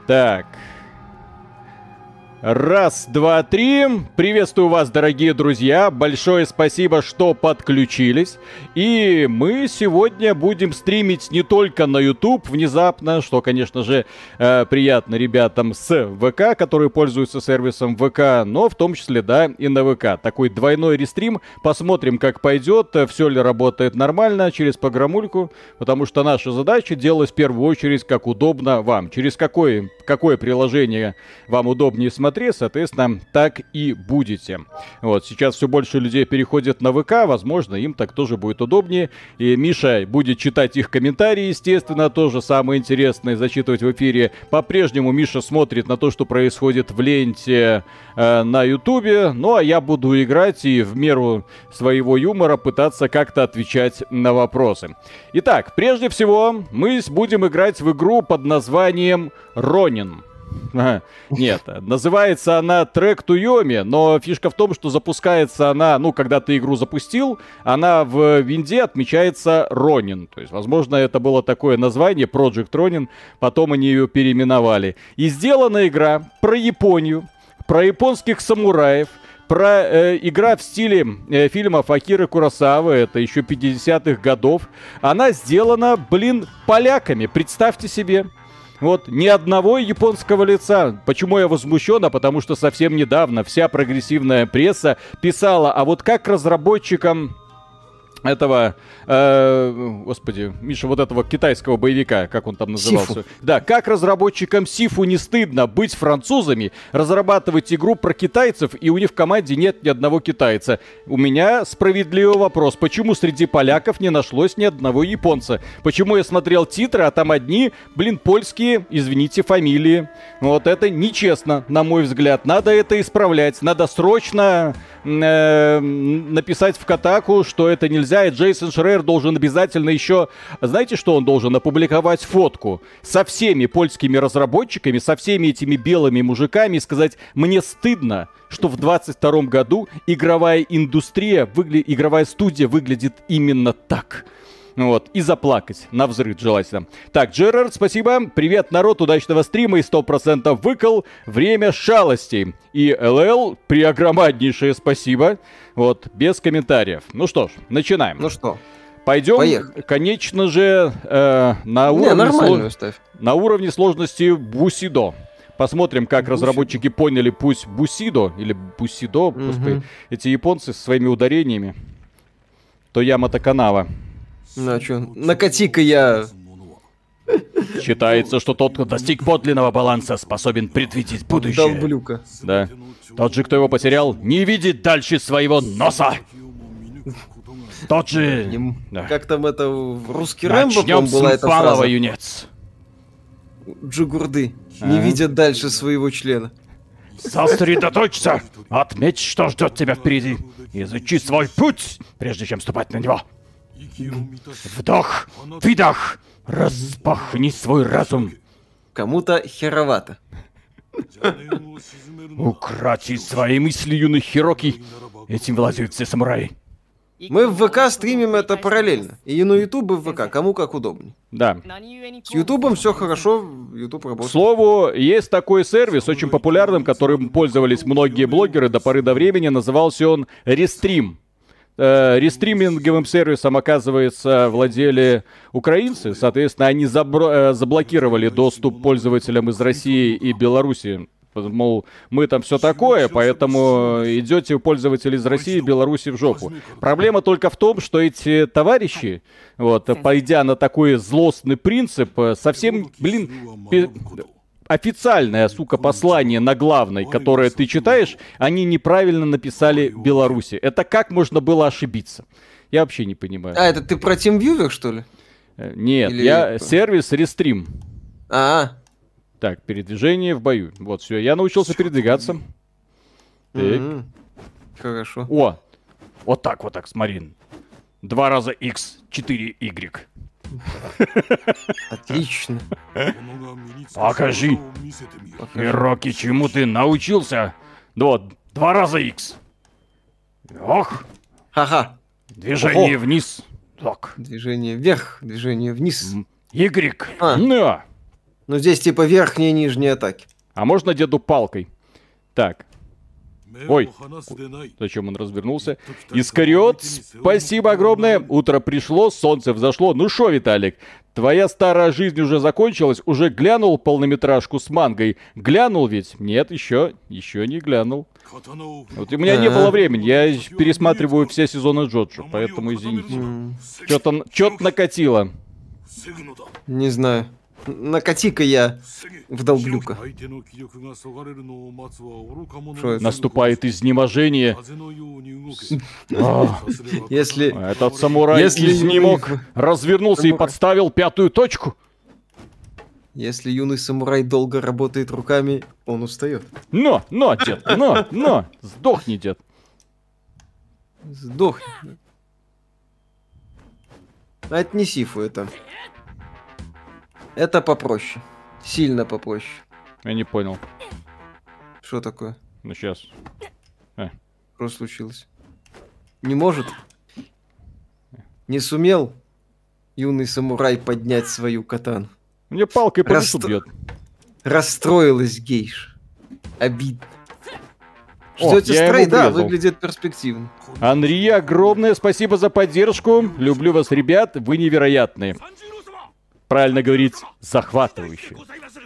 Так. Раз, два, три. Приветствую вас, дорогие друзья. Большое спасибо, что подключились. И мы сегодня будем стримить не только на YouTube внезапно, что, конечно же, приятно ребятам с ВК, которые пользуются сервисом ВК, но в том числе, да, и на ВК. Такой двойной рестрим. Посмотрим, как пойдет, все ли работает нормально через программульку, потому что наша задача делать в первую очередь, как удобно вам. Через какое приложение вам удобнее смотреть, соответственно, так и будете. Вот, сейчас все больше людей переходят на ВК, возможно, им так тоже будет удобнее. И Миша будет читать их комментарии, естественно, тоже самое интересное зачитывать в эфире. По-прежнему Миша смотрит на то, что происходит в ленте на Ютубе. Ну, а я буду играть и в меру своего юмора пытаться как-то отвечать на вопросы. Итак, прежде всего, мы будем играть в игру под названием Ронин. Нет, называется она Track to Yomi, но фишка в том, что запускается она, ну, когда ты игру запустил, она в винде отмечается Ронин. То есть, возможно, это было такое название, Project Ronin, потом они ее переименовали. И сделана игра про Японию, про японских самураев, про игра в стиле фильмов Акиры Куросавы, это еще 50-х годов. Она сделана, поляками, представьте себе. Вот, ни одного японского лица. Почему я возмущен? Потому что совсем недавно вся прогрессивная пресса писала, а вот как разработчикам этого, господи, Миша, вот этого китайского боевика, как он там назывался? Сифу. Да, как разработчикам Сифу не стыдно быть французами, разрабатывать игру про китайцев, и у них в команде нет ни одного китайца. У меня справедливый вопрос, почему среди поляков не нашлось ни одного японца? Почему я смотрел титры, а там одни, польские, извините, фамилии? Вот это нечестно, на мой взгляд. Надо это исправлять, надо срочно написать в Катаку, что это нельзя, и Джейсон Шрейер должен обязательно еще, знаете, что он должен? Опубликовать фотку со всеми польскими разработчиками, со всеми этими белыми мужиками и сказать: мне стыдно, что в 22 году игровая индустрия, игровая студия выглядит именно так. Вот, и заплакать навзрыд желательно. Так, Джерард, спасибо. Привет, народ, удачного стрима и 100% выкол. Время шалостей. И ЛЛ, преогромаднейшее спасибо. Вот, без комментариев. Ну что ж, начинаем. Ну что, пойдем, поехали. Конечно же, на уровне сложности Бусидо. Посмотрим, как разработчики поняли пусть Бусидо или Бусидо. Просто эти японцы со своими ударениями. То Ямато Канава. Ну а чё, накати-ка я... Считается, что тот, кто достиг подлинного баланса, способен предвидеть будущее. Долблюка. Да. Тот же, кто его потерял, не видит дальше своего носа. Тот же... Да. Как там это в русский Рэмбо была эта фраза? фраза? Юнец. Джигурды не видят дальше своего члена. Сосредоточься! Отметь, что ждет тебя впереди. Изучи свой путь, прежде чем ступать на него. Вдох, выдох, распахни свой разум. Кому-то херовато. Укроти свои мысли, юный Хироки. Этим владеют все самураи. Мы в ВК стримим это параллельно. И на Ютуб, и в ВК, кому как удобнее. Да. С Ютубом все хорошо, Ютуб работает. К слову, есть такой сервис, очень популярным, которым пользовались многие блогеры до поры до времени. Назывался он Рестрим. Рестриминговым сервисом, оказывается, владели украинцы. Соответственно, они заблокировали доступ пользователям из России и Беларуси. Мол, мы там все такое, поэтому идете пользователи из России и Беларуси в жопу. Проблема только в том, что эти товарищи, вот, пойдя на такой злостный принцип, совсем, официальное, сука, послание на главной, которое ты читаешь, они неправильно написали Беларуси. Это как можно было ошибиться? Я вообще не понимаю. А, это ты про TeamViewer, что ли? Нет, я сервис Рестрим. Так, передвижение в бою. Вот, все, я научился передвигаться. Хорошо. О, вот так, смотри. 2 раза X, 4 Y. Отлично. Покажи. Хироки, чему ты научился? Вот, 2 раза X. Ох. Ха-ха. Движение вниз. Так. Движение вверх, движение вниз. Y. Да. Ну, здесь типа верхние и нижние атаки. А можно деду палкой? Так. Ой, зачем он развернулся? Искариот, спасибо огромное. Утро пришло, солнце взошло. Ну шо, Виталик, твоя старая жизнь уже закончилась? Уже глянул полнометражку с мангой? Глянул ведь? Нет, еще не глянул. Вот у меня не было времени, я пересматриваю все сезоны Джоджо, поэтому извините. Чё-то накатило. Не знаю. Накати-ка я вдолблю-ка. Наступает изнеможение. Если... Этот самурай изнемог, развернулся и подставил 5-ю точку. Если юный самурай долго работает руками, он устает. Но, дед, но, сдохни, дед. Сдохни. Отнеси фу это. Это попроще. Сильно попроще. Я не понял. Что такое? Ну сейчас. Что случилось? Не может? Не сумел юный самурай поднять свою катану? Мне палкой по лицу бьет. Расстроилась гейш. Обидно. Ждете стрей? Да, выглядит перспективно. Анри, огромное спасибо за поддержку. Люблю вас, ребят. Вы невероятные. Правильно говорить, захватывающие.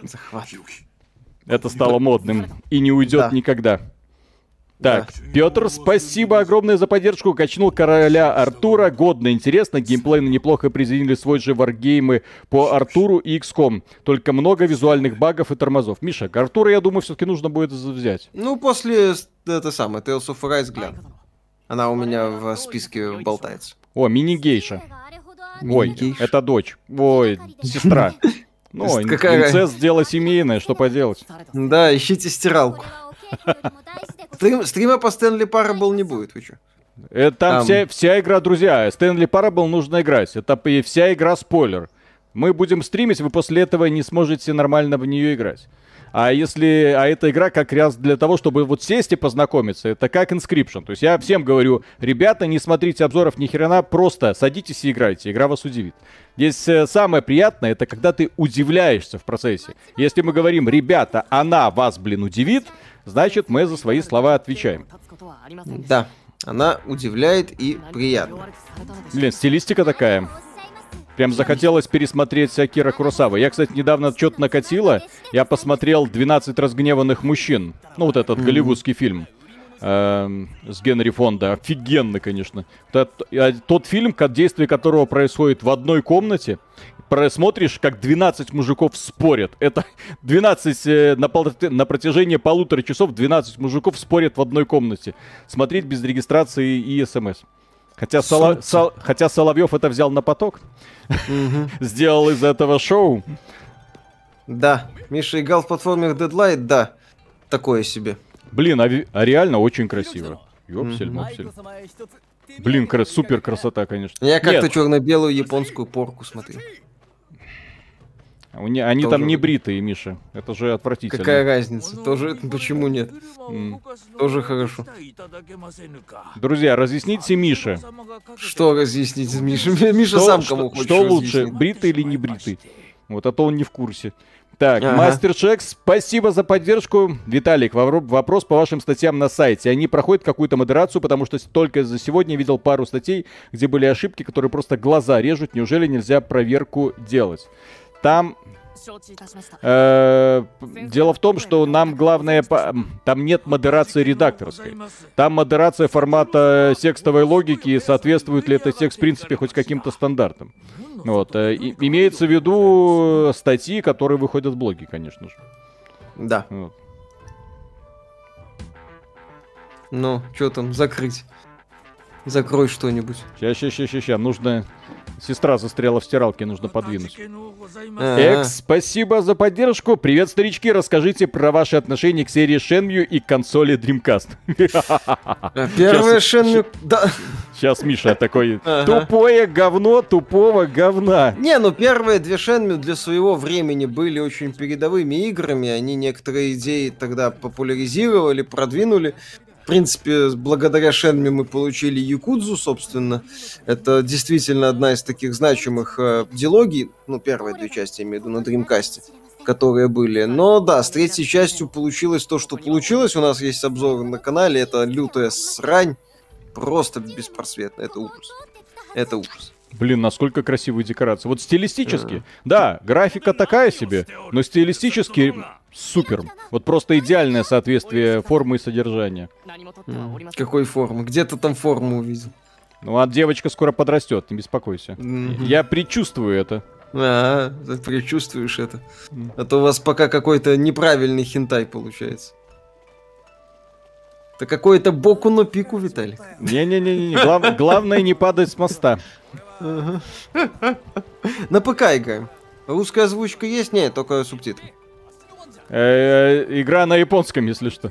Это стало модным и не уйдет никогда. Так, Петр, спасибо огромное за поддержку. Качнул короля Артура. Годно, интересно. Геймплейно неплохо приземлили свой же варгеймы по Артуру и XCOM. Только много визуальных багов и тормозов. Миша, Артура, я думаю, все-таки нужно будет взять. Ну, после это самое, Tales of Arise гляну. Она у меня в списке болтается. О, мини-гейша. Ой, это дочь. Ой, сестра. Ну, инцест дело семейное, что поделать. Да, ищите стиралку. Стрима по Стэнли Парабл не будет, вы чё? Там вся игра, друзья. Стэнли Парабл нужно играть. Это вся игра спойлер. Мы будем стримить, вы после этого не сможете нормально в нее играть. А эта игра как раз для того, чтобы вот сесть и познакомиться. Это как Inscription. То есть я всем говорю, ребята, не смотрите обзоров ни хрена, просто садитесь и играйте. Игра вас удивит. Здесь самое приятное, это когда ты удивляешься в процессе. Если мы говорим, ребята, она вас, удивит, значит, мы за свои слова отвечаем. Да, она удивляет и приятно. Блин, стилистика такая. Прям захотелось пересмотреть Акира Куросава. Я, кстати, недавно что-то накатило. Я посмотрел «12 разгневанных мужчин». Ну, вот этот голливудский фильм с Генри Фонда. Офигенно, конечно. Тот фильм, действие которого происходит в одной комнате. Смотришь, как 12 мужиков спорят. Это 12 на протяжении 1,5 часов 12 мужиков спорят в одной комнате. Смотреть без регистрации и СМС. Хотя Соловьев это взял на поток. Сделал из этого шоу. Да, Миша играл в платформе Deadlight, да. Такое себе. Блин, а реально очень красиво. Ёпсель-мопсель. Блин, супер красота, конечно. Я как-то черно-белую японскую порку смотрел. Они тоже... там не бритые, Миша. Это же отвратительно. Какая разница? Тоже почему нет? Тоже хорошо. Друзья, разъясните Мише. Что разъяснить Мише? Миша сам кому хочет. Что лучше, бритый или не бритый? Вот, а то он не в курсе. Так, Мастер Шек, спасибо за поддержку. Виталик, вопрос по вашим статьям на сайте. Они проходят какую-то модерацию, потому что только за сегодня видел пару статей, где были ошибки, которые просто глаза режут. Неужели нельзя проверку делать? Там дело в том, что нам главное, там нет модерации редакторской. Там модерация формата текстовой логики, и соответствует ли этот текст в принципе хоть каким-то стандартам. Вот. Имеется в виду статьи, которые выходят в блоге, конечно же. Да. Вот. Ну, что там, закрыть? Закрой что-нибудь. Сейчас. Нужно... Сестра застряла в стиралке, нужно подвинуть. Экс, спасибо за поддержку. Привет, старички. Расскажите про ваши отношения к серии Shenmue и консоли Dreamcast. Первая Shenmue... Да. Сейчас Миша такой, тупое говно тупого говна. Не, ну первые две Shenmue для своего времени были очень передовыми играми. Они некоторые идеи тогда популяризировали, продвинули. принципе, благодаря Шенме мы получили Якудзу, собственно. Это действительно одна из таких значимых дилогий, ну, первые две части, я имею в виду, на Dreamcast, которые были. Но да, с третьей частью получилось то, что получилось. У нас есть обзор на канале, это лютая срань. Просто беспросветно, это ужас. Это ужас. Блин, насколько красивые декорации. Вот стилистически, да, графика такая себе, но стилистически супер. Вот просто идеальное соответствие формы и содержания. Какой формы? Где ты там форму увидел? Ну, а девочка скоро подрастет, не беспокойся. Я предчувствую это. Ты предчувствуешь это. А то у вас пока какой-то неправильный хентай получается. Это какой-то боку на пику, Виталик. Не-не-не, главное не падать с моста. На ПК играем. Русская озвучка есть? Нет, только субтитры. Игра на японском, если что.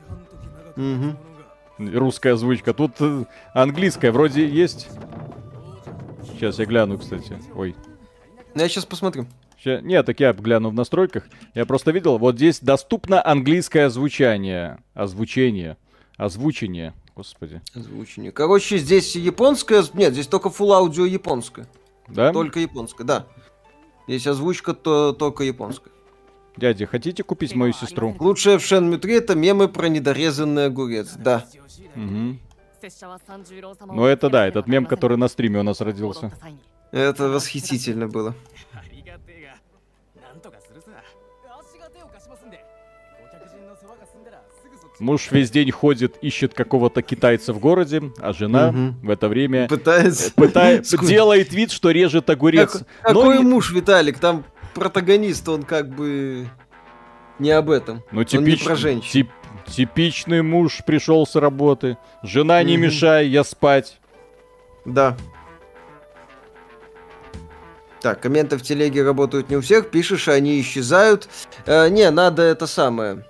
Русская озвучка. Тут английская вроде есть. Сейчас я гляну, кстати. Ой. Я сейчас посмотрю. Нет, так я гляну в настройках. Я просто видел, вот здесь доступно английское озвучание. Озвучение. Господи. Озвучение. Короче, здесь японская... Нет, здесь только full аудио японская. Да? Только японская, да. Здесь озвучка только японская. Дядя, хотите купить мою сестру? Лучшее в Shenmue 3 это мемы про недорезанный огурец, да. Угу. Ну это да, этот мем, который на стриме у нас родился. Это восхитительно было. Муж весь день ходит, ищет какого-то китайца в городе, а жена в это время делает вид, что режет огурец. Какой муж, Виталик? Там протагонист, он как бы не об этом. Ну, он не про женщин. Типичный муж пришел с работы. Жена, не мешай, я спать. Да. Так, комменты в телеге работают не у всех. Пишешь, они исчезают. Не, надо это самое.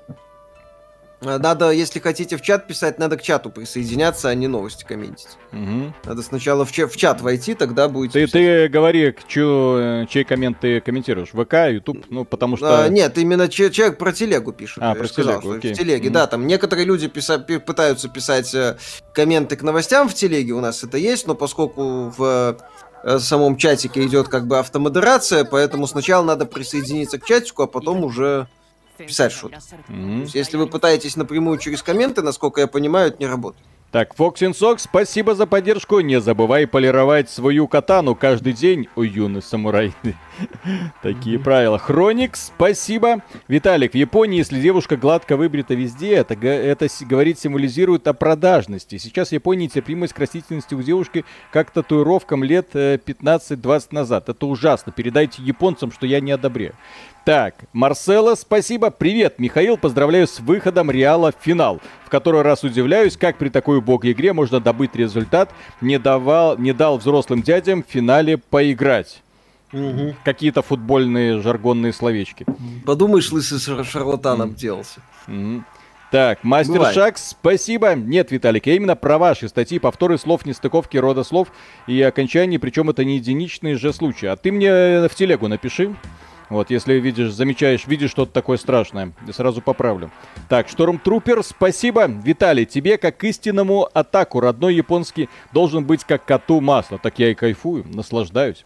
Надо, если хотите в чат писать, надо к чату присоединяться, а не новости комментить. Надо сначала в чат войти, тогда будет. Ты говори, чей коммент ты комментируешь? ВК, Ютуб, ну потому что... Нет, именно человек про телегу пишет. Про телегу, окей. В телеге, да, там некоторые люди пытаются писать комменты к новостям в телеге, у нас это есть, но поскольку в самом чатике идет как бы автомодерация, поэтому сначала надо присоединиться к чатику, а потом уже... писать что-то. Если вы пытаетесь напрямую через комменты, насколько я понимаю, это не работает. Так, Fox, спасибо за поддержку. Не забывай полировать свою катану каждый день, о юный самурай. Такие правила. Хроник, спасибо. Виталик, в Японии, если девушка гладко выбрита везде, это говорит, символизирует о продажности. Сейчас в Японии терпимость к растительности у девушки как татуировкам лет 15-20 назад. Это ужасно. Передайте японцам, что я не одобряю. Так, Марсело, спасибо. Привет, Михаил, поздравляю с выходом Реала в финал. В который раз удивляюсь, как при такой убогой игре можно добыть результат. Не дал взрослым дядям в финале поиграть. Какие-то футбольные жаргонные словечки. Подумаешь, лысый шарлатан обделался. Так, Мастер Шакс, спасибо. Нет, Виталик, я именно про ваши статьи, повторы слов, нестыковки рода слов и окончаний, причем это не единичные же случаи. А ты мне в телегу напиши. Вот, если видишь что-то такое страшное, я сразу поправлю. Так, Штормтрупер, спасибо. Виталий, тебе, как истинному атаку, родной японский должен быть как коту масло. Так я и кайфую, наслаждаюсь.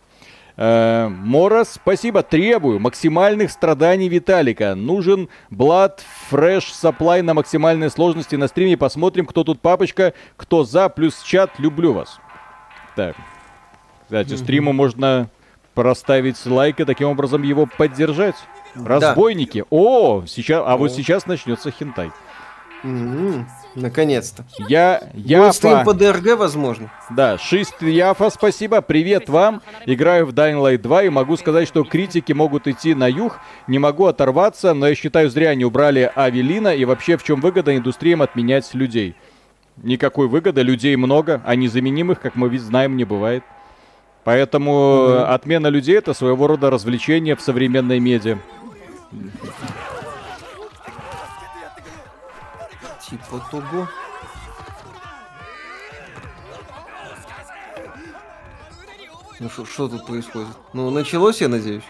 Мора, спасибо. Требую максимальных страданий Виталика. Нужен Blood Fresh Supply на максимальной сложности на стриме. Посмотрим, кто тут папочка, кто за, плюс чат. Люблю вас. Так, кстати, стриму можно... проставить лайк и таким образом его поддержать. Разбойники. Да. Вот сейчас начнется хентай. Наконец-то. Яфа. По ДРГ, возможно. Да, Шист Яфа, спасибо. Привет вам. Играю в Dying Light 2 и могу сказать, что критики могут идти на юг. Не могу оторваться, но я считаю, зря они убрали Авелина. И вообще, в чем выгода индустриям отменять людей? Никакой выгоды. Людей много, а незаменимых, как мы знаем, не бывает. Поэтому отмена людей — это своего рода развлечение в современной медиа. Типа того. Ну что тут происходит? Ну, началось, я надеюсь?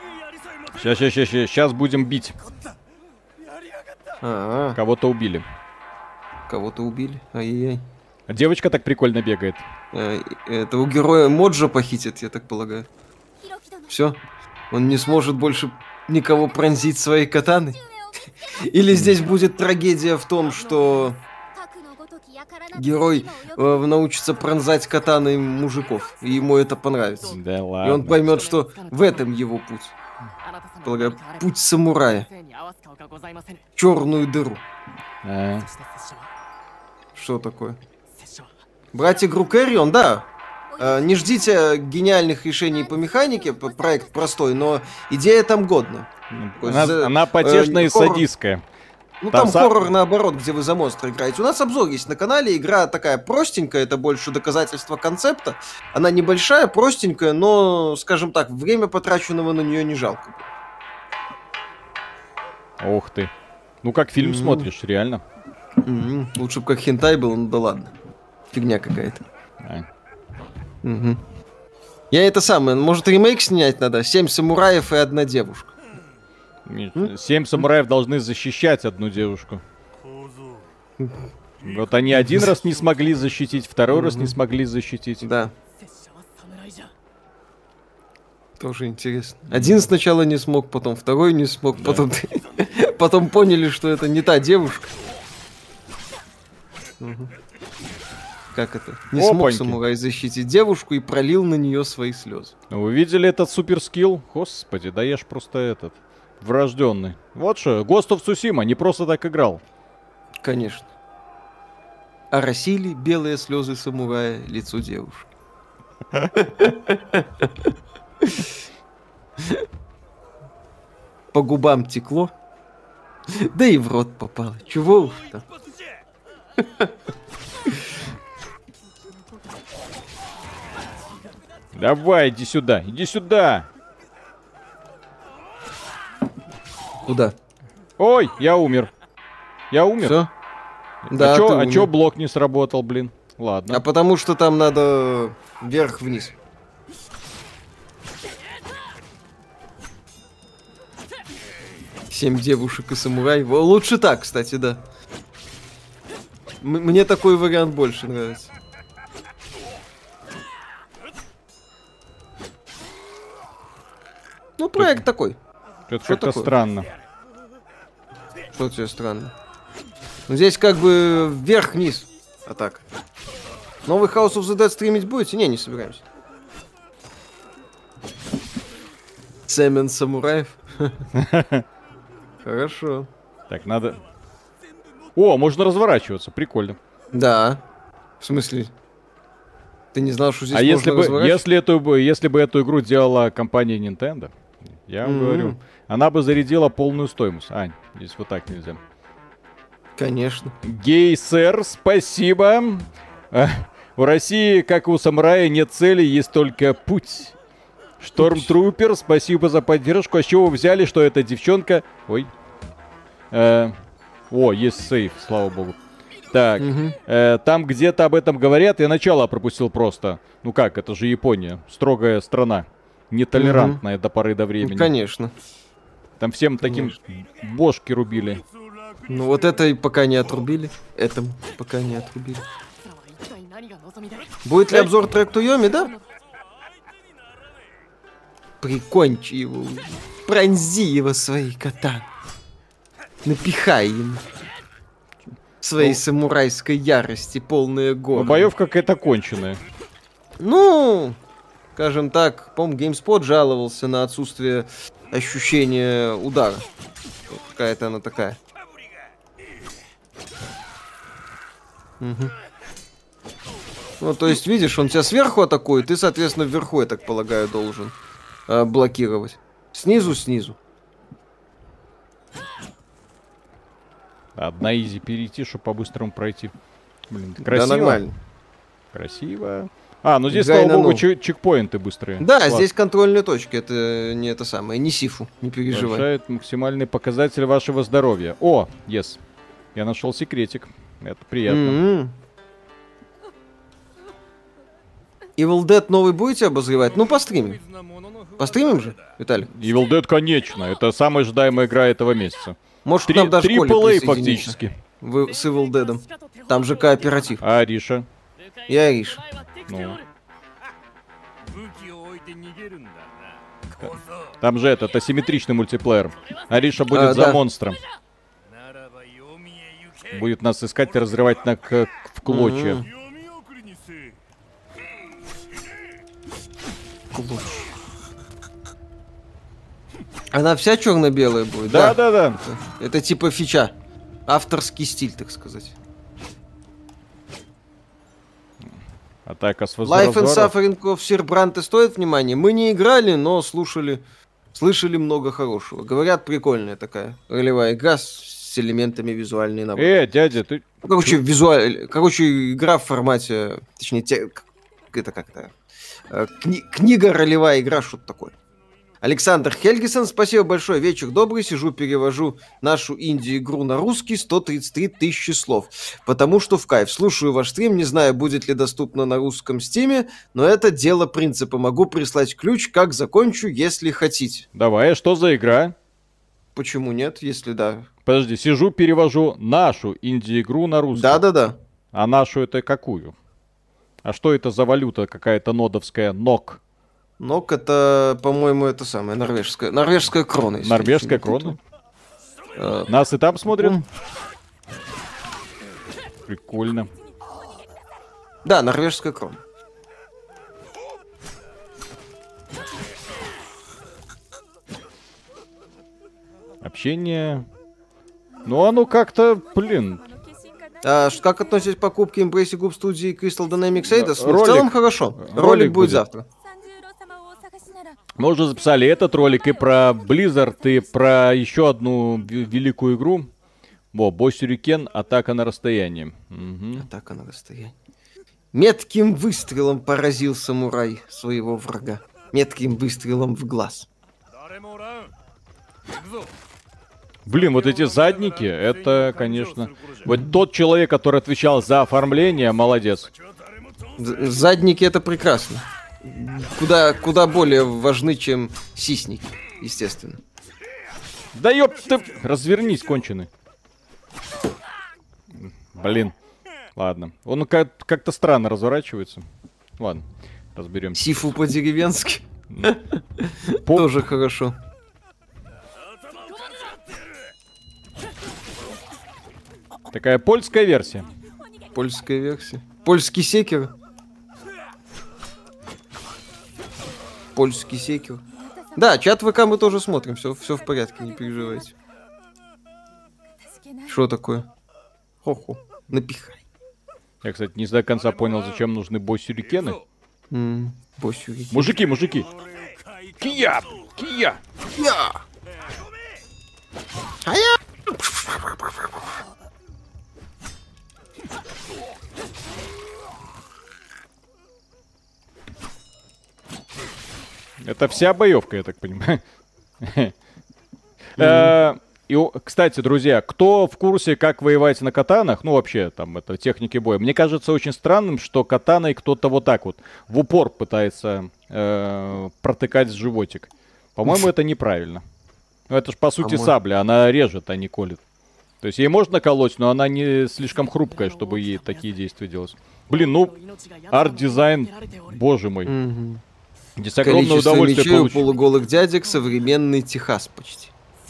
Сейчас будем бить. Кого-то убили. Кого-то убили. Ай-яй-яй. Девочка так прикольно бегает. Этого героя Моджо похитят, я так полагаю. Все. Он не сможет больше никого пронзить своей катаной. Или здесь будет трагедия в том, что герой научится пронзать катаной мужиков, и ему это понравится. Да ладно. И он поймет, что в этом его путь. Полагаю, путь самурая. Черную дыру. Что такое? Братья Грукэрион, да. Не ждите гениальных решений по механике, проект простой, но идея там годная. Она потешная и садистская. Ну там хоррор наоборот, где вы за монстра играете. У нас обзор есть на канале, игра такая простенькая, это больше доказательство концепта. Она небольшая, простенькая, но, скажем так, время потраченного на нее не жалко. Ух ты. Ну как фильм смотришь, реально. Лучше бы как хентай был, ну да ладно. Фигня какая-то. Я это самое, может ремейк снять надо? 7 самураев и 1 девушка. 7 самураев должны защищать одну девушку. Вот они один раз не смогли защитить, второй раз не смогли защитить. Да. Тоже интересно. Один сначала не смог, потом второй не смог, да. Потом поняли, что это не та девушка. Как это? Не смог самурай защитить девушку и пролил на нее свои слезы. Вы видели этот суперскилл? Господи, да я ж просто этот... Врожденный. Вот что, Ghost of Tsushima не просто так играл. Конечно. Оросили белые слезы самурая лицо девушки. По губам текло, да и в рот попало. Чего уж там. Давай, иди сюда, иди сюда. Куда? Ой, я умер. Я умер. Всё? Да, а чё блок не сработал, блин? Ладно. А потому что там надо вверх-вниз. Семь девушек и самурай. Лучше так, кстати, да. Мне такой вариант больше нравится. Ну, проект такой. Это как-то странно. Что тебе странно? Ну, здесь как бы вверх-вниз. А так. Новый House of the Dead стримить будете? Не собираемся. Семен самураев. Хорошо. Так, надо... О, можно разворачиваться, прикольно. Да. В смысле? Ты не знал, что здесь можно разворачиваться? Если бы эту игру делала компания Nintendo, я вам говорю, она бы зарядила полную стоимость. Ань, здесь вот так нельзя. Конечно. Гей-сэр, спасибо. В России, как и у самурая, нет цели, есть только путь. Штормтрупер, спасибо за поддержку. А с чего вы взяли, что эта девчонка... Ой. О, есть сейф, слава богу. Так, там где-то об этом говорят. Я начало пропустил просто. Ну как, это же Япония. Строгая страна. Нетолерантная до поры до времени. Ну, конечно. Там всем таким бошки рубили. Ну вот это и пока не отрубили. Этому пока не отрубили. Будет ли обзор Track to Yomi, да? Прикончи его. Пронзи его своей катаной. Напихай ему. Своей самурайской ярости, полные горы. Боевка какая-то конченая. Ну, скажем так, по-моему, GameSpot жаловался на отсутствие ощущения удара. Вот какая-то она такая. Угу. Ну, то есть, видишь, он тебя сверху атакует, ты, соответственно, вверху, я так полагаю, должен блокировать. Снизу. Одна изи перейти, чтобы по-быстрому пройти. Блин, красиво. Да, нормально. Красиво. А, ну здесь, слава богу, чекпоинты быстрые. Да, класс. Здесь контрольные точки, это не это самое, не сифу, не переживай. Повышает максимальный показатель вашего здоровья. О, yes. Я нашел секретик. Это приятно. Evil Dead новый будете обозревать? Ну, постримим. Постримим же, Виталий? Evil Dead, конечно. Это самая ожидаемая игра этого месяца. Может, нам даже Коля AAA фактически. с Evil Dead. Там же кооператив. А Ариша? И Ариш. Ну. Там же это асимметричный мультиплеер. Ариша будет за да. монстром. Будет нас искать и разрывать в клочья. Она вся черно-белая будет, Да. Это типа фича. Авторский стиль, так сказать. Атака с Life and возвратом. Suffering of Sir Brand стоит внимания. Мы не играли, но слышали много хорошего. Говорят, прикольная такая ролевая игра с элементами визуальной навыки. Дядя, ты... Короче, игра в формате, точнее, книга, ролевая игра, что-то такое. Александр Хельгисон, спасибо большое, вечер добрый, сижу, перевожу нашу инди-игру на русский, 133 тысячи слов, потому что в кайф. Слушаю ваш стрим, не знаю, будет ли доступно на русском стиме, но это дело принципа. Могу прислать ключ, как закончу, если хотите. Давай, а что за игра? Почему нет, если да? Подожди, сижу, перевожу нашу инди-игру на русский. Да. А нашу это какую? А что это за валюта какая-то нодовская? НОК. НОК это, по-моему, это самое, норвежская крона. Норвежская крона? Нас и там смотрят? Прикольно. Да, норвежская крона. Общение... Ну, оно как-то, блин... Как относитесь к покупке Embrace Group студии Crystal Dynamics Eidos? Ролик. В целом хорошо. Ролик будет завтра. Мы уже записали этот ролик и про Blizzard, и про еще одну великую игру. Босс-сюрикен, атака на расстоянии. Угу. Атака на расстоянии. Метким выстрелом поразил самурай своего врага. Метким выстрелом в глаз. Блин, вот эти задники, это, конечно... Вот тот человек, который отвечал за оформление, молодец. Задники это прекрасно. Куда более важны, чем сисники, естественно. Да ёп ты... Развернись, конченый. Блин. Ладно. Он как-то странно разворачивается. Ладно, разберемся. Сифу по-деревенски. Тоже хорошо. Такая польская версия. Польская версия. Польский секер. Польский секер. Да, чат ВК мы тоже смотрим. Все в порядке, не переживайте. Что такое? Хо-хо. Напихай. Я, кстати, не до конца понял, зачем нужны босс-сюрикены. Босс-сюрикены. Мужики. Кия! Я! А я! Это вся боевка, я так понимаю. И, кстати, друзья, кто в курсе, как воевать на катанах, ну, вообще, там, это техники боя, мне кажется очень странным, что катаной кто-то вот так вот в упор пытается протыкать животик. По-моему, это неправильно. Ну, это ж, по сути, сабля, она режет, а не колет. То есть ей можно колоть, но она не слишком хрупкая, чтобы ей такие действия делать. Блин, ну, арт-дизайн, боже мой. Здесь огромное удовольствие мечей у получить. полуголых дядек, современный Техас почти.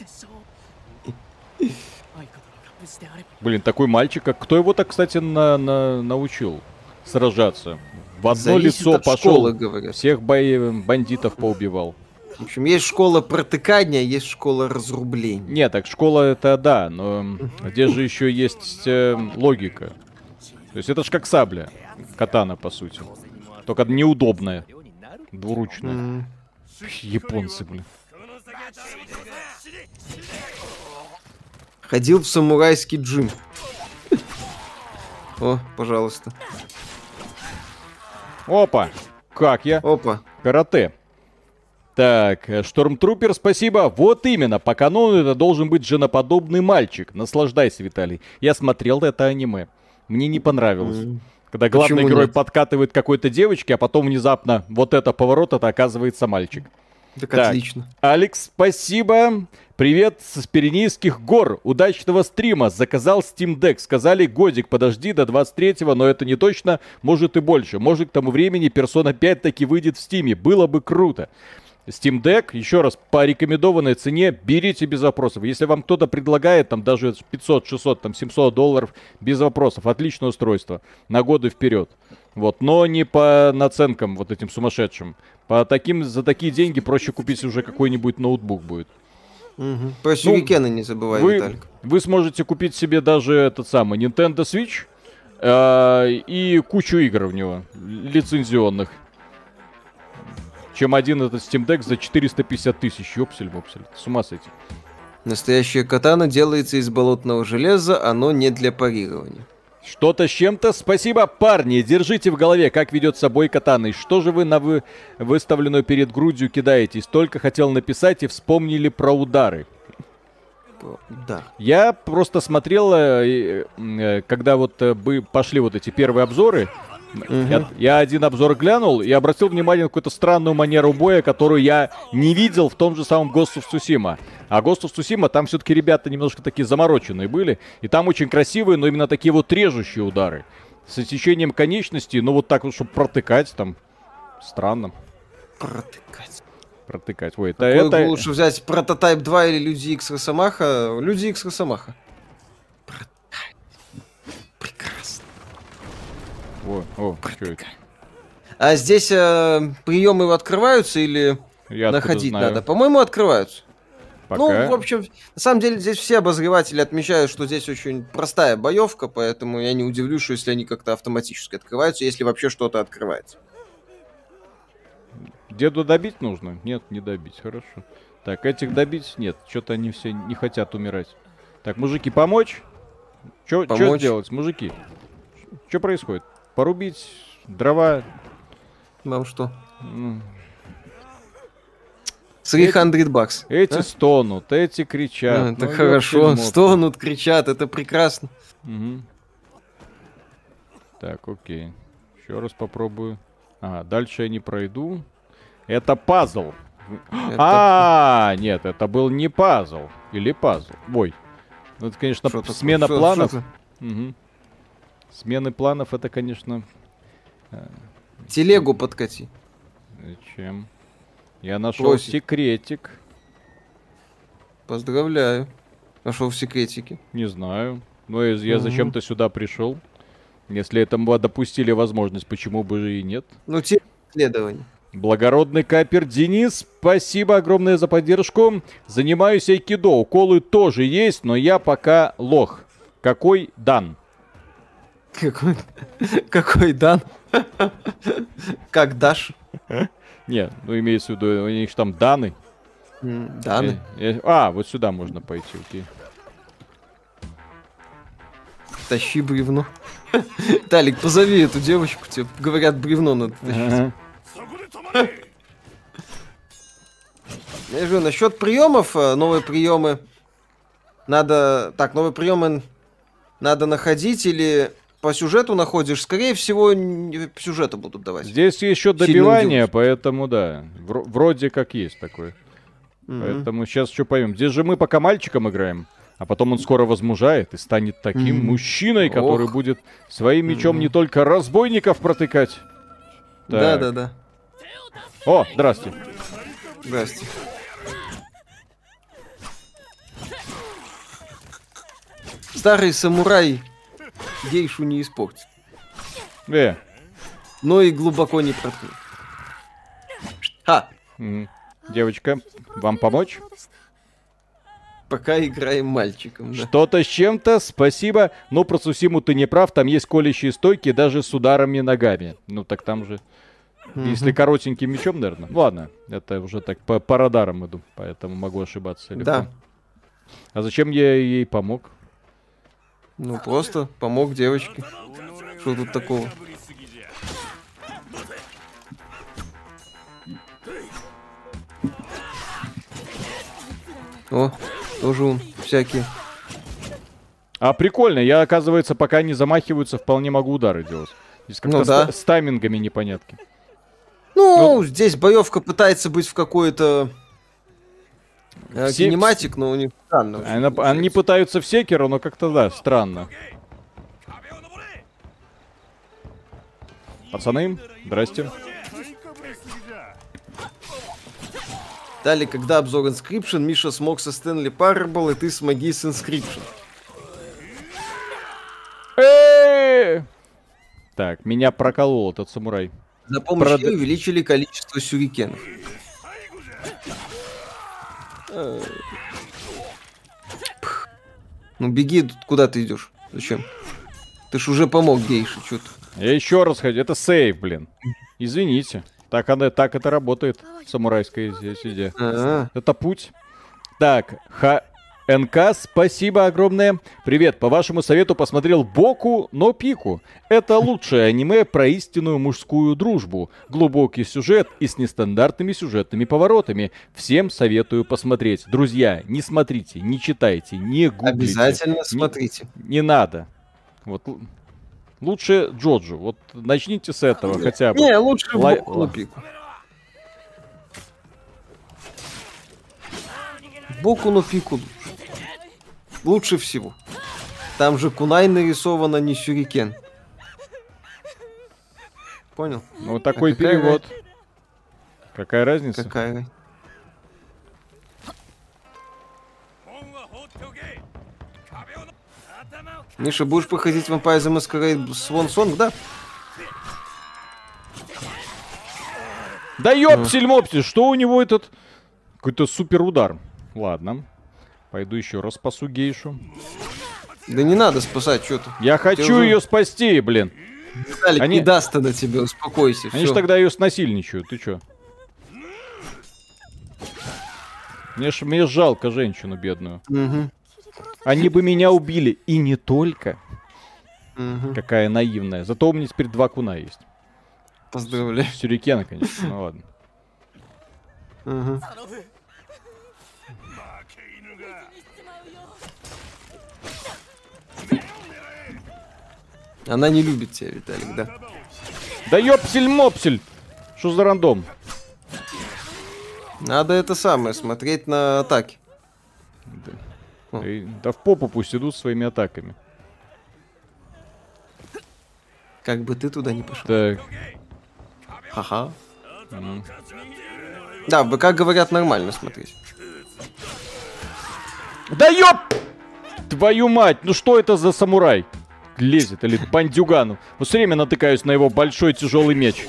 Блин, такой мальчик, кто его так, кстати, научил сражаться? В одно Зависит лицо от пошел, школы, говорят. всех бандитов поубивал. В общем, есть школа протыкания, есть школа разрубления. Не, так школа это да, но где же еще есть логика? То есть это ж как сабля, катана по сути. Только неудобная, двуручная. Японцы, блин. Ходил в самурайский джим. О, пожалуйста. Опа, как я? Опа. Карате. Так, Штормтрупер, спасибо. Вот именно, по канону это должен быть женоподобный мальчик. Наслаждайся, Виталий. Я смотрел это аниме. Мне не понравилось. Когда главный герой подкатывает к какой-то девочке, а потом внезапно вот это поворот, это оказывается мальчик. Так отлично. Алекс, спасибо. Привет с Пиренейских гор. Удачного стрима. Заказал Steam Deck. Сказали, годик, подожди до 23-го, но это не точно. Может и больше. Может, к тому времени Persona 5 таки выйдет в Steam. Было бы круто. Steam Deck, еще раз, по рекомендованной цене берите без вопросов. Если вам кто-то предлагает, там даже 500, 600, там $700, без вопросов. Отличное устройство. На годы вперед. Вот, но не по наценкам вот этим сумасшедшим. За такие деньги проще купить уже какой-нибудь ноутбук будет. Угу. Про сюрикены не забывай, Виталик. Вы сможете купить себе даже этот самый Nintendo Switch и кучу игр в него, лицензионных. Чем один этот Steam Deck за 450 тысяч. Ёпсель-вопсель. С ума сойти. Настоящая катана делается из болотного железа, оно не для парирования. Что-то с чем-то. Спасибо, парни. Держите в голове, как ведется бой катаной. Что же вы на выставленную перед грудью кидаетесь? Только хотел написать и вспомнили про удары. Да. Я просто смотрел, когда вот пошли вот эти первые обзоры. Я один обзор глянул и обратил внимание на какую-то странную манеру боя, которую я не видел в том же самом Ghost of Tsushima. А Ghost of Tsushima, там все-таки ребята немножко такие замороченные были. И там очень красивые, но именно такие вот режущие удары. С отсечением конечностей, ну вот так вот, чтобы протыкать там. Странно. Протыкать. Ой, это лучше взять Прототайп 2 или Люди Икс Росомаха. Люди Икс Росомаха. Прекрасно. Что это? А здесь приемы открываются или находить надо? По-моему, открываются. Пока. Ну, в общем, на самом деле здесь все обозреватели отмечают, что здесь очень простая боевка, поэтому я не удивлюсь, что если они как-то автоматически открываются, если вообще что-то открывается. Деду добить нужно? Нет, не добить, хорошо. Так, этих добить? Нет, что-то они все не хотят умирать. Так, мужики, помочь? Что делать, мужики? Что происходит? Порубить дрова. Вам что? 300 бакс. Эти стонут, эти кричат. Это хорошо, стонут, кричат, это прекрасно. Угу. Так, окей. Еще раз попробую. Ага, дальше я не пройду. Это пазл. Нет, это был не пазл. Или пазл. Ой. Ну, это, конечно, смена планов. Угу. Смены планов, это, конечно... Телегу подкати. Зачем? Я нашел секретик. Поздравляю. Нашел в секретике. Не знаю. Но я зачем-то сюда пришел. Если это допустили возможность, почему бы и нет? Ну, те исследования. Благородный капер Денис, спасибо огромное за поддержку. Занимаюсь айкидо. Уколы тоже есть, но я пока лох. Какой дан? Какой дан? Как дашь? Нет, ну имеется в виду, у них же там даны. Даны? Вот сюда можно пойти, окей. Тащи бревно. Талик, позови эту девочку, тебе говорят, бревно надо тащить. Я говорю, насчет приемов, новые приемы надо... Так, новые приемы надо находить или... По сюжету находишь, скорее всего, по сюжету будут давать. Здесь еще добивание, поэтому да. Вроде как есть такое. Поэтому сейчас что поймем. Здесь же мы пока мальчиком играем, а потом он скоро возмужает и станет таким мужчиной, который будет своим мечом не только разбойников протыкать. Да. О, здрасте. Здрасте. Старый самурай гейшу не испортит. Но и глубоко не проткнет. Девочка, вам помочь? Пока играем мальчиком, да. Что-то с чем-то, спасибо. Но про Цусиму ты не прав, там есть колющие стойки даже с ударами ногами. Ну так там же... Если коротеньким мечом, наверное. Ладно, это уже так по радарам иду, поэтому могу ошибаться. Да. А зачем я ей помог? Ну, просто помог девочке. Что тут такого? О, тоже он, всякие. А прикольно, я, оказывается, пока не замахиваются, вполне могу удары делать. Здесь как-то с таймингами непонятки. Ну, здесь боевка пытается быть в какой-то Все- кинематик, но у них странно. очень Они получается. пытаются в Секеру, но как-то, да, странно. Пацаны, здрасте. Далее, когда обзор Inscription, Миша смог со Стэнли Парабл, и ты смоги с Inscription. Так, меня проколол этот самурай. За помощь Прод- ей увеличили количество сюрикенов. Ну беги, куда ты идешь? Зачем? Ты ж уже помог гейше, что ты? Я еще раз хочу. Это сейв, блин. Извините. Так это работает в самурайской здесь идее. А-а. Это путь. Так, НК, спасибо огромное. Привет, по вашему совету посмотрел Боку но Пику. Это лучшее аниме про истинную мужскую дружбу. Глубокий сюжет и с нестандартными сюжетными поворотами. Всем советую посмотреть. Друзья, не смотрите, не читайте, не гуглите. Обязательно смотрите. Не надо. Вот лучше Джоджо. Вот начните с этого хотя бы. Не, лучше Лай- Боку но Пику. Боку но Пику лучше всего. Там же кунай нарисовано, не сюрикен. Понял? Ну, такой А какая перевод. Какая разница? Какая? Миша, будешь проходить Vampire the Masquerade Swan Song, да? Да ёпсель-мопсель, что у него этот... Какой-то супер удар. Ладно. Пойду еще раз спасу гейшу. Да не надо спасать, что ты. Я хочу уже- ее спасти, блин. Виталик, Они- не даст она тебе, успокойся. Они ж всё. тогда ее снасильничают, ты чё? Мне жалко женщину бедную. Мгм, Они бы меня убили. И не только. мгм. Какая наивная. Зато у меня теперь 2 куна есть. Поздравляю. Сюрикена, конечно. Ну ладно. Мгм. Она не любит тебя, Виталик, да? Да ёпсель-мопсель! Что за рандом? Надо это самое, смотреть на атаки. Да в попу пусть идут своими атаками. Как бы ты туда не пошел. Так. Ага. м. Да, в ВК говорят нормально смотреть. Да ёп! Твою мать, ну что это за самурай? Лезет или бандюгану. Вот все время натыкаюсь на его большой тяжелый меч.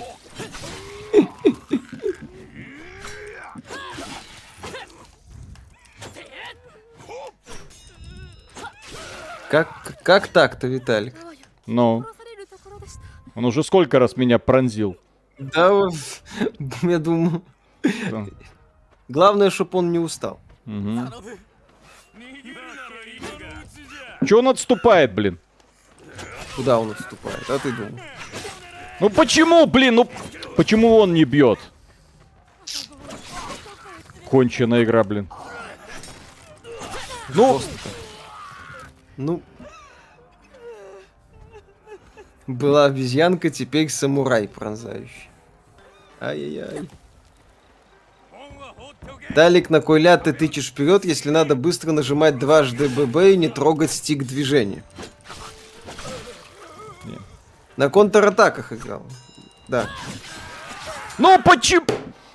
Как так-то, Виталик? Но он уже сколько раз меня пронзил. Да, я думаю. Да. Главное, чтобы он не устал. Мгм. Чё он отступает, блин? Куда он отступает? А ты думал? Ну почему, блин, ну почему он не бьет? Конченая игра, блин. Ну, Ну. Была обезьянка, теперь самурай пронзающий. Ай-яй-яй. Далек на кой ляд ты тычешь вперед, если надо быстро нажимать дважды ББ и не трогать стик движения. Не. На контратаках играл. Да. ну почему?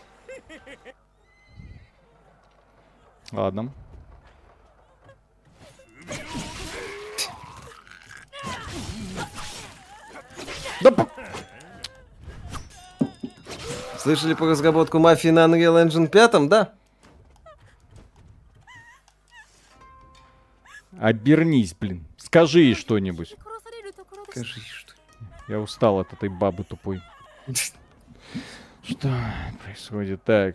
Ладно. Да Слышали про разработку мафии на Unreal Engine 5? Да. обернись, блин. Скажи ей что-нибудь. Скажи, что. Я устал от этой бабы тупой. Что происходит? Так.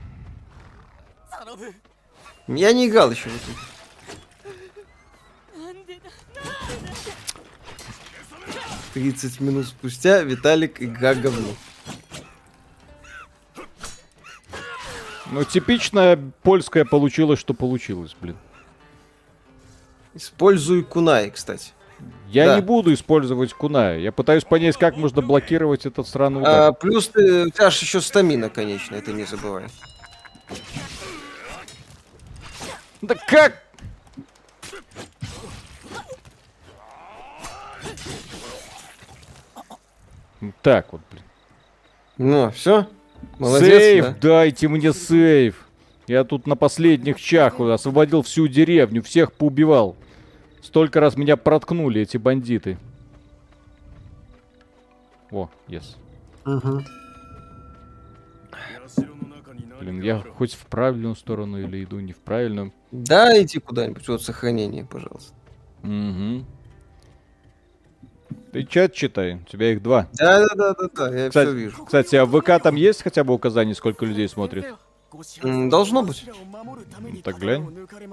Я не играл еще в это. 30 минут спустя Виталик игра говно. Ну, типичная польская получилось, что получилось, блин. Используй кунай, кстати. Я Да. не буду использовать кунай. Я пытаюсь понять, как можно блокировать этот сраный удар. Плюс у тебя же еще стамина конечная, ты не забывай. Да как? Так вот, блин. Ну, все. Молодец. Сейв, Да. дайте мне сейв. Я тут на последних чах освободил всю деревню, всех поубивал. Столько раз меня проткнули эти бандиты. О, yes. Мгм. Блин, я хоть в правильную сторону или иду не в правильную. Да, иди куда-нибудь. Вот сохранение, пожалуйста. Угу. Ты чат читай, у тебя их 2. Да, я все вижу. Кстати, а в ВК там есть хотя бы указание, сколько людей смотрит? Должно быть. Так глянь.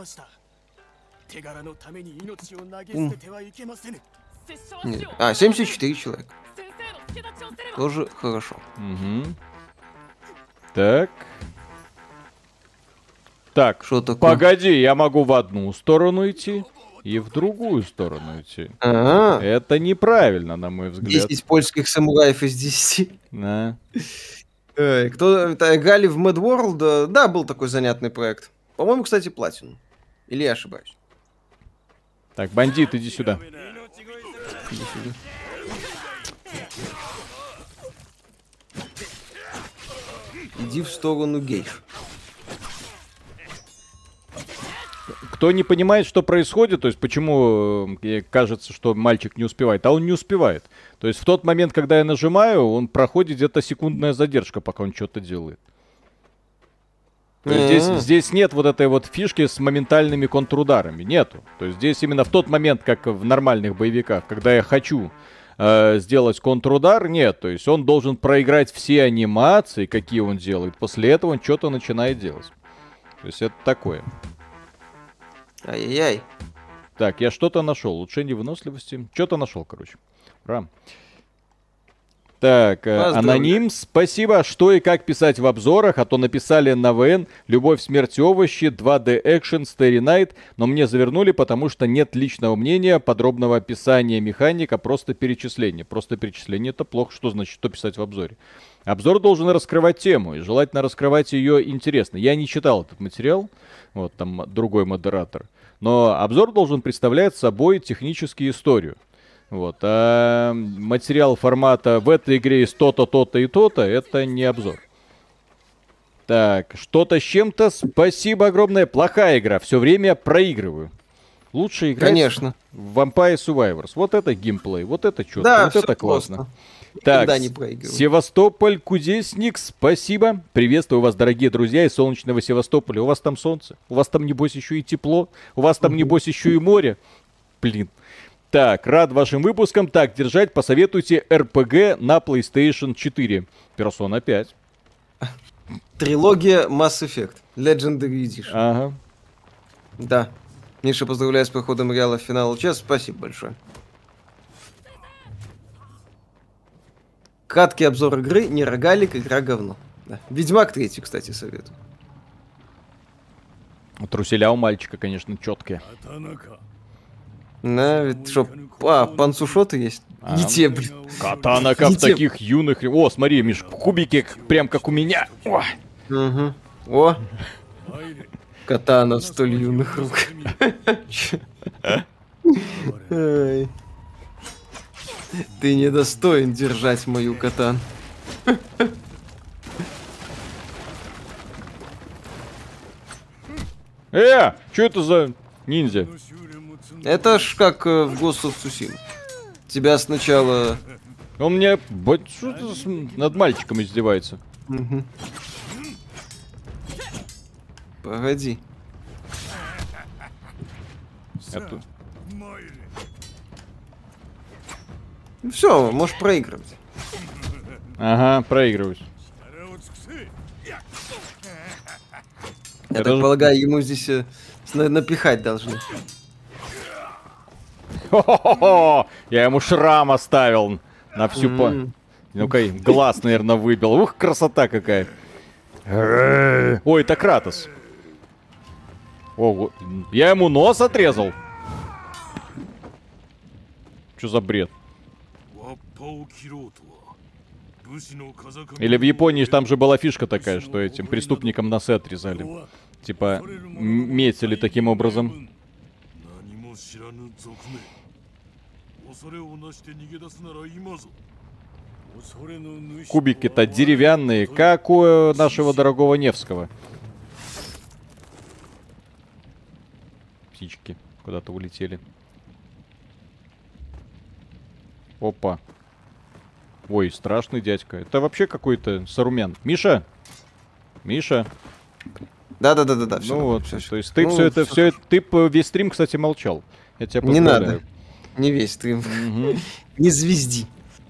Нет. 74 человека. Тоже хорошо. Угу. Так. Так, Что такое? погоди, я могу в одну сторону идти и в другую сторону идти. Ага. Это неправильно, на мой взгляд. 10 польских самураев из 10. Да. Кто играли в Mad World? Да, был такой занятный проект. По-моему, кстати, платину. Или я ошибаюсь? Так, бандит, иди сюда. Иди сюда. Иди в сторону гейш. Кто не понимает, что происходит, то есть почему кажется, что мальчик не успевает, а он не успевает. То есть в тот момент, когда я нажимаю, он проходит где-то секундная задержка, пока он что-то делает. То есть здесь нет вот этой вот фишки с моментальными контрударами, нету. То есть здесь именно в тот момент, как в нормальных боевиках, когда я хочу сделать контрудар, нет. То есть он должен проиграть все анимации, какие он делает. После этого он что-то начинает делать. То есть это такое. Ай-яй-яй. Так, я что-то нашел. Улучшение выносливости. Что-то нашел, короче. Ура. Так, аноним, спасибо. Что и как писать в обзорах, а то написали на ВН «Любовь, смерть, овощи», 2D экшен, Starry Night, но мне завернули, потому что нет личного мнения, подробного описания механика, просто перечисление. Просто перечисление это плохо, что значит, что писать в обзоре. Обзор должен раскрывать тему, и желательно раскрывать ее интересно. Я не читал этот материал, вот там другой модератор, но обзор должен представлять собой техническую историю. Вот, а материал формата в этой игре есть то-то, то-то и то-то, это не обзор. Так, что-то с чем-то, спасибо огромное. Плохая игра, все время проигрываю. Лучше играть Конечно. в Vampire Survivors. Вот это геймплей, вот это что-то, Да, вот это классно. просто. Так, Никогда не проигрываю. Севастополь, Кудесник, спасибо. Приветствую вас, дорогие друзья из солнечного Севастополя. У вас там солнце, у вас там, небось, еще и тепло, у вас там, небось, еще и море. Блин. Так, рад вашим выпускам. Так, держать, посоветуйте RPG на PlayStation 4. Persona 5. Трилогия Mass Effect. Legendary Edition. Ага. Да. Миша, поздравляю с проходом Реала в финал ЧС. Спасибо большое. Краткий обзор игры, не рогалик, игра говно. Да. Ведьмак 3, кстати, советую. Труселя у мальчика, конечно, четкие. На, ведь что, панцушоты есть? Не те, блин. Катанака в таких юных... О, смотри, Миш, кубики прям как у меня. О. Угу. О! Катана в столь юных рук. Ай. Ты недостоин держать мою катану. Что это за ниндзя? Это ж как в Ghost of Tsushima. Тебя сначала... Он мне над мальчиком издевается. Угу. Погоди. Это... Все, можешь проигрывать. Ага, проигрываюсь. Я Это так же- полагаю, ему здесь напихать должны. Хо-хо-хо! Я ему шрам оставил на всю Ну-ка, глаз, наверное, выбил. Ух, красота какая. Ой, это Кратос. О, я ему нос отрезал. Что за бред? Или в Японии там же была фишка такая, что этим преступникам носы отрезали. Типа, метили таким образом. Кубики-то деревянные, как у нашего дорогого Невского. Птички куда-то улетели. Опа. Ой, страшный дядька. Это вообще какой-то Сарумян. Миша! Миша! Да. Ну вот, то есть ты все это, ты весь стрим, кстати, молчал. Я тебя Не поздравляю. надо. Не весь стрим. Не звезди.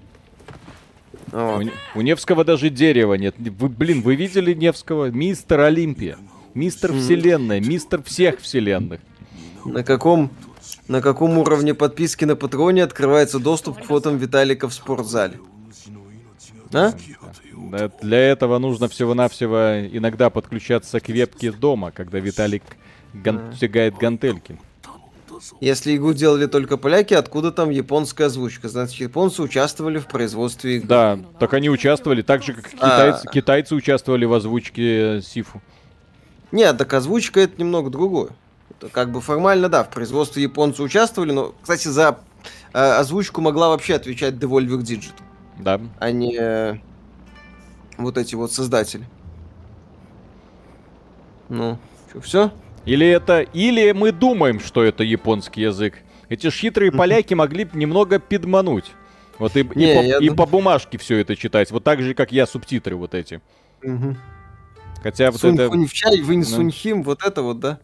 У Невского даже дерева нет. Вы видели Невского? Мистер Олимпия. Мистер Вселенная. Мистер всех вселенных. На каком уровне подписки на Патреоне открывается доступ к фотам Виталика в спортзале? А? Для этого нужно всего-навсего иногда подключаться к вебке дома, когда Виталик тягает гантельки. Если игру делали только поляки, откуда там японская озвучка? Значит, японцы участвовали в производстве игры. Да, так они участвовали так же, как китайцы участвовали в озвучке Сифу. Нет, так озвучка это немного другое. Это как бы формально, да, в производстве японцы участвовали, но, кстати, за озвучку могла вообще отвечать Devolver Digital. Да. А не вот эти вот создатели. Ну, что, все? Или мы думаем, что это японский язык. Эти ж хитрые поляки могли бы немного подмануть. Вот и по бумажке все это читать. Вот так же, как я субтитры вот эти. Хотя вот это... Сунь в чай, вынь суньхим, вот это вот, да?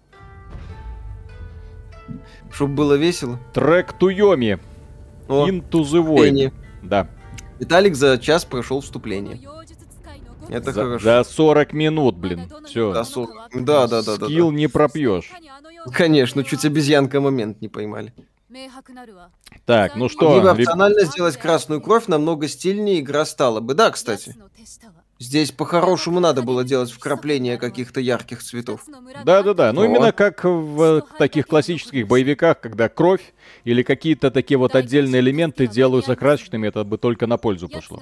Чтоб было весело. Трек Туйоми. Into the Void. Да. Виталик за час прошел вступление. Это хорошо. За 40 минут, блин. Все. Да. Скилл не пропьешь. Конечно, чуть обезьянка момент не поймали. Так, ну что? Могли бы опционально сделать красную кровь, намного стильнее игра стала бы. Да, кстати. Здесь по-хорошему надо было делать вкрапление каких-то ярких цветов. Да. Ну именно как в таких классических боевиках, когда кровь или какие-то такие вот отдельные элементы делаются красочными, это бы только на пользу пошло.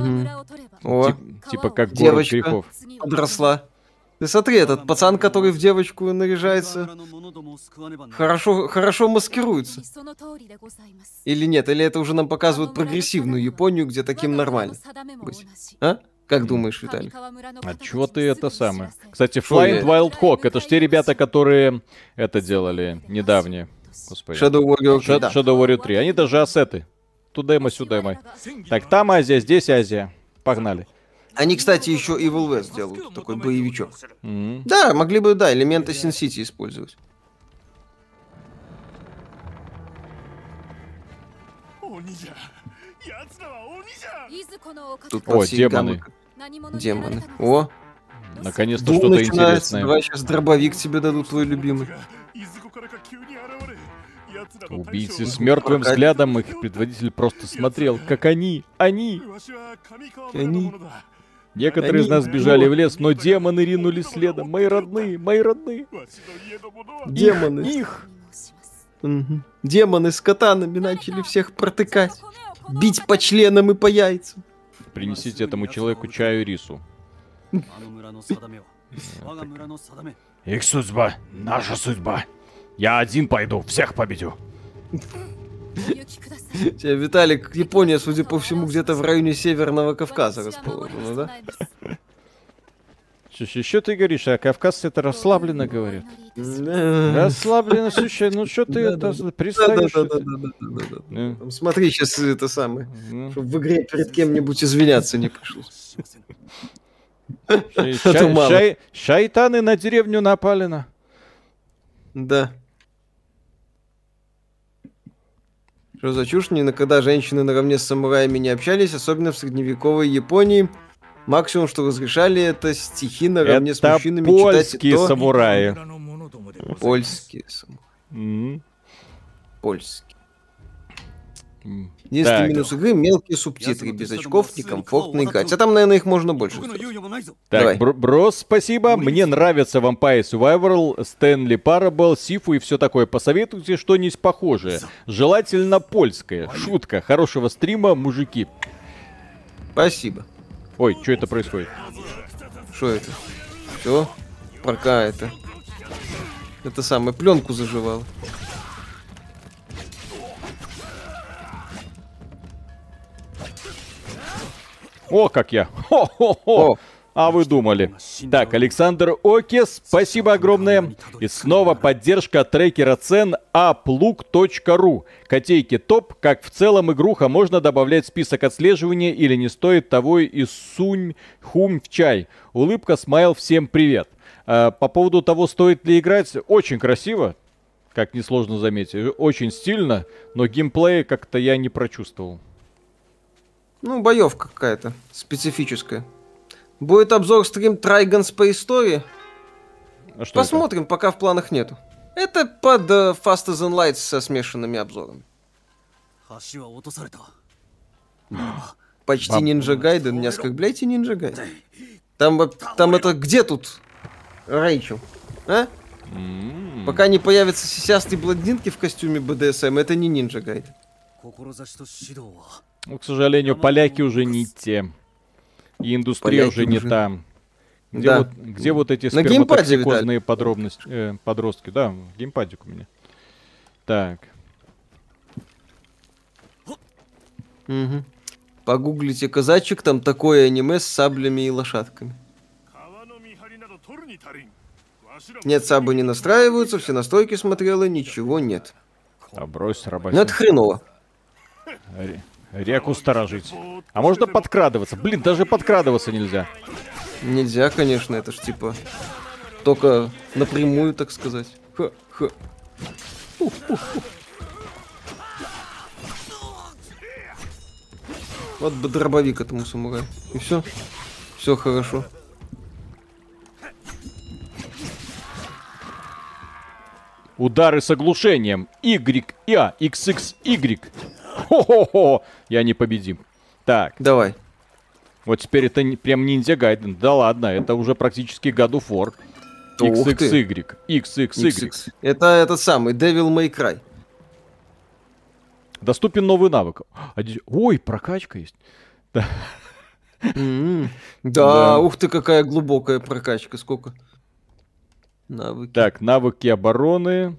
Типа как город грехов. Подросла. Ты смотри, этот пацан, который в девочку наряжается, хорошо маскируется. Или нет, или это уже нам показывают прогрессивную Японию, где таким нормально быть. А? Как думаешь, Виталик? А чего ты это самое? Кстати, Flying Wild Hog, это ж те ребята, которые это делали недавнее. Господи. Shadow Warrior 3. Они даже ассеты. Тудема, сюдема. Так, там Азия, здесь Азия. Погнали. Они, кстати, еще Evil West делают, такой боевичок. Да, могли бы, элементы Sin City использовать. Тут демоны. Демоны. О! Наконец-то что-то интересное. Давай сейчас дробовик тебе дадут, твой любимый. Убийцы с мертвым взглядом, их предводитель просто смотрел, как они. Некоторые из нас бежали в лес, но демоны ринулись следом. Мои родные. Демоны. Их. Демоны с катанами начали всех протыкать. Бить по членам и по яйцам. Принесите этому человеку чаю и рису. Их судьба, наша судьба. Я один пойду, всех победю. Виталик, Япония, судя по всему, где-то в районе Северного Кавказа расположена, да? Что ты говоришь? А кавказцы это расслабленно говорят. Расслабленно, слушай, ну что ты это представишь? Да. Смотри, сейчас это самое, чтобы в игре перед кем-нибудь извиняться не пришлось. Шайтаны на деревню напали на. Да. Что за чушь? Никогда женщины наравне с самураями не общались, особенно в средневековой Японии. Максимум, что разрешали, это стихи наравне с мужчинами читать. Польские самураи. Польские самураи. Польские. Единственный Так. минус игры — мелкие субтитры, без очков, некомфортно играть. А там, наверное, их можно больше сделать. Давай. Так, Брос, спасибо. Мне нравится Vampire Survivor, Stanley Parable, Сифу и все такое. Посоветуйте что-нибудь похожее. Желательно польское. Шутка. Хорошего стрима, мужики. Спасибо. Ой, что это происходит? Что это? Все? Пока это самое, пленку заживало. О, как я. Хо-хо-хо. О. А вы думали. Так, Александр Окис, спасибо огромное. И снова поддержка трекера цен aplug.ru. Котейки топ, как в целом игруха, можно добавлять в список отслеживания или не стоит того и сунь хум в чай. Улыбка, смайл, всем привет. По поводу того, стоит ли играть, очень красиво, как несложно заметить. Очень стильно, но геймплея как-то я не прочувствовал. Ну, боевка какая-то специфическая. Будет обзор стрим Trigun Space Story. А что Посмотрим, пока в планах нету. Это под Faster Than Light со смешанными обзорами. Почти Ninja Gaiden. Не оскорбляйте Ninja Gaiden. Там это где тут Рэйчел? А? Пока не появятся сисястые блондинки в костюме БДСМ, это не Ninja Gaiden. Ну, к сожалению, поляки уже не те. И индустрия Поляки уже не уже. та. Да. Где вот эти На геймпаде, сперматоксикозные подростки? Да, геймпадик у меня. Так. Угу. Погуглите казачек, там такое аниме с саблями и лошадками. Нет, сабы не настраиваются, все настройки смотрела, ничего нет. А брось, рабочий. Ну это хреново. Реку сторожить. А можно подкрадываться? Блин, даже подкрадываться нельзя. Нельзя, конечно, это ж типа только напрямую, так сказать. Ха-ха. Вот бы дробовик этому самураю. И все. Все хорошо. Удары с оглушением. Y, А, XX, Y. Хо-хо-хо. Я непобедим. Так. Давай. Вот теперь это прям ниндзя гайден. Да ладно, это уже практически God of War. Ух ты. XXY. XXY. XX. Это этот самый Devil May Cry. Доступен новый навык. Ой, прокачка есть. Да. Да, Да. ух ты, какая глубокая прокачка. Сколько? Навыки. Так, навыки обороны.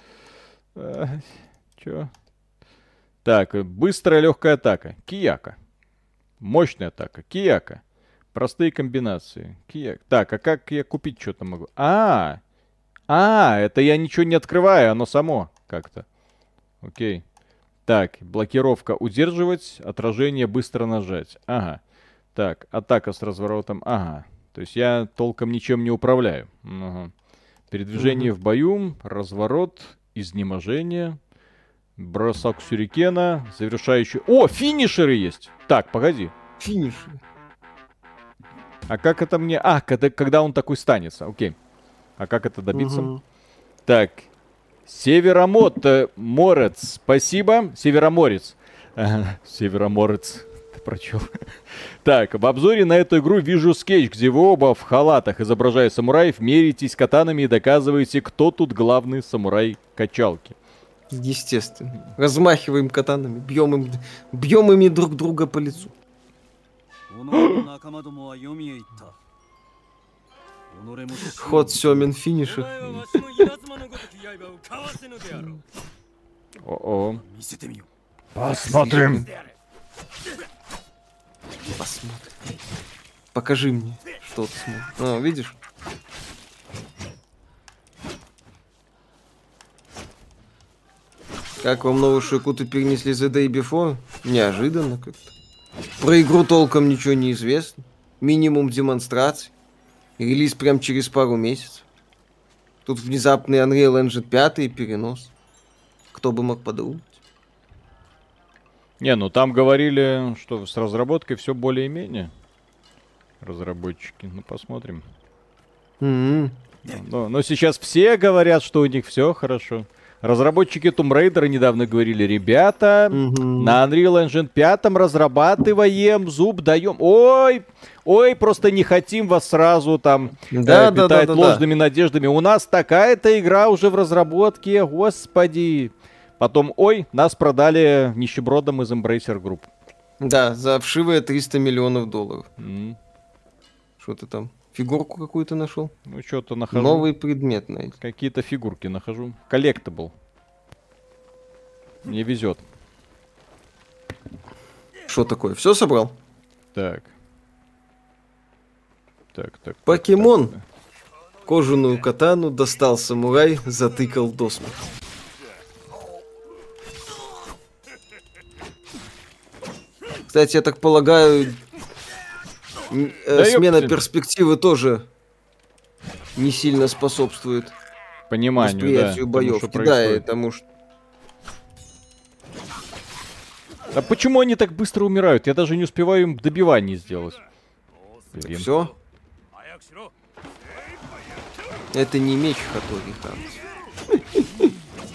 Чё? Так, быстрая легкая атака. Кияка. Мощная атака. Кияка. Простые комбинации. Кияк. Так, а как я купить что-то могу? Это я ничего не открываю, оно само как-то. Окей. Так, блокировка удерживать, отражение быстро нажать. Ага. Так, атака с разворотом. Ага. То есть я толком ничем не управляю. Ага. Передвижение в бою, разворот, изнеможение, бросок сюрикена, завершающий... О, финишеры есть! Так, погоди. Финиши. А как это мне... когда он такой станется. Окей. А как это добиться? Мгм. Так. Морец. Спасибо. Североморец. Североморец. Ты прочел. Так, в обзоре на эту игру вижу скетч, где вы оба в халатах, изображая самураев, меритесь катанами и доказываете, кто тут главный самурай качалки. Естественно. Размахиваем катанами, бьем ими друг друга по лицу. Ход Сёмин финишер. О-о. Посмотрим. Посмотрим. Покажи мне, что ты смотришь. Видишь? Как вам новую Шикуту перенесли The Day Before? Неожиданно как-то. Про игру толком ничего не известно. Минимум демонстраций. Релиз прям через пару месяцев. Тут внезапный Unreal Engine 5 и перенос. Кто бы мог подумать. Не, ну там говорили, что с разработкой все более-менее. Разработчики, ну посмотрим. М-м. Но сейчас все говорят, что у них все хорошо. Разработчики Tomb Raider недавно говорили, ребята, на Unreal Engine 5 разрабатываем, зуб даем. Ой, просто не хотим вас сразу там питать ложными надеждами. У нас такая-то игра уже в разработке, господи. Потом, нас продали нищебродам из Embracer Group. Да, за вшивые $300 миллионов. Что ты там? Фигурку какую-то нашел? Ну, что-то нахожу. Новый предмет найти. Какие-то фигурки нахожу. Коллектабл. Мне везет. Что такое? Все собрал? Так. Покемон. Так. Кожаную катану достал самурай, затыкал до смерти. Кстати, я так полагаю, смена перспективы тоже не сильно способствует пониманию, восприятию боевки. Да, и тому что... А почему они так быстро умирают? Я даже не успеваю им добивание сделать. Все. Это не меч Хатори Хан.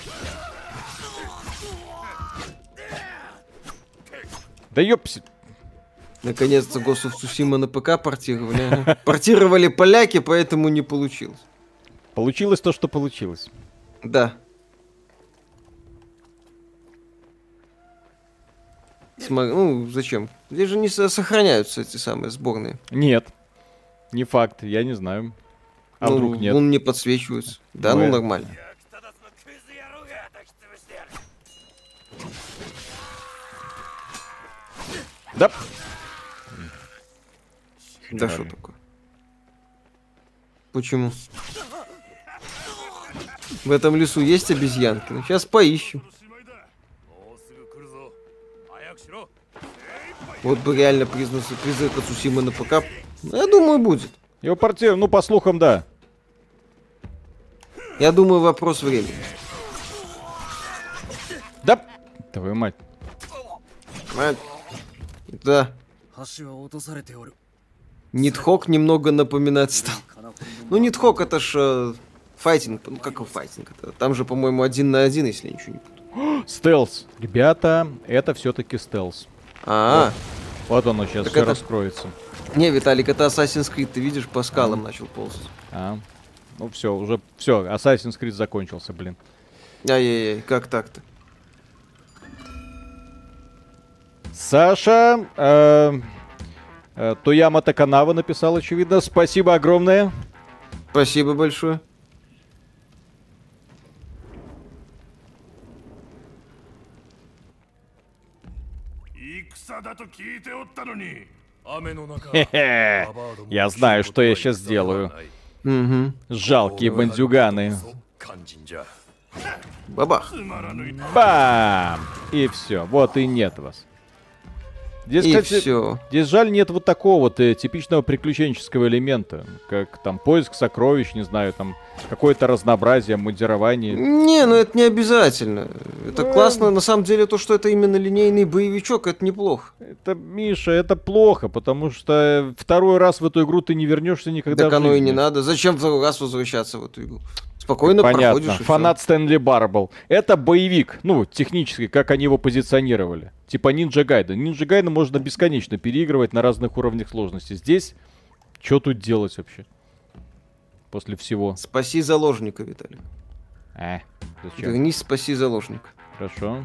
Да ёпси. Наконец-то Ghost of Tsushima на ПК портировали. Портировали поляки, поэтому не получилось. Получилось то, что получилось. Да. Ну, зачем? Здесь же не сохраняются эти самые сборные. Нет. Не факт, я не знаю. А вдруг нет? Он не подсвечивается. Да, ну нормально. Да. Да что такое? Почему? В этом лесу есть обезьянки? Ну, сейчас поищем. Вот бы реально призыв от Цусимы на ПК. Я думаю, будет. Его партия, ну, по слухам, да. Я думаю, вопрос времени. Да. Твою мать. Мать. Да. Нитхок немного напоминать стал. Ну, Нитхок это ж файтинг. Ну, как файтинг? Это, там же, по-моему, 1 на 1, если я ничего не путаю. Стелс. Ребята, это все-таки стелс. Вот оно сейчас все раскроется. Не, Виталик, это Assassin's Creed, ты видишь, по скалам начал ползать. Ну все, уже все, Assassin's Creed закончился, блин. Ай-яй-яй, как так-то? Саша, Тояма Таканава написал, очевидно. Спасибо огромное. Спасибо большое. Я знаю, что я сейчас сделаю. Жалкие бандюганы. Бабах. Бам! И все. Вот и нет вас. Здесь, и кстати, все. Здесь жаль нет вот такого вот типичного приключенческого элемента, как там поиск сокровищ, не знаю, там какое-то разнообразие, модирование. Не, ну это не обязательно. Это классно, на самом деле, то, что это именно линейный боевичок, это неплохо. Это, Миша, это плохо, потому что второй раз в эту игру ты не вернешься никогда. Так оно и не надо. Зачем второй раз возвращаться в эту игру? Спокойно понятно. Проходишь. Фанат Стэнли Барбл. Это боевик, ну, технически, как они его позиционировали. Типа Ninja Gaiden. Ninja Gaiden можно бесконечно переигрывать на разных уровнях сложности. Здесь, что тут делать вообще? После всего. Спаси заложника, Виталий. Зачем? Вернись, спаси заложника. Хорошо.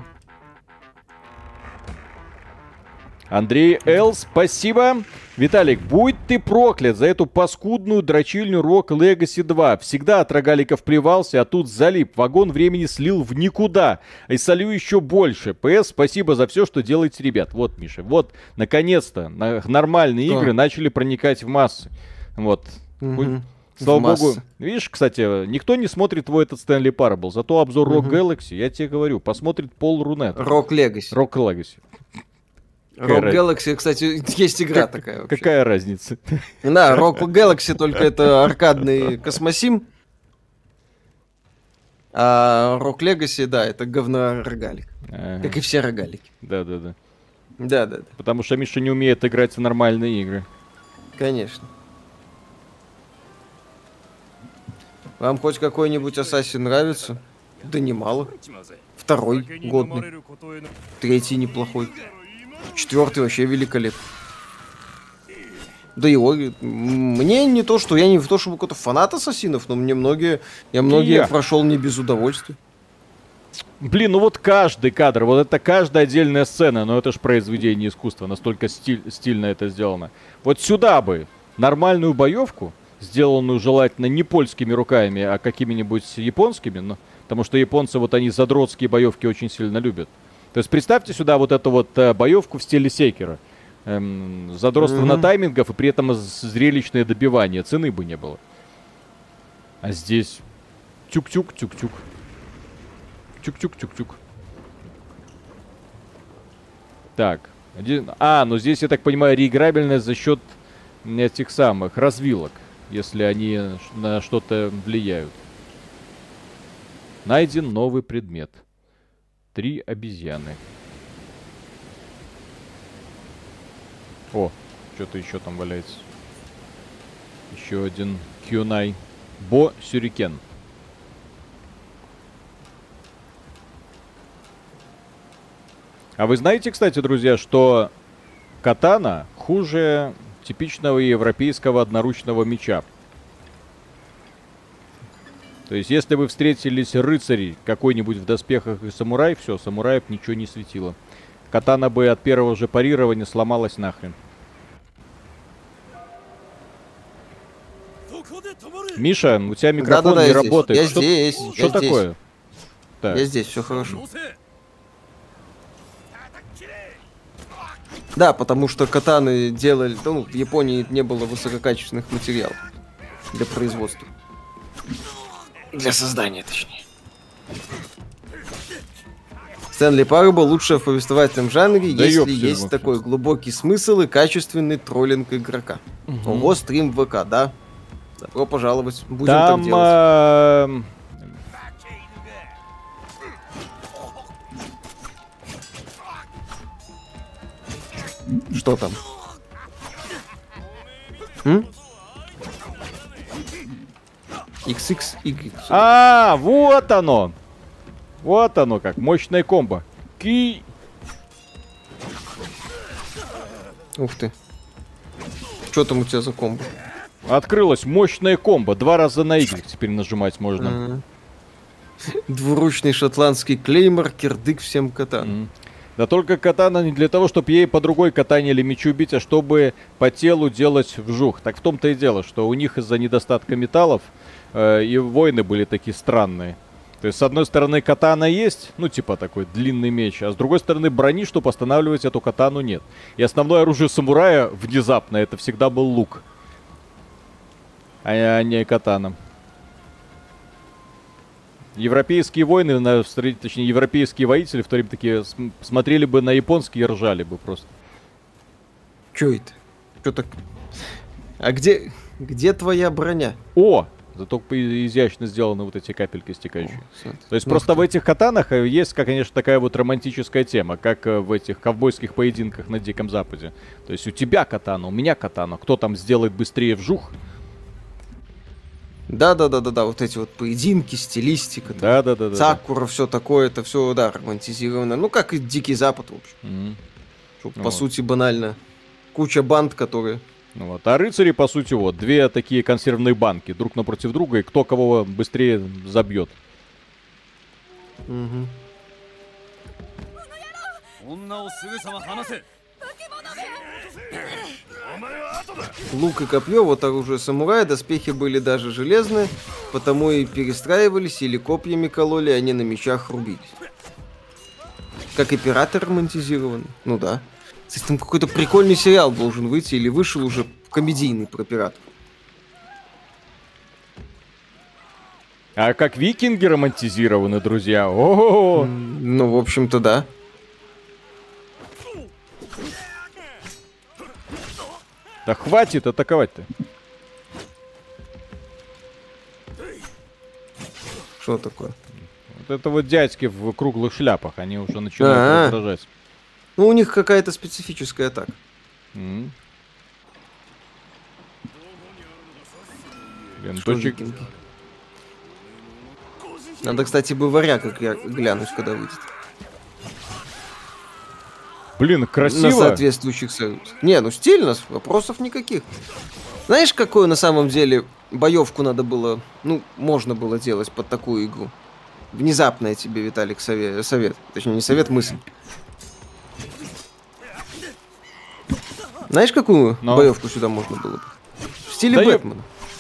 Андрей Л, спасибо. Виталик, будь ты проклят за эту паскудную дрочильню Rock Legacy 2. Всегда от рогаликов плевался, а тут залип. Вагон времени слил в никуда. И солю еще больше. ПС, спасибо за все, что делаете, ребят. Вот, Миша, вот, наконец-то нормальные игры начали проникать в массы. Вот. Слава богу. Видишь, кстати, никто не смотрит твой этот Stanley Parable. Зато обзор Rock Galaxy, я тебе говорю, посмотрит Пол Рунет. Rock Legacy. Rock Legacy. Rock Galaxy, кстати, есть игра такая вообще. Какая разница? Да, Rock Galaxy только это аркадный космосим. А Rock Legacy, да, это говно-рогалик. Как и все рогалики. Да-да-да. Да-да-да. Потому что Миша не умеет играть в нормальные игры. Конечно. Вам хоть какой-нибудь Assassin нравится? Да немало. Второй годный. Третий неплохой. Четвертый вообще великолепный. Да его... Мне не то, что... Я не то, чтобы какой-то фанат Ассасинов, но мне многие... Я прошел не без удовольствия. Блин, ну вот каждый кадр, вот это каждая отдельная сцена, но это ж произведение искусства, настолько стильно это сделано. Вот сюда бы нормальную боевку, сделанную желательно не польскими руками, а какими-нибудь японскими, но, потому что японцы вот они задротские боевки очень сильно любят. То есть представьте сюда вот эту вот боевку в стиле Секера. Задротство на таймингов и при этом зрелищное добивание, цены бы не было. А здесь тюк-тюк, тюк-тюк. Тюк-тюк-тюк-тюк. Так. Ну здесь, я так понимаю, реиграбельность за счет этих самых развилок, если они на что-то влияют. Найден новый предмет. 3 обезьяны. О, что-то еще там валяется. Еще один кюнай. Бо-сюрикен. А вы знаете, кстати, друзья, что катана хуже типичного европейского одноручного меча? То есть, если вы встретились рыцарей какой-нибудь в доспехах и самурай, все, самураев ничего не светило. Катана бы от первого же парирования сломалась нахрен. Миша, у тебя микрофон не работает. Я здесь. Что такое? Так. Я здесь, все хорошо. Да, потому что катаны делали... Ну, в Японии не было высококачественных материалов для производства. Для создания, точнее. Стэнли Парабл лучшая в повествовательном жанре, да если есть такой глубокий смысл и качественный троллинг игрока. Ого, стрим в ВК, да? Добро пожаловать. Будем там, так делать. Что там? XX. Вот оно. Вот оно как. Мощная комбо. Ух ты. Что там у тебя за комбо? Открылась мощная комбо. 2 раза на Y теперь нажимать можно. Двуручный шотландский клеймор, кирдык всем катан. Да только катана не для того, чтобы ей по другой катане или мечу бить, а чтобы по телу делать вжух. Так в том-то и дело, что у них из-за недостатка металлов и войны были такие странные. То есть, с одной стороны, катана есть, ну, типа такой длинный меч, а с другой стороны, брони, чтобы останавливать эту катану, нет. И основное оружие самурая, внезапно, это всегда был лук, а не катана. Европейские войны, точнее, европейские воители в то время такие смотрели бы на японские и ржали бы просто. Чё это? Чё так? А где твоя броня? О! Зато изящно сделаны вот эти капельки стекающие. То есть просто в этих катанах есть, конечно, такая вот романтическая тема, как в этих ковбойских поединках на Диком Западе. То есть у тебя катана, у меня катана. Кто там сделает быстрее вжух? Да, вот эти вот поединки, стилистика, да. Сакура, все такое, это все, да, романтизировано. Ну, как и Дикий Запад, в общем. По сути, банально. Куча банд, которые... Вот. А рыцари, по сути, вот, 2 такие консервные банки, друг напротив друга, и кто кого быстрее забьет. Лук и копье, вот оружие самурая, доспехи были даже железные, потому и перестраивались, или копьями кололи, а не на мечах рубились. Как и пираты романтизированы. Ну да. Кстати, там какой-то прикольный сериал должен выйти, или вышел уже комедийный про пиратов. А как викинги романтизированы, друзья. О-о-о! Ну, в общем-то, да. Да хватит атаковать-то. Что такое? Вот это вот дядьки в круглых шляпах, они уже начинают раздражать. Ну, у них какая-то специфическая атака. Блин, Надо, кстати, бы варяга глянуть, когда выйдет. Блин, красиво. На соответствующих сервисах. Не, ну стильно, вопросов никаких. Знаешь, какую на самом деле боевку надо было, ну, можно было делать под такую игру? Внезапно тебе, Виталик, совет. Точнее, не совет, мысль. Знаешь, какую боевку сюда можно было бы? В стиле Бэтмена.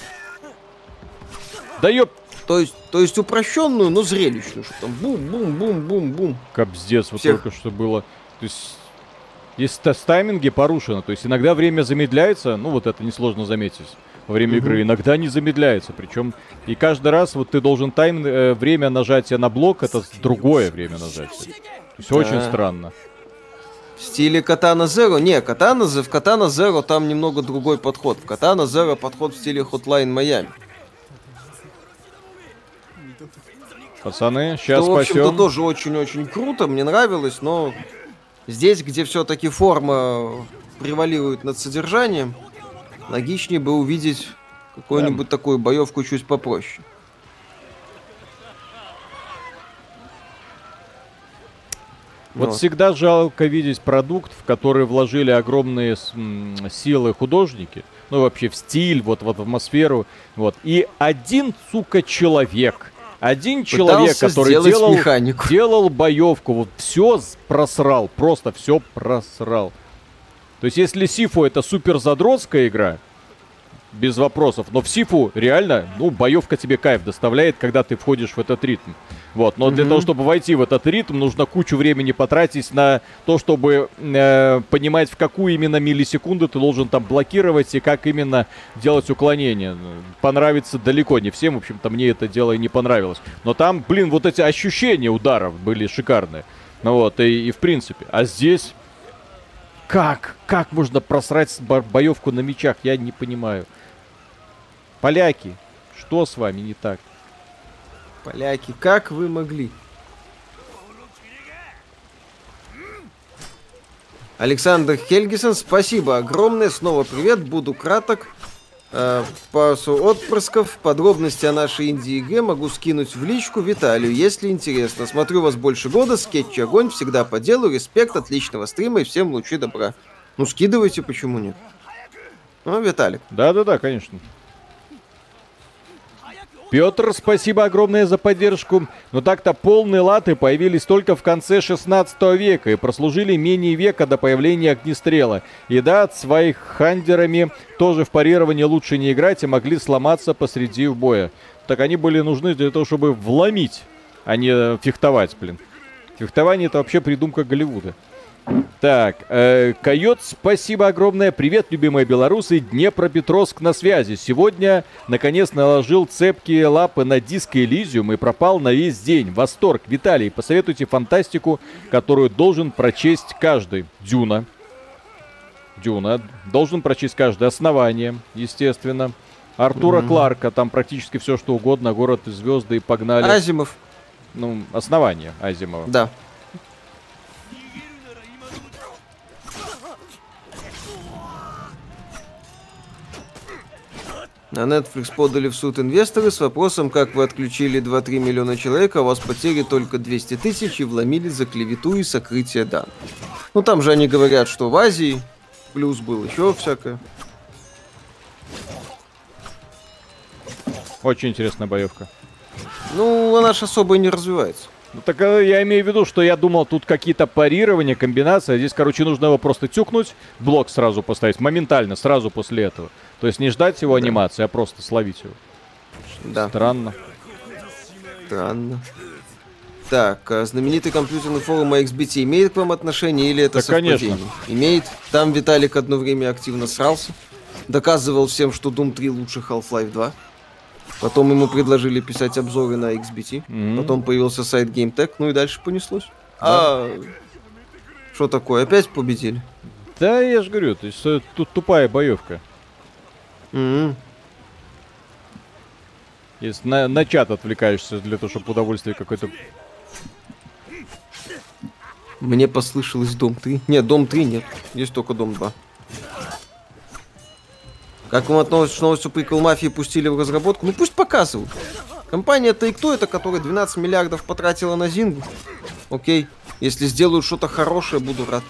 Да ёп. То есть упрощенную, но зрелищную. Что там бум-бум-бум-бум-бум. Капздец, вот только что было. То есть, если тайминги порушены, то есть иногда время замедляется, ну вот это несложно заметить во время игры, иногда не замедляется, причем и каждый раз вот ты должен время нажатия на блок, это другое время нажатия. То есть очень странно. В стиле Katana Zero? Не, в Katana Zero там немного другой подход. В Katana Zero подход в стиле Hotline Miami. Пацаны, сейчас спасем. В общем-то, спасем. тоже очень-очень круто, мне нравилось, но здесь, где все-таки форма превалирует над содержанием, логичнее бы увидеть какую-нибудь такую боевку чуть попроще. Вот всегда жалко видеть продукт, в который вложили огромные силы художники, ну вообще в стиль, вот в атмосферу, вот. И один, сука, человек, который делал боевку, вот все просрал, просто все просрал. То есть если Сифу это супер задротская игра, без вопросов, но в Сифу реально, ну, боевка тебе кайф доставляет, когда ты входишь в этот ритм. Вот, но для того, чтобы войти в этот ритм, нужно кучу времени потратить на то, чтобы понимать, в какую именно миллисекунду ты должен там блокировать и как именно делать уклонение. Понравится далеко не всем, в общем-то, мне это дело и не понравилось. Но там, блин, вот эти ощущения ударов были шикарные. Ну вот, и в принципе. А здесь... Как можно просрать боевку на мечах? Я не понимаю. Поляки, что с вами не так? Поляки, как вы могли? Александр Хельгисон, спасибо огромное. Снова привет, буду краток. Пару отпрысков. Подробности о нашей инди-игре могу скинуть в личку Виталию, если интересно. Смотрю вас больше года, скетчи огонь, всегда по делу, респект, отличного стрима и всем лучи добра. Ну скидывайте, почему нет? Ну, Виталик. Да-да-да, конечно. Петр, спасибо огромное за поддержку. Но так-то полные латы появились только в конце 16 века и прослужили менее века до появления огнестрела. И да, с вайхандерами тоже в парировании лучше не играть и могли сломаться посреди боя. Так они были нужны для того, чтобы вломить, а не фехтовать, блин. Фехтование — это вообще придумка Голливуда. Так, Койот, спасибо огромное. Привет, любимые белорусы. Днепропетровск на связи. Сегодня, наконец, наложил цепкие лапы на диск Элизиум и пропал на весь день. Восторг. Виталий, посоветуйте фантастику, которую должен прочесть каждый. Дюна. Должен прочесть каждый. Основание, естественно. Артура Кларка. Там практически все, что угодно. Город и звезды, и погнали. Азимов. Ну, Основание Азимова. Да. На Netflix подали в суд инвесторы с вопросом, как вы отключили 2-3 миллиона человек, а у вас потери только 200 тысяч и вломили за клевету и сокрытие данных. Ну там же они говорят, что в Азии плюс был еще всякое. Очень интересная боевка. Ну, она ж особо и не развивается. Ну, так я имею в виду, что я думал, тут какие-то парирования, комбинации. Здесь, короче, нужно его просто тюкнуть, блок сразу поставить, моментально, сразу после этого. То есть не ждать его анимации, а просто словить его. Да. Странно. Так, знаменитый компьютерный форум XBT имеет к вам отношение или это совпадение? Конечно. Имеет. Там Виталик одно время активно срался. Доказывал всем, что Doom 3 лучше Half-Life 2. Потом ему предложили писать обзоры на XBT. Потом появился сайт GameTech, ну и дальше понеслось. Да. Что такое? Опять победили? Да, я же говорю, то есть тут тупая боевка. Если на чат отвлекаешься для того, чтобы удовольствие какое-то... Мне послышалось Дом 3. Нет, Дом 3 нет. Есть только Дом 2. Как вам относится, что новостью Прикол Мафии пустили в разработку? Ну пусть показывают. Компания Take-Two, это которая 12 миллиардов потратила на Зингу. Окей. Если сделают что-то хорошее, буду рад.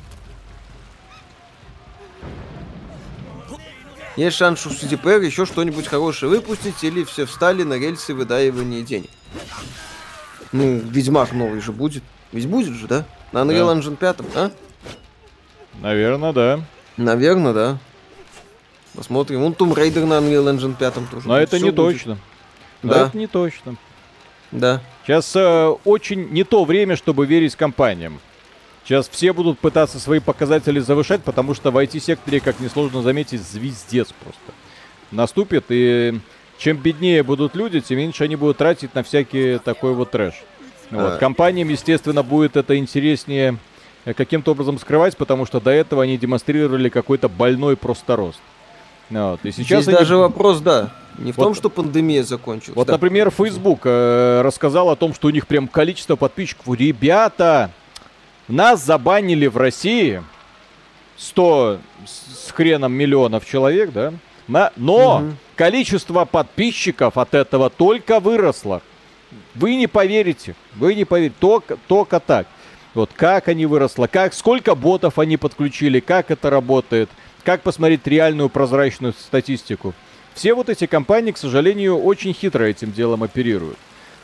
Есть шанс, что CDPR еще что-нибудь хорошее выпустить, или все встали на рельсы выдаивания денег. Ну, Ведьмак новый же будет. Ведь будет же, да? На Unreal Engine 5, а? Наверное, да. Наверное, да. Посмотрим. Вон Tomb Raider на Unreal Engine 5 тоже. Но это не будет. точно. Да. Это не точно. Да. Сейчас очень не то время, чтобы верить компаниям. Сейчас все будут пытаться свои показатели завышать, потому что в IT-секторе, как несложно заметить, звездец просто наступит. И чем беднее будут люди, тем меньше они будут тратить на всякий такой вот трэш. Вот. Компаниям, естественно, будет это интереснее каким-то образом скрывать, потому что до этого они демонстрировали какой-то больной просто рост. Вот. И сейчас здесь даже вопрос, да, не в том, что пандемия закончилась. Вот, да. Например, Facebook рассказал о том, что у них прям количество подписчиков. Ребята, нас забанили в России 100 с хреном миллионов человек, да? Но количество подписчиков от этого только выросло. Вы не поверите, только так. Вот как они выросло, сколько ботов они подключили, как это работает, как посмотреть реальную прозрачную статистику. Все вот эти компании, к сожалению, очень хитро этим делом оперируют.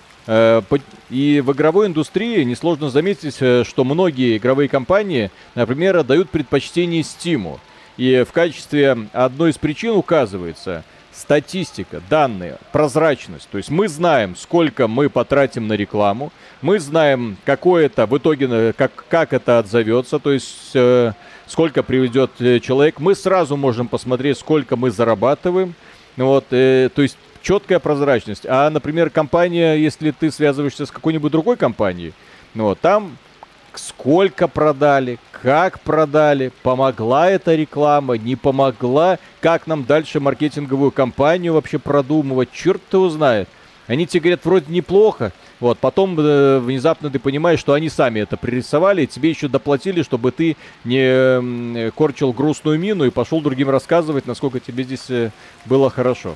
И в игровой индустрии несложно заметить, что многие игровые компании, например, отдают предпочтение Steam. И в качестве одной из причин указывается статистика, данные, прозрачность. То есть мы знаем, сколько мы потратим на рекламу, мы знаем, какое это в итоге, как это отзовется, то есть сколько приведет человек. Мы сразу можем посмотреть, сколько мы зарабатываем. Вот, то есть четкая прозрачность. А, например, компания, если ты связываешься с какой-нибудь другой компанией, вот, там сколько продали, как продали, помогла эта реклама, не помогла, как нам дальше маркетинговую кампанию вообще продумывать, черт его знает. Они тебе говорят, вроде неплохо, вот, потом внезапно ты понимаешь, что они сами это пририсовали, и тебе еще доплатили, чтобы ты не корчил грустную мину и пошел другим рассказывать, насколько тебе здесь было хорошо.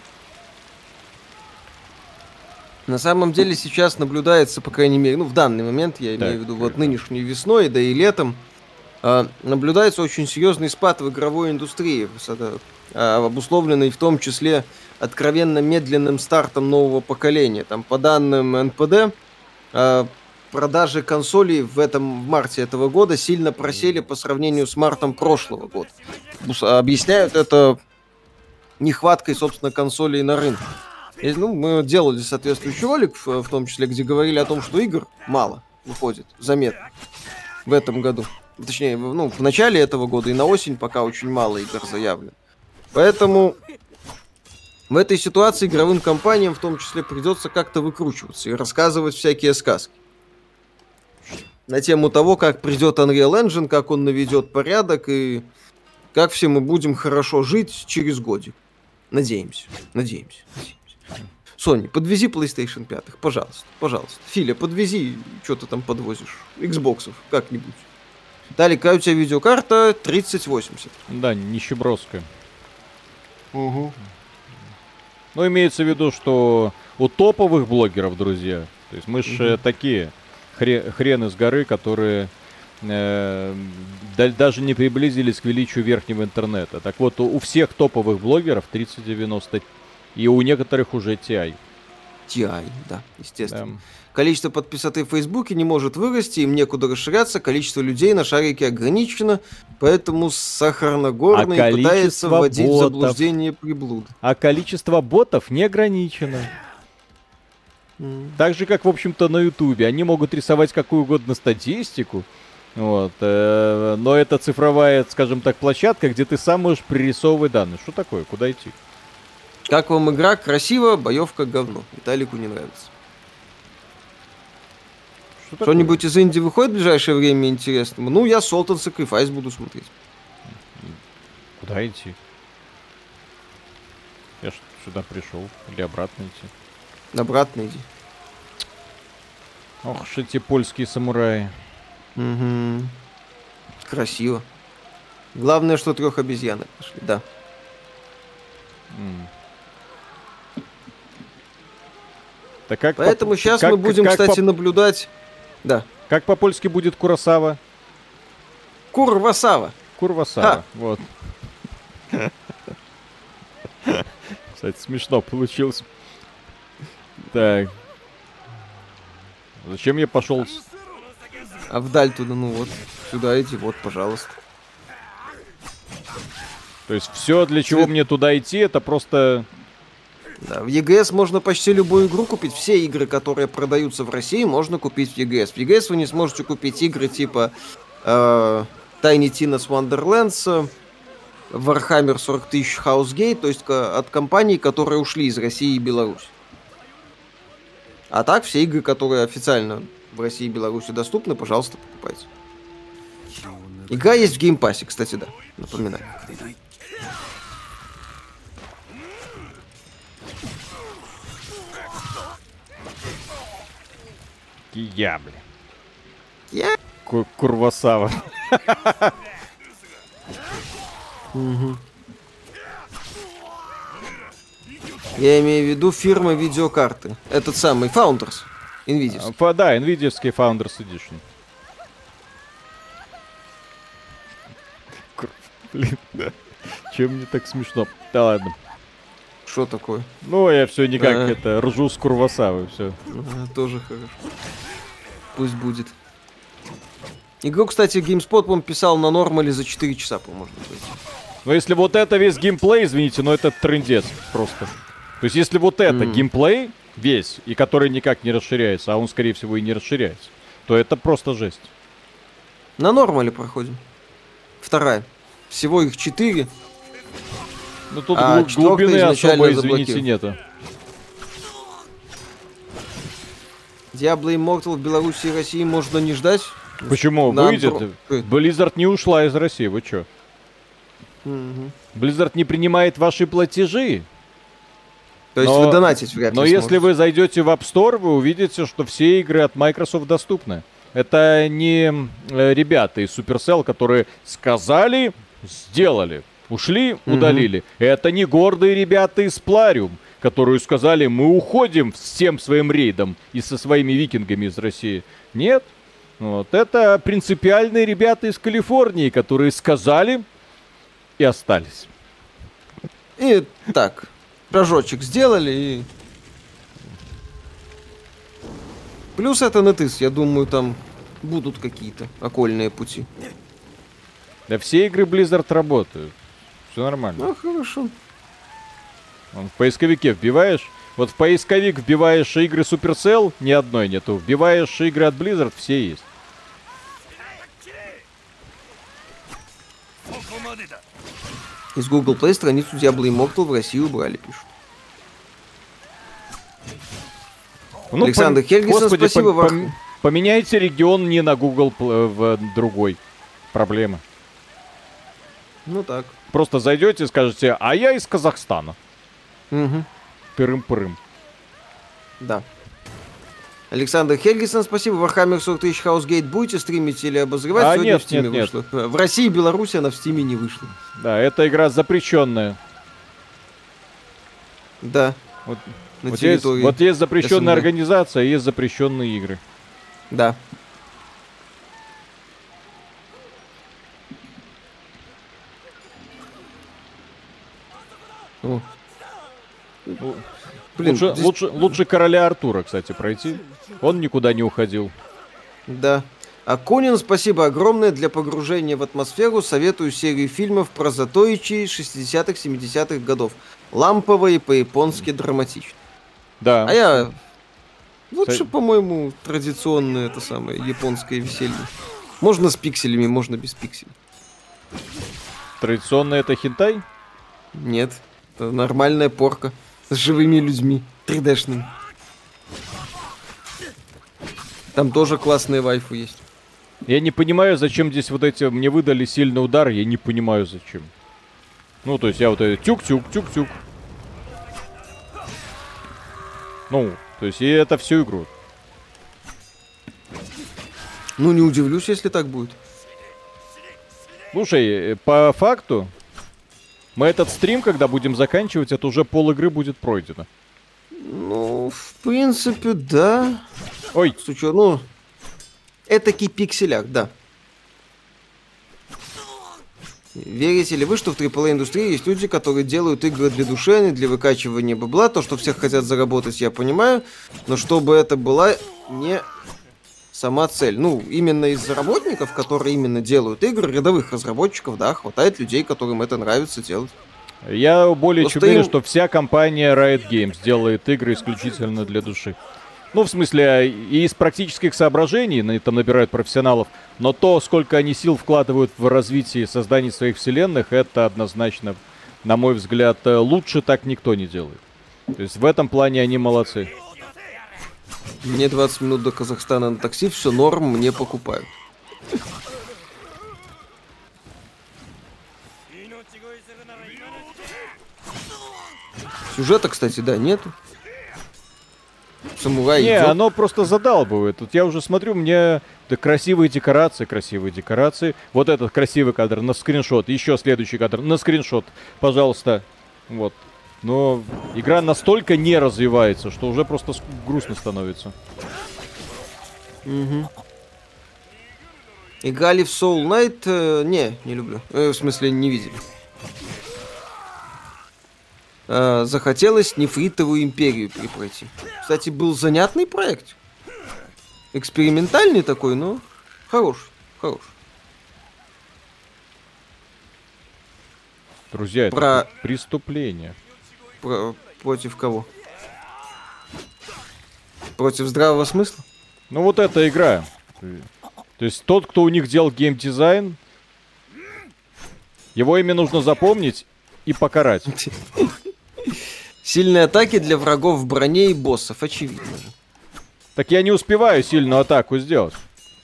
На самом деле сейчас наблюдается, по крайней мере, ну в данный момент, я имею в виду вот нынешней весной, да и летом, наблюдается очень серьезный спад в игровой индустрии, обусловленный в том числе откровенно медленным стартом нового поколения. Там, по данным НПД, продажи консолей в марте этого года сильно просели по сравнению с мартом прошлого года. Объясняют это нехваткой, собственно, консолей на рынке. Мы делали соответствующий ролик, в том числе, где говорили о том, что игр мало выходит, заметно, в этом году. Точнее, в начале этого года и на осень пока очень мало игр заявлено. Поэтому в этой ситуации игровым компаниям в том числе придется как-то выкручиваться и рассказывать всякие сказки. На тему того, как придет Unreal Engine, как он наведет порядок и как все мы будем хорошо жить через годик. Надеемся. Sony, подвези PlayStation 5, пожалуйста. Филя, подвези, что ты там подвозишь. Xbox'ов как-нибудь. Далее, какая у тебя видеокарта? 3080. Да, нищебродская. Угу. Но имеется в виду, что у топовых блогеров, друзья, то есть мы же такие хрены с горы, которые даже не приблизились к величию верхнего интернета. Так вот, у всех топовых блогеров 3090 и у некоторых уже TI. TI, да, естественно. Да. Количество подписоты в Фейсбуке не может вырасти, им некуда расширяться, количество людей на шарике ограничено, поэтому Сахарногорный пытается вводить в заблуждение приблуд. А количество ботов не ограничено. Так же, как, в общем-то, на Ютубе. Они могут рисовать какую угодно статистику, вот, но это цифровая, скажем так, площадка, где ты сам можешь пририсовывать данные. Что такое? Куда идти? Как вам игра? Красиво, боевка говно. Виталику не нравится. Что-нибудь из Индии выходит в ближайшее время интересного? Ну, я Sultan Sacrifice буду смотреть. Куда идти? Я ж сюда пришел. Или обратно идти? Обратно иди. Ох, что эти польские самураи. Угу. Красиво. Главное, что 3 обезьянок нашли, да. Так как Поэтому сейчас мы будем, кстати, наблюдать... Да. Как по-польски будет Куросава? Курвасава. Курвасава, вот. Кстати, смешно получилось. Так. Зачем я пошел? А вдаль туда, ну вот. Сюда иди, вот, пожалуйста. То есть все, для чего мне туда идти, это просто... Да, в EGS можно почти любую игру купить. Все игры, которые продаются в России, можно купить в EGS. В EGS вы не сможете купить игры типа Tiny Tina's Wonderlands, Warhammer 40 тысяч Housegate, то есть от компаний, которые ушли из России и Беларуси. А так, все игры, которые официально в России и Беларуси доступны, пожалуйста, покупайте. Игра есть в геймпассе, кстати, да. Напоминаю. Я, блин. Я? Курвасава. Я имею в виду фирма видеокарты. Этот самый Founders. Nvidia. Да, Nvidia-ский Founders Edition. Блин, да. Чем мне так смешно? Да ладно. Что такое? Ну, я все никак это ржу с Курвасавой, все. Тоже хорошо. Пусть будет. Игру, кстати, GameSpot, по-моему, писал на нормале за 4 часа, по-моему, можно пройти. Но если вот это весь геймплей, извините, но это трындец просто. То есть если вот это геймплей весь, и который никак не расширяется, а он, скорее всего, и не расширяется, то это просто жесть. На нормале проходим. Вторая. Всего их 4. Ну тут глубины особо, извините, нету. Diablo Immortal в Беларуси и России можно не ждать. Почему? Выйдет? Blizzard не ушла из России, вы чё? Blizzard не принимает ваши платежи. То есть вы донатить вряд ли Но если вы зайдете в App Store, вы увидите, что все игры от Microsoft доступны. Это не ребята из Supercell, которые сказали, сделали. Ушли, удалили. Это не гордые ребята из Plarium, которые сказали, мы уходим всем своим рейдом и со своими викингами из России. Нет. Вот. Это принципиальные ребята из Калифорнии, которые сказали и остались. И так, прожотчик сделали и... Плюс это NetEase, я думаю, там будут какие-то окольные пути. Да все игры Blizzard работают. Все нормально. Ну, хорошо. В поисковике вбиваешь. Вот в поисковик вбиваешь игры Supercell, ни одной нету. Вбиваешь игры от Blizzard, все есть. Из Google Play страницу Diablo Immortal в Россию убрали, пишут. Ну, Александр Хельгисон, спасибо. Поменяйте регион не на Google в другой. Проблема. Ну так. Просто зайдете и скажете, а я из Казахстана. Угу. Пырым-пырым. Да. Александр Хельгисон, спасибо. Warhammer 40 тысяч Housegate будете стримить или обозревать? Сегодня нет, в Steam вышла. В России и Беларуси она в Steam не вышла. Да, эта игра запрещенная. Да. Вот есть запрещенная организация, есть запрещенные игры. Да. Блин, лучше короля Артура, кстати, пройти. Он никуда не уходил. Да. А Конин, спасибо огромное для погружения в атмосферу. Советую серию фильмов про Затоичи 60-х, 70-х годов. Лампово и по-японски драматично. Да. А я... Лучше, по-моему, традиционное это самое японское веселье. Можно с пикселями, можно без пикселей. Традиционно это хентай? Нет. Это нормальная порка. С живыми людьми. 3D-шными. Там тоже классные вайфу есть. Я не понимаю, зачем здесь вот эти... Мне выдали сильный удар, я не понимаю, зачем. Ну, то есть я вот это тюк-тюк, тюк-тюк. Ну, то есть и это всю игру. Ну, не удивлюсь, если так будет. Слушай, по факту, мы этот стрим, когда будем заканчивать, это уже пол игры будет пройдено. Ну, в принципе, да. Ой, С учетом, ну, этакий пикселяк, да. Верите ли вы, что в AAA-индустрии есть люди, которые делают игры для души, а не для выкачивания бабла? То, что всех хотят заработать, я понимаю, но чтобы это была не сама цель. Ну, именно из работников, которые именно делают игры, рядовых разработчиков, да, хватает людей, которым это нравится делать. я более чем Просто уверен, им- что вся компания Riot Games делает игры исключительно для души. Ну, в смысле, и из практических соображений там набирают профессионалов, но то, сколько они сил вкладывают в развитие и создание своих вселенных, это однозначно, на мой взгляд, лучше так никто не делает. То есть в этом плане они молодцы. Мне 20 минут до Казахстана на такси, все норм, мне покупают. Сюжета, кстати, да, нету. Самурай Не, идет. оно просто задалбывает. Тут я уже смотрю, мне красивые декорации, красивые декорации. Вот этот красивый кадр на скриншот. Еще следующий кадр на скриншот. Пожалуйста. Вот. Но игра настолько не развивается, что уже просто грустно становится. Угу. Играли в Soul Knight? Не люблю. В смысле, не видели. Захотелось нефритовую империю перепройти. Кстати, был занятный проект. Экспериментальный такой, но хороший. Друзья, это Про- преступление. Против кого? Против здравого смысла? Ну вот эта игра. То есть тот, кто у них делал геймдизайн, его имя нужно запомнить и покарать. Сильные атаки для врагов в броне и боссов, очевидно же. Так я не успеваю сильную атаку сделать.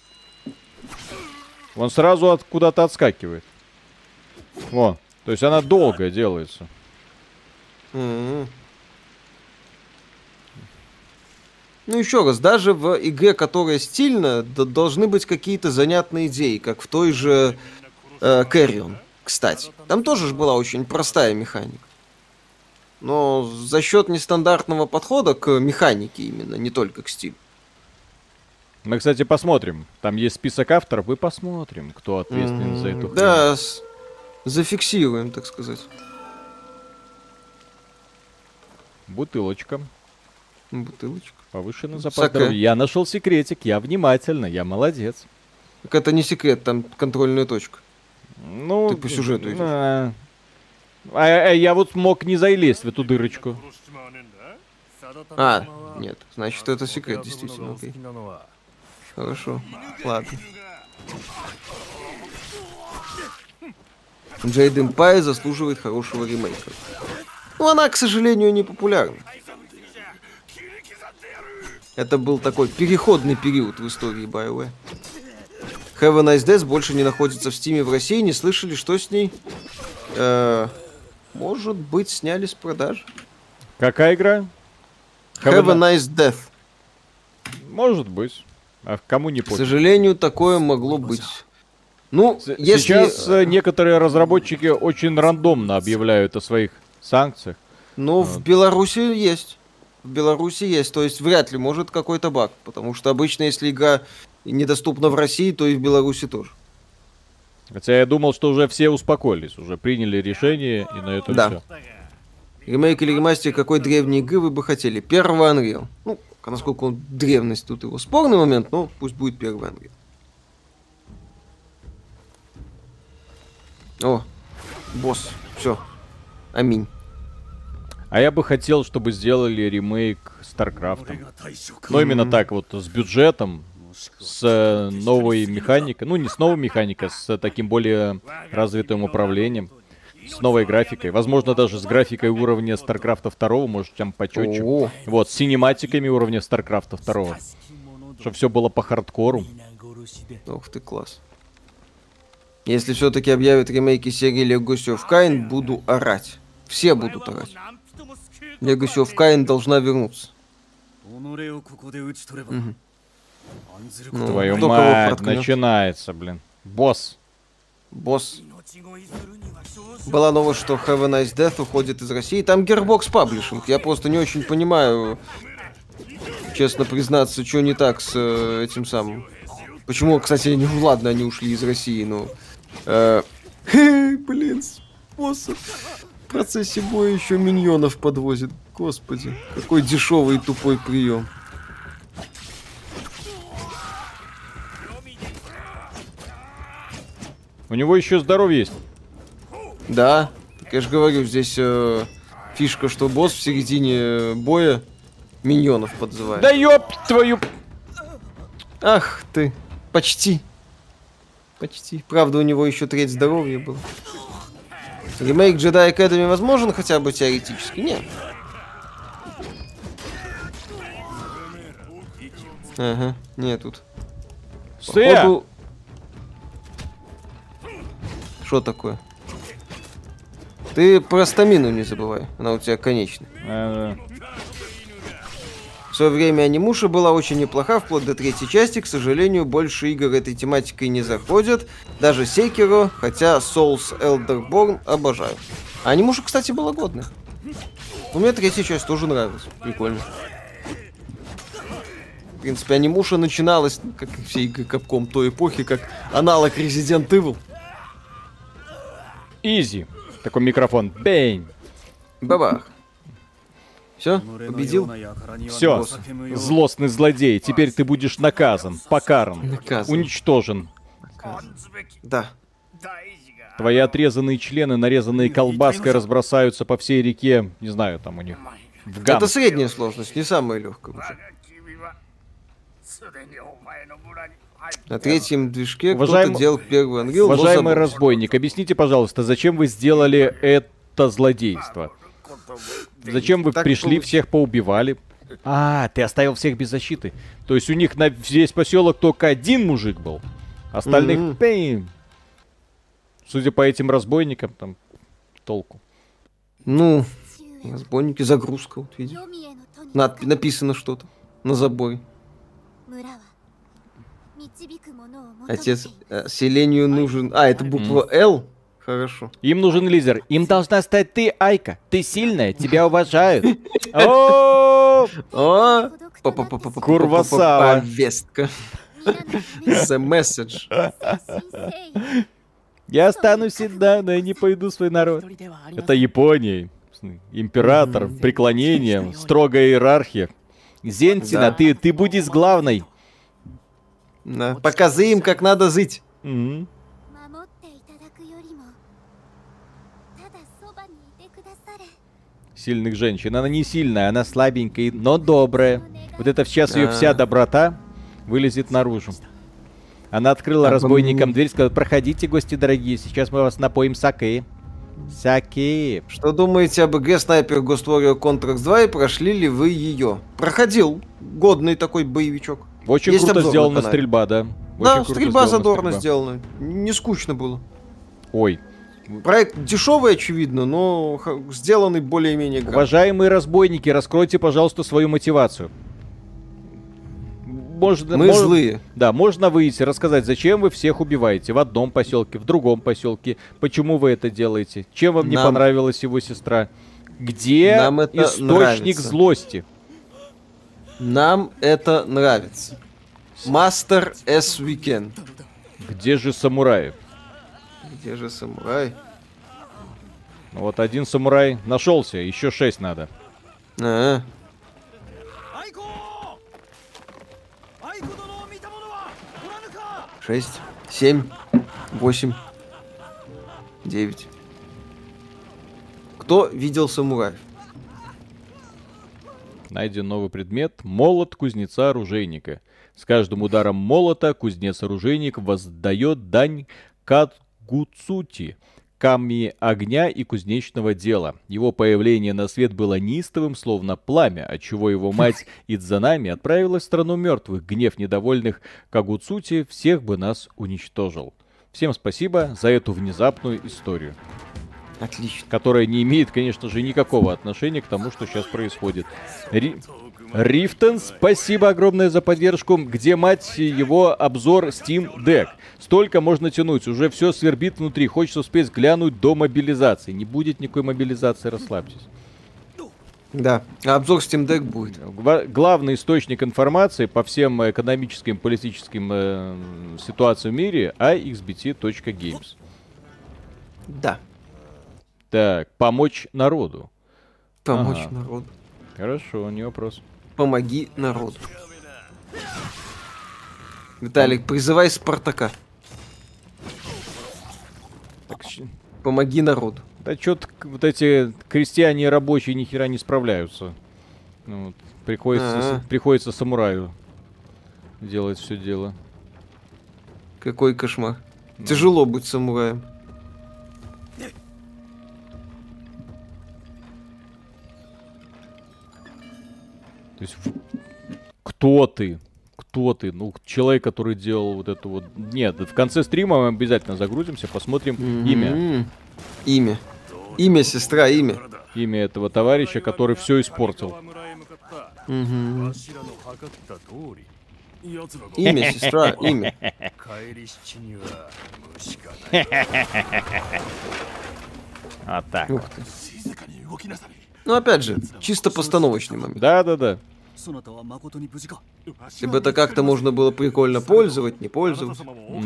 Он сразу куда-то отскакивает. Во. То есть она долго делается. М-м. Ну еще раз, даже в игре, которая стильна, должны быть какие-то занятные идеи, как в той же Carrion, кстати. Там тоже ж была очень простая механика. Но за счет нестандартного подхода к механике именно, не только к стилю. Мы, кстати, посмотрим. Там есть список авторов, и посмотрим, кто ответственен за эту хрень. Да, зафиксируем, так сказать. Бутылочка. Бутылочка. Повышенный запас Саке. здоровья. Я нашел секретик, я внимательно, я молодец. Так это не секрет, там контрольная точка. Ну, Ты по сюжету идешь. Я вот мог не залезть в эту дырочку. Нет, значит это секрет, действительно, окей. Хорошо, ладно. Jade Empire заслуживает хорошего ремейка. Но она, к сожалению, не популярна. Это был такой переходный период в истории BioWare. Have a Nice Death больше не находится в Стиме в России. Не слышали, что с ней? Может быть, сняли с продажи. Какая игра? Have a Nice Death. Может быть. А кому не К пофиг. сожалению, такое могло быть. Ну, если... Сейчас некоторые разработчики очень рандомно объявляют о своих санкциях. Ну, в Беларуси есть. В Беларуси есть. То есть вряд ли может какой-то баг. Потому что обычно, если игра недоступна в России, то и в Беларуси тоже. Хотя я думал, что уже все успокоились, уже приняли решение, и на этом Да. все. Ремейк или ремастер какой древней игры вы бы хотели? Первого Unreal. Ну, насколько он древность, тут его спорный момент, но пусть будет первый Unreal. О, босс. Все. Аминь. А я бы хотел, чтобы сделали ремейк StarCraft. Но именно так вот, с бюджетом, с новой механикой. Ну, не с новой механикой, а с таким более развитым управлением. С новой графикой. Возможно, даже с графикой уровня StarCraft 2, может, там почетче. О. Вот, с синематиками уровня StarCraft 2. Чтобы все было по хардкору. Ох ты, класс. Если все-таки объявят ремейки серии Legacy of Kain, буду орать. Все будут орать. Legacy of Kain должна вернуться. Ну, Твою кто кого мать, проткнет? начинается, блин. Босс. Босс. Была новость, что Have a Nice Death уходит из России. Там Gearbox Publishing. Я просто не очень понимаю, честно признаться, что не так с этим самым. Почему, кстати, ну ладно, они ушли из России, но... Блин, способ. В процессе боя еще миньонов подвозит. Господи, какой дешевый и тупой прием. У него еще здоровье есть. Да, так я же говорю, здесь фишка, что босс в середине боя миньонов подзывает. Да ёб твою... Ах ты, почти. Почти. Правда, у него еще треть здоровья было. Ремейк Jedi Academy возможен хотя бы теоретически? Нет. Ага, нет тут. Походу... Что такое? Ты про стамину не забывай, она у тебя конечная. В свое время анимуша была очень неплоха, вплоть до третьей части. К сожалению, больше игр этой тематикой не заходят. Даже Sekiro, хотя Souls Elderborn обожаю. А анимуша, кстати, была годная. Но мне третья часть тоже нравилась. Прикольно. В принципе, анимуша начиналась, как и все игры Capcom той эпохи, как аналог Resident Evil. Изи. Такой микрофон. Бейн. Бабах. Все? Победил? Все. Злостный злодей. Теперь ты будешь наказан. Покаран. Наказан. Уничтожен. Да. Твои отрезанные члены, нарезанные колбаской, разбросаются по всей реке. Не знаю, там у них. В гам. Это средняя сложность, не самая легкая уже. На третьем движке кто-то делал первый Unreal. Уважаемый разбойник, объясните, пожалуйста, зачем вы сделали это злодейство? Зачем вы пришли, всех поубивали? А, ты оставил всех без защиты. То есть у них на весь поселок только один мужик был. Остальных... Судя по этим разбойникам, там толку. Ну, разбойники, загрузка, вот видишь. Написано что-то на заборе. Отец, селению нужен... А, это буква Л? Хорошо. Им нужен лидер. Им должна стать ты, Айка. Ты сильная, тебя уважают. О, Курвасава. Повестка. The message. Я останусь всегда, но я не пойду в свой народ. Это Япония. Император, преклонение, строгая иерархия. Зентина, ты будешь главной. Да. Показы им, как надо жить. Сильных женщин. Она не сильная, она слабенькая, но добрая. Вот это сейчас ее вся доброта вылезет наружу. Она открыла разбойникам дверь, сказала: проходите, гости дорогие, сейчас мы вас напоим саке. Саке. Что думаете об игре Sniper Ghost Warrior Contracts 2 и прошли ли вы ее? Проходил. Годный такой боевичок. Очень есть круто сделана стрельба, да. Да, стрельба задорно сделана. Не скучно было. Ой. Проект дешевый, очевидно, но сделанный более-менее грамотно. Уважаемые разбойники, раскройте, пожалуйста, свою мотивацию. Мы злые. Да, можно выйти, рассказать, зачем вы всех убиваете. В одном поселке, в другом поселке. Почему вы это делаете? Чем вам не понравилась его сестра? Где источник злости? Нам это нравится. Master as we can. Где же самураи? Где же самурай? Вот один самурай нашелся, еще 6 надо. 6, 7, 8, 9. Кто видел самураев? Найден новый предмет. Молот кузнеца-оружейника. С каждым ударом молота кузнец-оружейник воздает дань Катгуцути, камни огня и кузнечного дела. Его появление на свет было неистовым, словно пламя, отчего его мать Идзанами отправилась в страну мертвых. Гнев недовольных Кагуцути всех бы нас уничтожил. Всем спасибо за эту внезапную историю. Отлично. Которая не имеет, конечно же, никакого отношения к тому, что сейчас происходит. Рифтон, спасибо огромное за поддержку. Где, мать его, обзор Steam Deck? Столько можно тянуть, уже все свербит внутри. Хочется успеть глянуть до мобилизации. Не будет никакой мобилизации, расслабьтесь. Да, а обзор Steam Deck будет. Главный источник информации по всем экономическим, политическим ситуациям в мире axbt.games. Да. Так, помочь народу. Помочь Ага. народу. Хорошо, не вопрос. Помоги народу. Виталик, призывай Спартака. Помоги народу. Да что-то вот эти крестьяне и рабочие ни хера не справляются. Ну, вот, приходится самураю делать все дело. Какой кошмар. Тяжело быть самураем. То есть, кто ты? Кто ты? Ну, человек, который делал вот эту вот... Нет, в конце стрима мы обязательно загрузимся, посмотрим имя. Имя. Имя, сестра, имя. Имя этого товарища, который все испортил. Имя, сестра, имя. А так. Ух ты. Ну, опять же, чисто постановочный момент. Да-да-да. Если бы это как-то можно было прикольно пользовать, не пользоваться.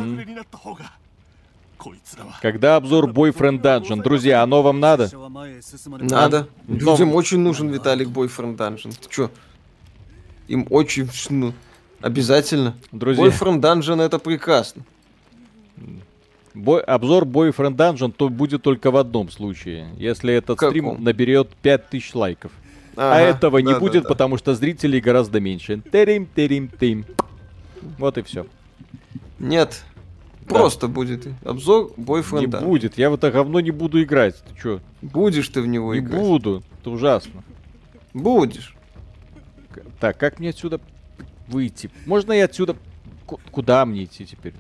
Когда обзор Boyfriend Dungeon? Друзья, оно вам надо? Надо. Людям очень нужен Виталик Boyfriend Dungeon. Ты чё? Им очень... Ну, обязательно. Друзья. Boyfriend Dungeon это прекрасно. Обзор Boyfriend Dungeon то будет только в одном случае. Если этот стрим наберет 5000 лайков. А этого не будет, потому что зрителей гораздо меньше. Терим. Вот и все. Нет. Просто будет обзор Boyfriend Dungeon. Не будет. Я в это говно не буду играть. Ты чё? Будешь ты в него играть. Не буду. Это ужасно. Будешь. Так, как мне отсюда выйти? Можно я отсюда... Куда мне идти теперь?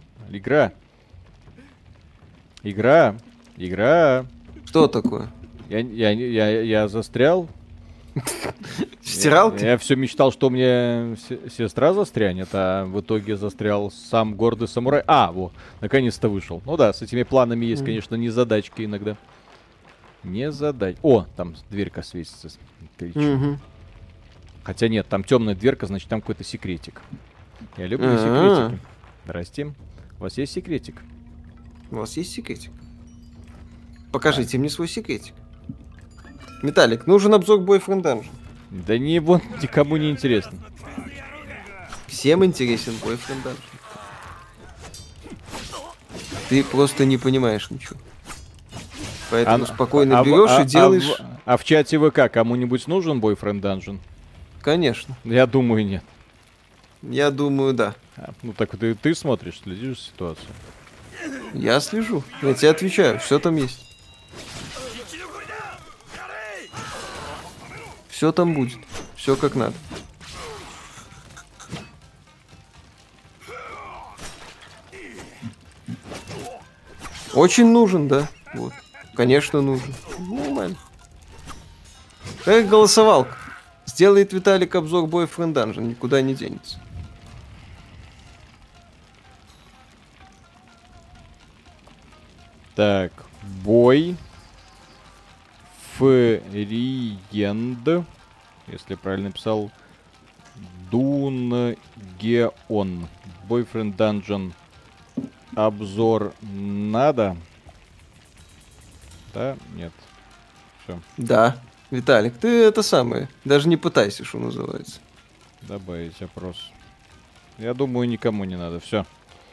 Игра. Что такое? Я застрял. В стиралке? Я все мечтал, что мне сестра застрянет, а в итоге застрял сам гордый самурай. Во, наконец-то вышел. Ну да, с этими планами есть, конечно, незадачки иногда. О, там дверька светится. Хотя нет, там темная дверка, значит там какой-то секретик. Я люблю секретики. Здрасте. У вас есть секретик? У вас есть секретик? Покажите мне свой секретик. Виталик, нужен обзор Boyfriend Dungeon. Да не, вот никому не интересно. Всем интересен Boyfriend Dungeon. Ты просто не понимаешь ничего. Поэтому спокойно берешь и делаешь... А в чате ВК кому-нибудь нужен Boyfriend Dungeon? Конечно. Я думаю, нет. Я думаю, да. Ну так ты смотришь, следишь за ситуацией. Я слежу. Я тебе отвечаю, все там есть. Все там будет. Все как надо. Очень нужен, да. Вот. Конечно, нужен. Нормально. Как голосовалка. Сделает Виталик обзор Boyfriend Dungeon, никуда не денется. Так, бой. Фриенд, если правильно написал, Дунгеон. Boyfriend Dungeon. Обзор надо? Да? Нет. Все. Да. Виталик, ты это самое. Даже не пытайся, что называется. Добавить опрос. Я думаю, никому не надо. Все.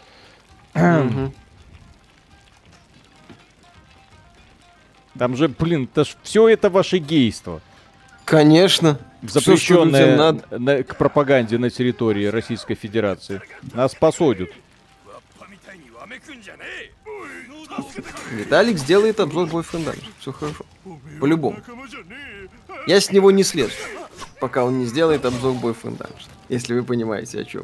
Там же, блин, все это ваше гейство. Конечно. Запрещенное к пропаганде на территории Российской Федерации. Нас посадят. Виталик сделает обзор Boyfriend Dungeon. Все хорошо. По-любому. Я с него не слезу, пока он не сделает обзор Boyfriend Dungeon. Если вы понимаете, о чем.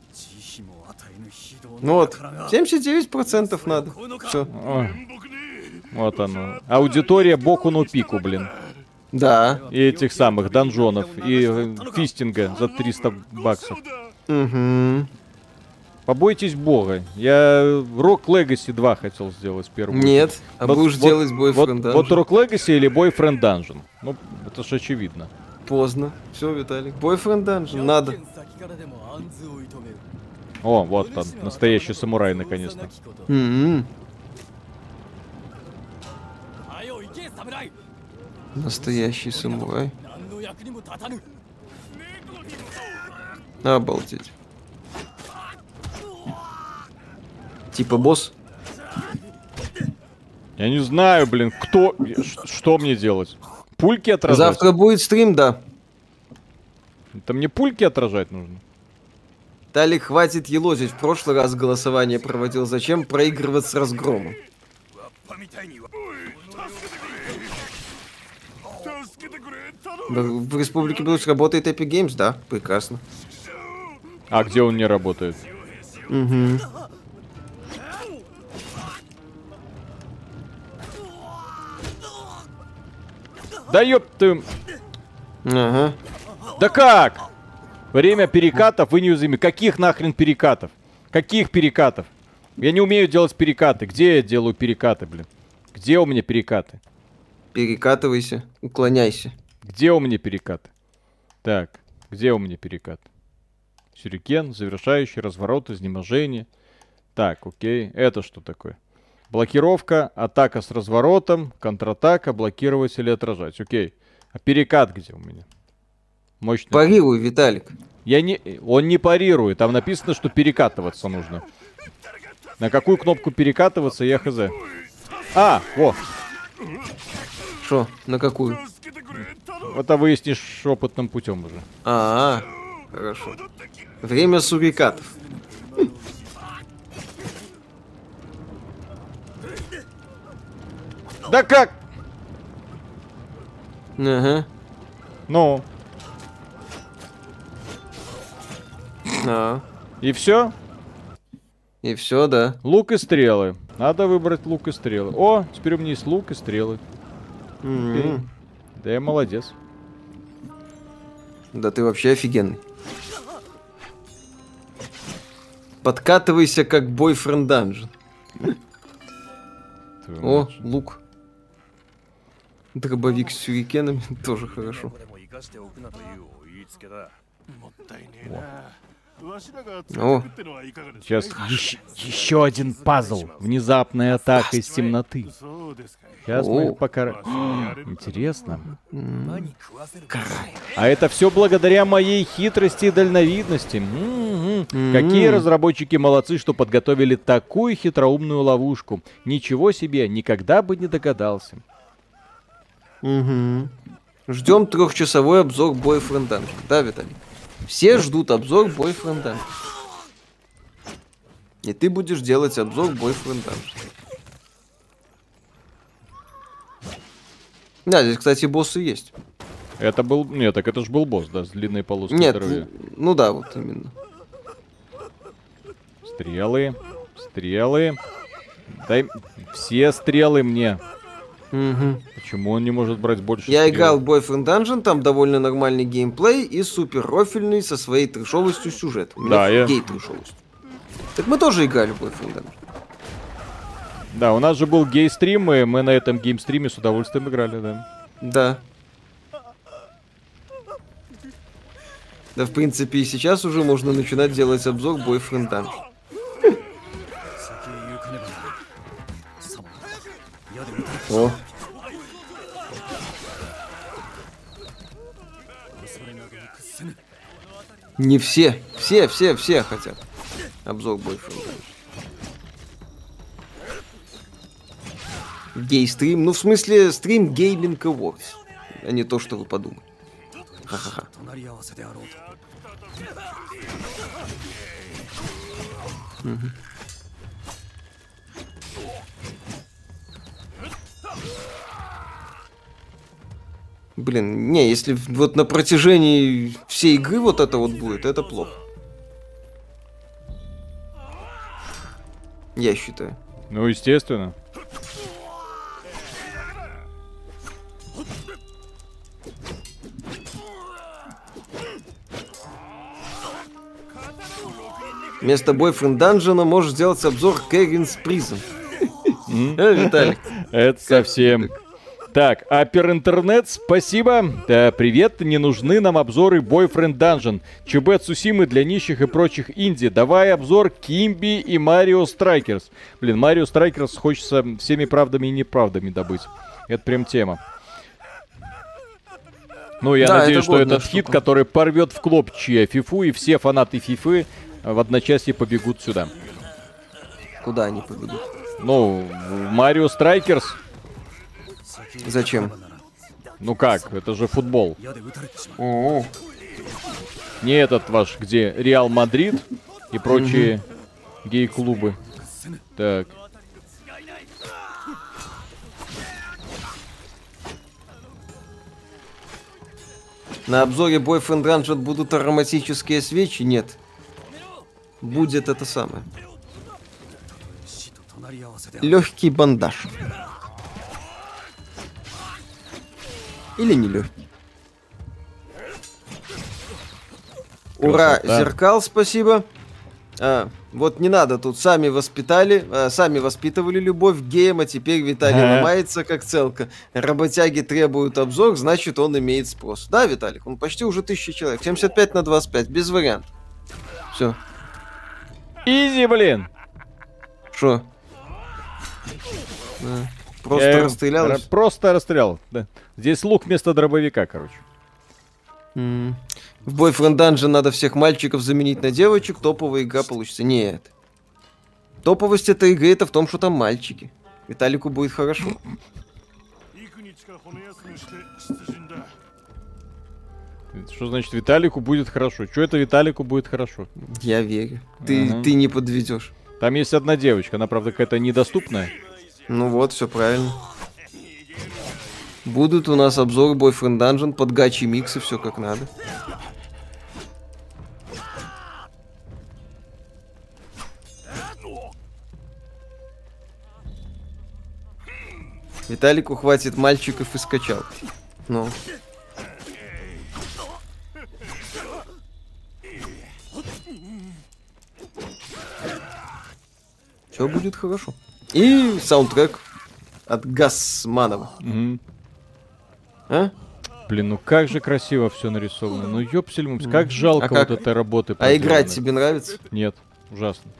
Ну вот, 79% надо. Все. Вот оно. Аудитория Боку no Пику, блин. Да. И этих самых донжонов. И фистинга за 300 баксов. Угу. Побойтесь бога. Я Rock Legacy 2 хотел сделать первую. Нет, а Вот- будешь вот- делать Boyfriend Dungeon. Вот Rock Legacy или Boyfriend Dungeon? Ну, это ж очевидно. Поздно. Все, Виталик. Boyfriend Dungeon, надо. О, вот он, настоящий самурай, наконец-то. М-м. Настоящий самурай. Обалдеть. Типа босс? Я не знаю, блин, кто... Что мне делать? Пульки отражать? Завтра будет стрим, да. Это мне пульки отражать нужно. Талик, хватит елозить. В прошлый раз голосование проводил. Зачем проигрывать с разгромом? В Республике Беларусь работает Epic Games, да, прекрасно. А где он не работает? Угу. Да ёб ты... Ага. Да как? Время перекатов вы неуязвимы. Каких нахрен перекатов? Каких перекатов? Я не умею делать перекаты. Где я делаю перекаты, блин? Где у меня перекаты? Перекатывайся, уклоняйся. Где у меня перекаты? Так, где у меня перекат? Сюрикен, завершающий, разворот, изнеможение. Так, окей. Это что такое? Блокировка, атака с разворотом, контратака, блокировать или отражать. Окей. А перекат где у меня? Мощный. Парируй, Виталик. Он не парирует. Там написано, что перекатываться нужно. На какую кнопку перекатываться, я хз. А, во. Шо, на какую? Это выяснишь опытным путем уже. Хорошо. Время сурикатов. Да как? Ага. Ну, и все? И все, да. Лук и стрелы. Надо выбрать лук и стрелы. О, теперь у меня есть лук и стрелы. Окей. Да я молодец. Да ты вообще офигенный. Подкатывайся как Boyfriend Dungeon. О, лук. Дробовик с сюрикенами тоже хорошо. О, Сейчас еще один пазл. Внезапная атака из темноты. Сейчас мы их Интересно. А это все благодаря моей хитрости и дальновидности. Какие разработчики молодцы, что подготовили такую хитроумную ловушку. Ничего себе, никогда бы не догадался. Ждем трехчасовой обзор Boyfriend Dungeon. Да, Виталий? Все ждут обзор Boyfriend Dungeon. И ты будешь делать обзор Boyfriend Dungeon. Да, здесь, кстати, боссы есть. Это был... Нет, так это же был босс, да, с длинной полоской Нет, здоровья. ну да, вот именно. Стрелы. Стрелы. Дай все стрелы мне. Почему он не может брать больше Я стрел? играл в Boyfriend Dungeon, там довольно нормальный геймплей и супер рофильный со своей трешовостью сюжет. У меня Да, я... гей-трешовость. Так мы тоже играли в Boyfriend Dungeon. Да, у нас же был гей-стрим, и мы на этом гейм-стриме с удовольствием играли, да. Да. Да, в принципе, и сейчас уже можно начинать делать обзор Boyfriend Dungeon. О. Не все. Все хотят. Обзор Boyfriend Dungeon. Гей-стрим. Ну, в смысле, стрим Gaming Awards. А не то, что вы подумали. Ха-ха-ха. Блин, не, если вот на протяжении всей игры вот это вот будет, это плохо. Я считаю. Ну, естественно. Вместо Boyfriend Dungeon можешь сделать обзор Кэрринс Prison. Виталик. Это совсем. Так, Апер Интернет, спасибо. Да, привет, не нужны нам обзоры Boyfriend Dungeon, ЧБ Цусимы для нищих и прочих инди. Давай обзор Кимби и Марио Страйкерс. Блин, Марио Страйкерс хочется всеми правдами и неправдами добыть. Это прям тема. Ну, я надеюсь, что этот хит, который порвет в клочья Фифу, и все фанаты Фифы в одночасье побегут сюда. Куда они побегут? Ну, Марио Страйкерс. Зачем? Ну как, это же футбол. О-о-о. Не этот ваш, где Реал Мадрид и прочие гей-клубы. Так. На обзоре Boyfriend Dungeon будут ароматические свечи? Нет. Будет это самое. Легкий бандаж. Или не легкий. Ура, зеркал, спасибо. Вот не надо, тут сами воспитывали любовь к геям, а теперь Виталий ломается как целка. Работяги требуют обзор, значит он имеет спрос. Да, Виталик, он почти уже 1000 человек. 75 на 25, без вариантов. Все. Изи, блин. Шо? Да. Просто расстрелял? Просто расстрелял, да. Здесь лук вместо дробовика, короче. В Boyfriend Dungeon надо всех мальчиков заменить на девочек, топовая игра получится. Нет. Топовость этой игры это в том, что там мальчики. Виталику будет хорошо. Что значит Виталику будет хорошо? Что это Виталику будет хорошо? Я верю. Ты не подведешь. Там есть одна девочка, она, правда, какая-то недоступная. Ну вот, все правильно. Будут у нас обзоры Boyfriend Dungeon под гачи миксы, все как надо. Виталику хватит мальчиков и скачал. Ну. Все будет хорошо. И саундтрек от Гасманова. А? Блин, ну как же красиво все нарисовано. Ну ёпсель, как жалко вот этой работы. А играть тебе нравится? Нет, ужасно.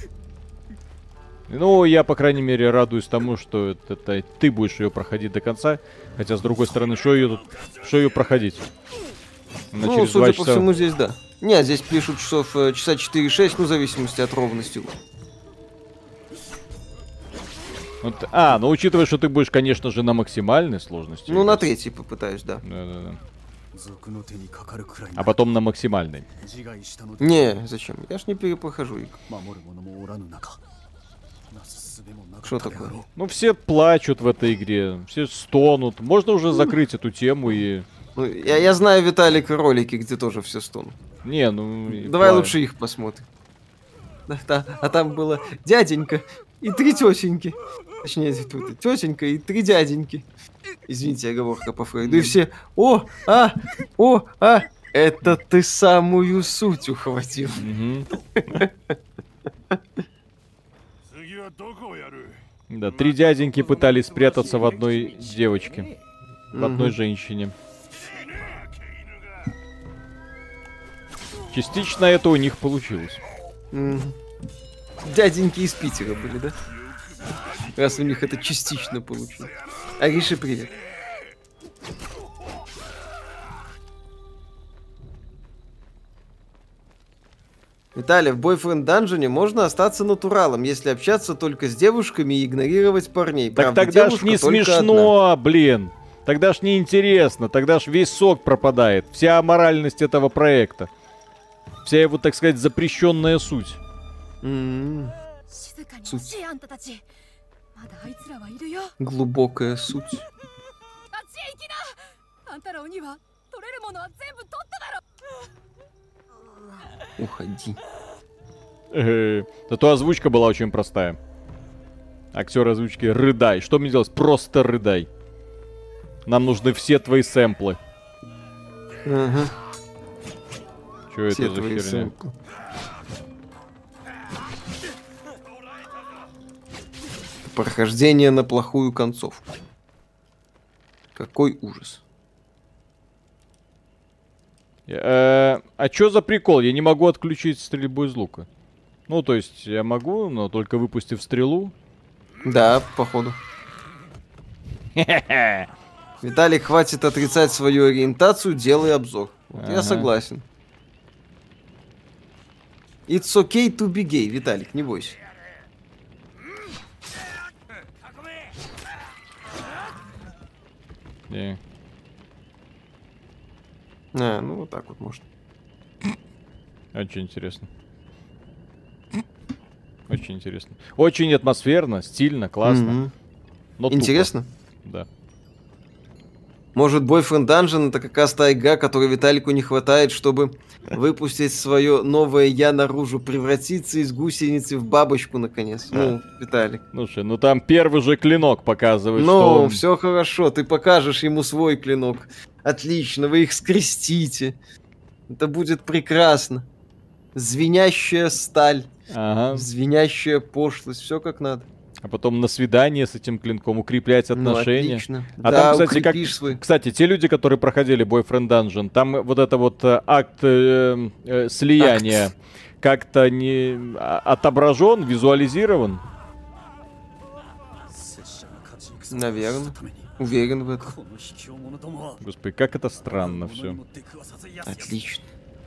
Ну, я, по крайней мере, радуюсь тому, что это ты будешь ее проходить до конца. Хотя, с другой стороны, что ее проходить? Ну, судя по всему, здесь да. Нет, здесь пишут часа 4-6, ну, в зависимости от ровности. Вот, ну учитывая, что ты будешь, конечно же, на максимальной сложности. Ну, на 3 попытаюсь, да. Да. А потом на максимальной. Не, зачем? Я ж не перепрохожу их. Что такое? Ну, все плачут в этой игре, все стонут. Можно уже закрыть эту тему и... Ну, я знаю, Виталик, ролики, где тоже все стонут. Не, ну... Давай лучше их посмотрим. А там было дяденька и 3 тетеньки. Точнее, тут тетенька и 3 дяденьки. Извините, оговорка по Фрейду. И все, это ты самую суть ухватил. Да, 3 дяденьки пытались спрятаться в одной девочке. В одной женщине. Частично это у них получилось. Дяденьки из Питера были, да? Раз у них это частично получилось. Ариша, привет. Виталий, в Boyfriend Dungeon можно остаться натуралом, если общаться только с девушками и игнорировать парней. Так правда, тогда ж не смешно, блин. Тогда ж не интересно, тогда ж весь сок пропадает. Вся аморальность этого проекта. Вся его, так сказать, запрещенная суть. Суть. Глубокая суть. Уходи. Зато озвучка была очень простая. Актер озвучки рыдай. Что мне делать? Просто рыдай. Нам нужны все твои сэмплы. Ага. Что это Все за твои херня? сэмплы. Прохождение на плохую концовку. Какой ужас. А чё за прикол? Я не могу отключить стрельбу из лука. Ну, то есть, я могу, но только выпустив стрелу. Да, походу. Виталик, хватит отрицать свою ориентацию, делай обзор. Вот я Ага. согласен. It's okay to be gay, Виталик, не бойся. Не. Ну вот так вот можно. Очень интересно. Очень интересно. Очень атмосферно, стильно, классно. Мгм. Но тупо. Интересно? Да. Может, Boyfriend Dungeon это как раз та игра, которой Виталику не хватает, чтобы выпустить свое новое я наружу, превратиться из гусеницы в бабочку, наконец. Ну, Виталик. Слушай, ну там первый же клинок показывает, что Ну, он... все хорошо, ты покажешь ему свой клинок. Отлично, вы их скрестите. Это будет прекрасно. Звенящая сталь, Ага. звенящая пошлость, все как надо. А потом на свидание с этим клинком укреплять Ну, отношения. отлично. А Да, там, кстати, как... укрепишь свой. Кстати, те люди, которые проходили Boyfriend Dungeon, там вот это вот акт слияния как-то не отображен, визуализирован. Наверное. Уверен в этом. Господи, как это странно все. Отлично.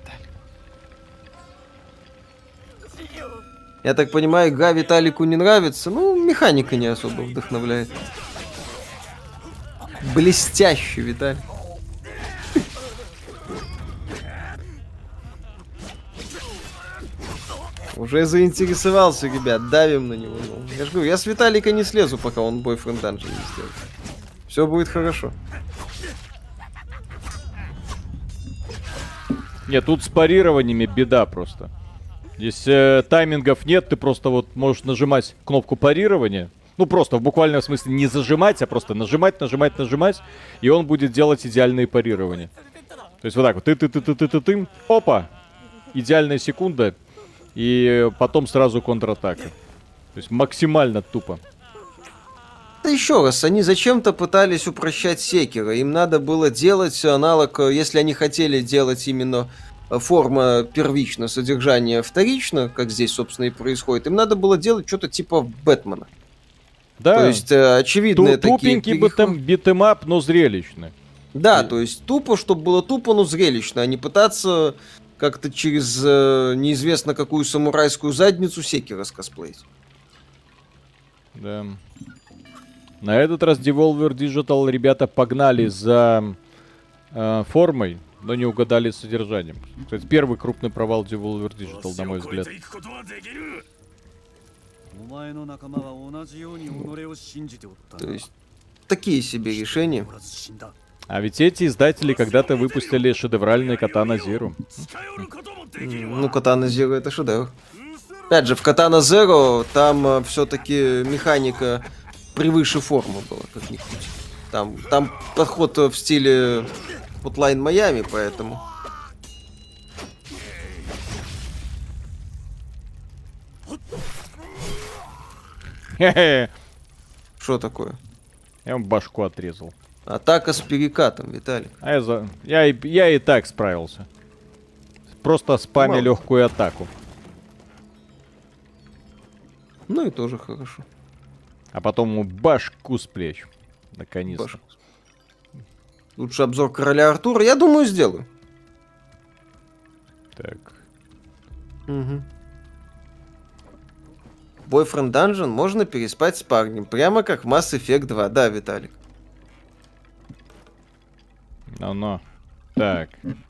Я так понимаю, игра Виталику не нравится. Ну, механика не особо вдохновляет. Блестяще, Виталий. Уже заинтересовался, ребят. Давим на него. Ну, я же говорю, я с Виталика не слезу, пока он Boyfriend Dungeon не сделает. Все будет хорошо. Нет, тут с парированиями беда просто. Здесь таймингов нет, ты просто вот можешь нажимать кнопку парирования. Ну, просто в буквальном смысле не зажимать, а просто нажимать, нажимать, нажимать, и он будет делать идеальные парирования. То есть вот так вот, ты, опа, идеальная секунда, и потом сразу контратака. То есть максимально тупо. Да еще раз, они зачем-то пытались упрощать Секера. Им надо было делать аналог, если они хотели делать именно форма первично, содержание вторично, как здесь, собственно, и происходит, им надо было делать что-то типа Бэтмена. Да, То есть, очевидные такие... тупенький битэмап, но зрелищный. Да, то есть тупо, чтобы было тупо, но зрелищно, а не пытаться как-то через неизвестно какую самурайскую задницу Секера скосплеить. Да. На этот раз Devolver Digital ребята погнали за формой, но не угадали с содержанием. Кстати, первый крупный провал Devolver Digital, на мой взгляд. То есть, такие себе решения. А ведь эти издатели когда-то выпустили шедевральный Katana Zero. Ну, Katana Zero это шедевр. Опять же, в Katana Zero там все-таки механика превыше формы была, как ни крути. Там подход в стиле Hotline Miami, поэтому... Хе-хе. Что такое? Я ему башку отрезал. Атака с перекатом, Виталик. А я и так справился. Просто спамя Мало. легкую атаку. Ну и тоже хорошо. А потом ему башку с плеч. Наконец-то. Башку. Лучше обзор Короля Артура. Я думаю, сделаю. Так. Угу. Boyfriend Dungeon можно переспать с парнем. Прямо как в Mass Effect 2. Да, Виталик. Ну-ну. Так.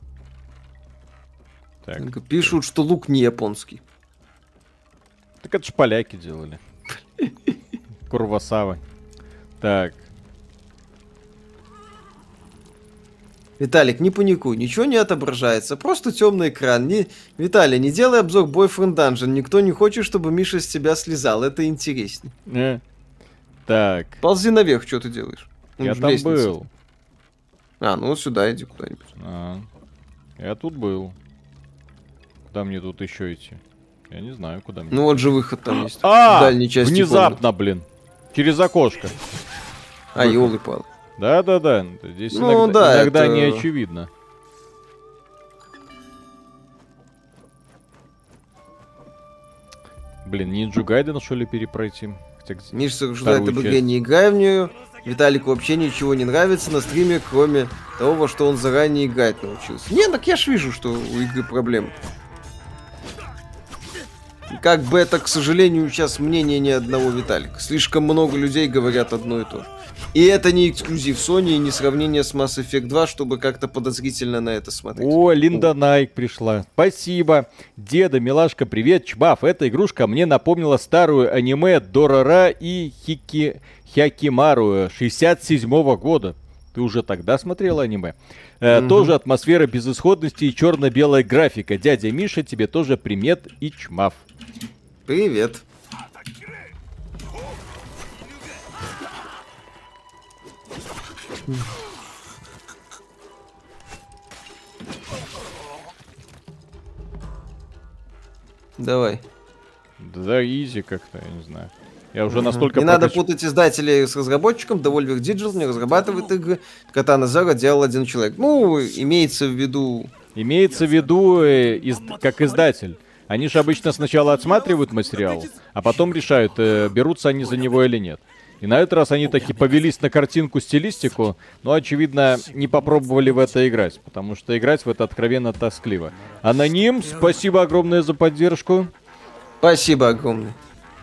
Так. Пишут, что лук не японский. Так это ж поляки делали. Курвасавы. Так. Виталик, не паникуй, ничего не отображается, просто темный экран. Виталий, не делай обзор Boyfriend Dungeon, никто не хочет, чтобы Миша с тебя слезал, это интереснее. Так. Ползи наверх, что ты делаешь? Я там был. Ну вот сюда иди куда-нибудь. Я тут был. Куда мне тут еще идти? Я не знаю, куда мне. Ну вот же выход там есть. В дальней части внезапно, комнаты. блин. Через окошко. Ёлы-палы. Да. Здесь иногда не очевидно. Блин, Ninja Gaiden, что ли, перепройти? Миша рассуждает об игре, не играй в нее. Виталику вообще ничего не нравится на стриме, кроме того, во что он заранее играть научился. Не, так я ж вижу, что у игры проблемы. Как бы это, к сожалению, сейчас мнение ни одного Виталика. Слишком много людей говорят одно и то же. И это не эксклюзив Sony, и не сравнение с Mass Effect 2, чтобы как-то подозрительно на это смотреть. О, Линда Найк пришла. Спасибо. Деда, милашка, привет, чбаф. Эта игрушка мне напомнила старую аниме Дорора и Хякимару 67-го года. Ты уже тогда смотрела аниме? Тоже атмосфера безысходности и черно-белая графика. Дядя Миша, тебе тоже привет и чмав. Привет. Давай. Да, изи как-то, я не знаю. Я уже настолько... Не надо путать издателей с разработчиком. Devolver Digital не разрабатывает игры. Katana Zero делал один человек. Ну, имеется в виду... Имеется в виду как издатель. Они же обычно сначала отсматривают материал, а потом решают, берутся они за него или нет. И на этот раз они таки повелись на картинку, стилистику, но, очевидно, не попробовали в это играть, потому что играть в это откровенно тоскливо. Аноним, спасибо огромное за поддержку. Спасибо огромное.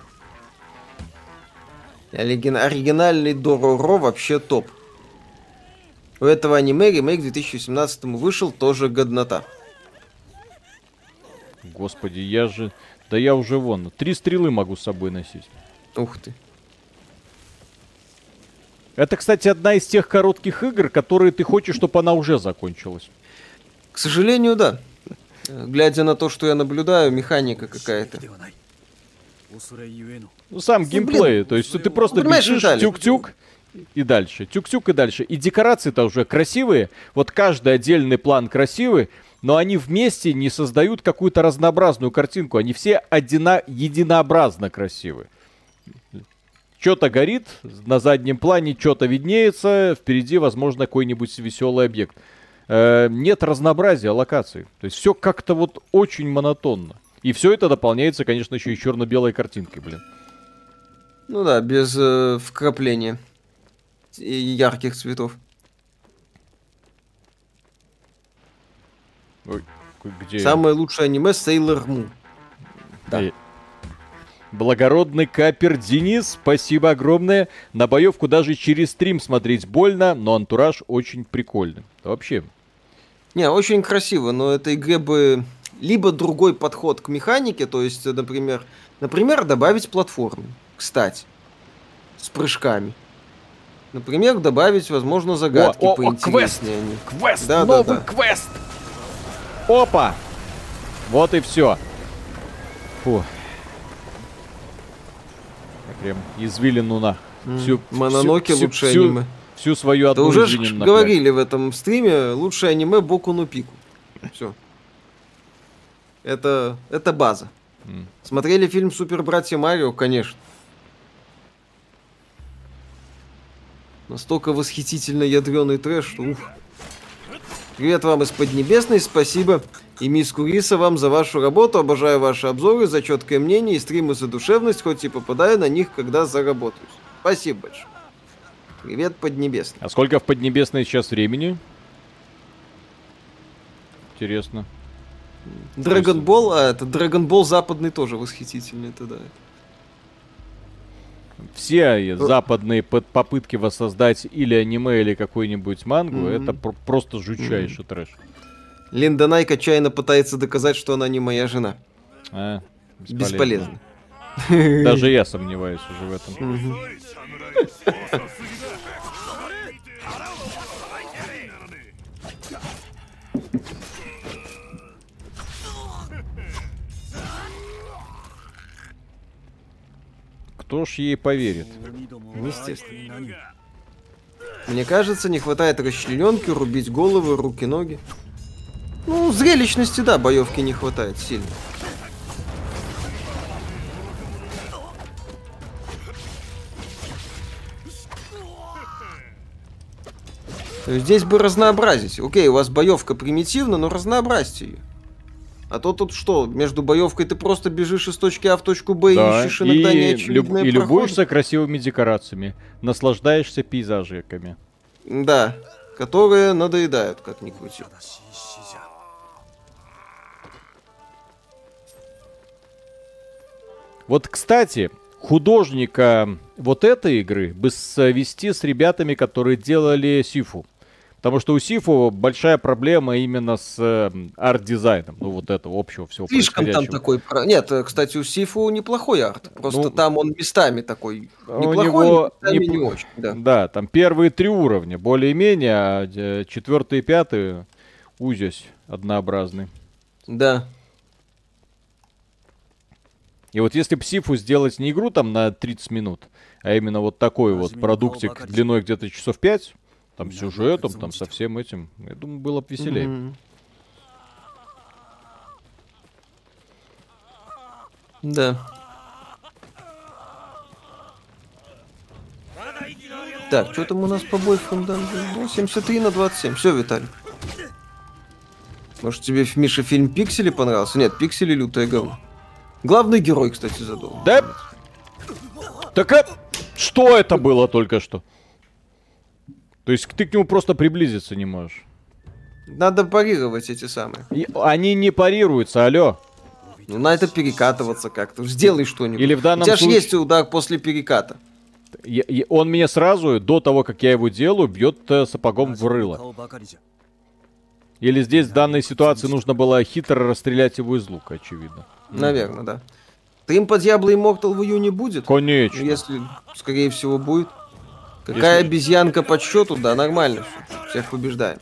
Оригинальный Дороро вообще топ. У этого аниме ремейк в 2017 вышел, тоже годнота. Господи, я же... Да я уже вон, 3 стрелы могу с собой носить. Ух ты. Это, кстати, одна из тех коротких игр, которые ты хочешь, чтобы она уже закончилась. К сожалению, да. Глядя на то, что я наблюдаю, механика какая-то. Ну, сам геймплей, то есть ты просто бежишь, тюк-тюк, и дальше. Тюк-тюк и дальше. И декорации-то уже красивые. Вот каждый отдельный план красивый, но они вместе не создают какую-то разнообразную картинку. Они все единообразно красивы. Что-то горит, на заднем плане что-то виднеется, впереди, возможно, какой-нибудь веселый объект. Нет разнообразия локаций. То есть все как-то вот очень монотонно. И все это дополняется, конечно, еще и черно-белой картинкой, блин. Ну да, без вкрапления и ярких цветов. Ой, где? Самое лучшее аниме Sailor Moon. Да. Благородный капер Денис, спасибо огромное. На боевку даже через стрим смотреть больно, но антураж очень прикольный. Вообще. Не, очень красиво, но этой игре бы либо другой подход к механике, то есть, например, добавить платформу, кстати, с прыжками. Например, добавить, возможно, загадки поинтереснее. Квест! Новый квест! Опа! Вот и все. Фу. Прям извилину на Мононоке лучшее аниме. Всю свою одну извилину. Да уже говорили в этом стриме, лучшее аниме Боку но Пику. Все. Это база. Смотрели фильм Супер Братья Марио? Конечно. Настолько восхитительно ядреный трэш, что ух. Привет вам из Поднебесной, спасибо и мисс Куриса вам за вашу работу, обожаю ваши обзоры, за четкое мнение и стримы за душевность, хоть и попадаю на них, когда заработаюсь. Спасибо большое. Привет, Поднебесной. А сколько в Поднебесной сейчас времени? Интересно. Dragon Ball, это Dragon Ball западный тоже восхитительный, это да. Все западные попытки воссоздать или аниме, или какую-нибудь мангу, это просто жутчайший трэш. Линда Найк отчаянно пытается доказать, что она не моя жена. Бесполезно. Даже я сомневаюсь уже в этом. Кто ж ей поверит? Естественно. Мне кажется, не хватает расчлененки, рубить головы, руки, ноги. Ну, зрелищности, да, боевки не хватает сильно. То есть здесь бы разнообразить. Окей, у вас боевка примитивна, но разнообразьте ее. А то тут что, между боевкой ты просто бежишь из точки А в точку Б Да, и ищешь иногда неочевидные и проходы. любуешься красивыми декорациями, наслаждаешься пейзажиками. Да, которые надоедают, как ни крути. Вот, кстати, художника вот этой игры бы совести с ребятами, которые делали Сифу. Потому что у Сифу большая проблема именно с арт-дизайном. Ну, вот этого общего всего Слишком там происходящего. такой... Нет, кстати, у Сифу неплохой арт. Просто Ну, там он местами такой у неплохой, него местами не очень. Да. Да, там первые 3 уровня более-менее, а 4-й и 5-й узясь однообразный. Да. И вот если бы Сифу сделать не игру там на 30 минут, а именно вот такой вот продуктик длиной где-то часов 5, там с сюжетом, там со всем этим, я думаю, было бы веселее. Мгм. Да. Так, что там у нас по бойфрам данжу? 73 на 27. Все, Виталий. Может, тебе, Миша, фильм «Пиксели» понравился? Нет, «Пиксели» — лютое говно. Главный герой, кстати, задумал. Да? Так что это было только что? То есть ты к нему просто приблизиться не можешь. Надо парировать эти самые. Они не парируются, алло. Ну, надо перекатываться как-то. Сделай что-нибудь. Или в данном У тебя же случае- есть удар после переката. Он меня сразу, до того, как я его делаю, бьет сапогом в рыло. Или здесь в данной ситуации нужно было хитро расстрелять его из лука, очевидно. Наверное, да. Трим по Diablo Immortal в июне будет? Конечно. Если, скорее всего, будет. Какая обезьянка по счету, да, нормально все. Всех побеждаем.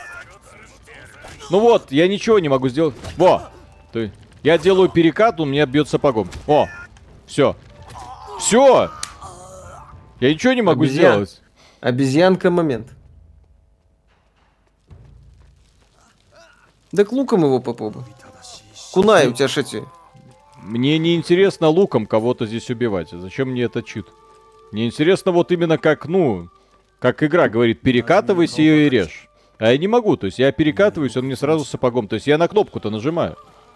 Ну вот, я ничего не могу сделать. Во! Я делаю перекат, он меня бьет сапогом. О! Все. Все! Я ничего не могу сделать. Обезьянка момент. Да к луком его попробуй. Кунай, у тебя ж эти... Мне не интересно луком кого-то здесь убивать. Зачем мне этот чит? Мне интересно вот именно как, как игра говорит, перекатывайся и режь. А я не могу, то есть я перекатываюсь, он мне сразу сапогом. То есть я на кнопку-то нажимаю.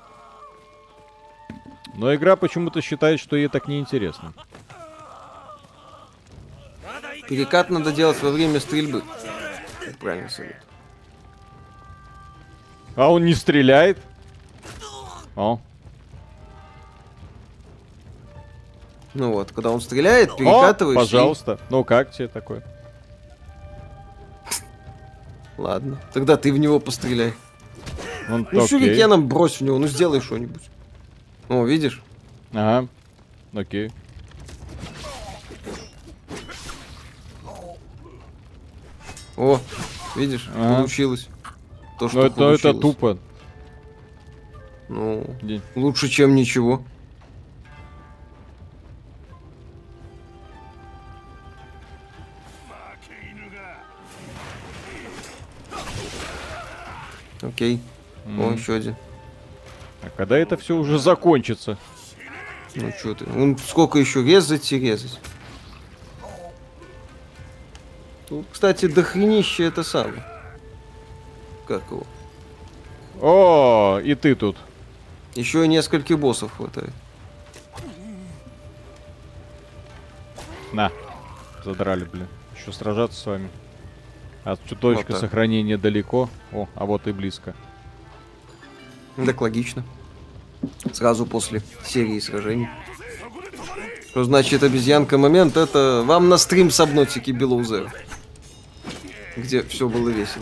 Но игра почему-то считает, что ей так неинтересно. Перекат надо делать во время стрельбы. Как правильно совет. А он не стреляет? О. Ну вот, когда он стреляет, перекатываешь. Пожалуйста. Ну как тебе такое? Ладно, тогда ты в него постреляй. Ну, Ну, шурикеном брось в него, ну сделай что-нибудь. О, видишь? Ага. Окей. О, видишь? Ага. Получилось. То, что Ну это получилось. тупо. Ну, лучше, чем ничего. Окей. О, еще один. А когда это все уже закончится? Ну что ты? Ну, сколько еще резать и резать? Тут, кстати, дохренище это самое. Как его? О, и ты тут. Еще и нескольких боссов хватает. На. Задрали, блин. Еще сражаться с вами. А тут точка Вот сохранения далеко. О, а вот и близко. Так логично. Сразу после серии сражений. Что значит обезьянка момент? Это вам на стрим Сабнотики Below Zero, где все было весело.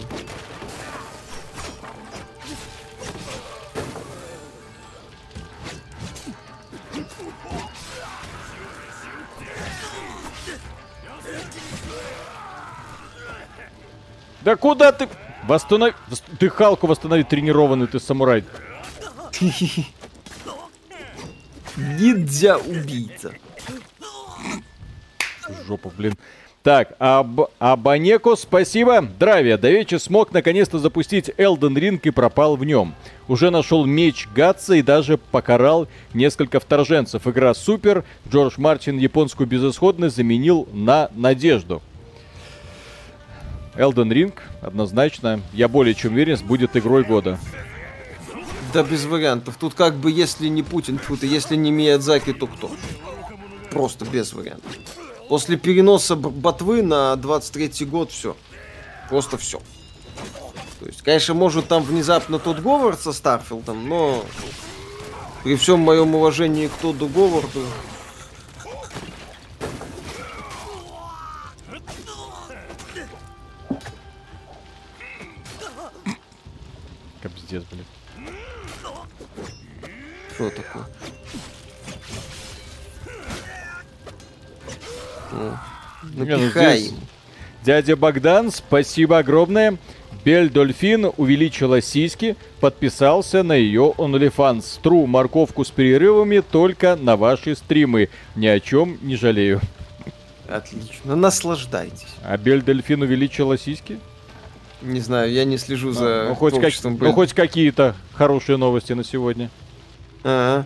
Да куда ты? Ты Халку восстанови, тренированный ты самурай. Ниндзя-убийца. в жопу, блин. Так, Абанеко, спасибо. Здравия, до вечера смог наконец-то запустить Elden Ring и пропал в нем. Уже нашел меч Гатса и даже покарал несколько вторженцев. Игра супер. Джордж Мартин японскую безысходность заменил на надежду. Elden Ring, однозначно, я более чем уверен, будет игрой года. Да без вариантов. Тут как бы если не Путин, и если не Миядзаки, то кто? Просто без вариантов. После переноса ботвы на 23-й год все. Просто все. То есть, конечно, может там внезапно тот Говард со Старфилдом, но при всем моем уважении к Тодду Говарду... Капздец, блин. Что такое? Напихай. Дядя Богдан, спасибо огромное. Бель Дольфин увеличила сиськи, подписался на ее OnlyFans. Тру морковку с перерывами только на ваши стримы. Ни о чем не жалею. Отлично, наслаждайтесь. А Бель Дельфин увеличила сиськи? Не знаю, я не слежу за творчеством. Хоть какие-то хорошие новости на сегодня. Ага.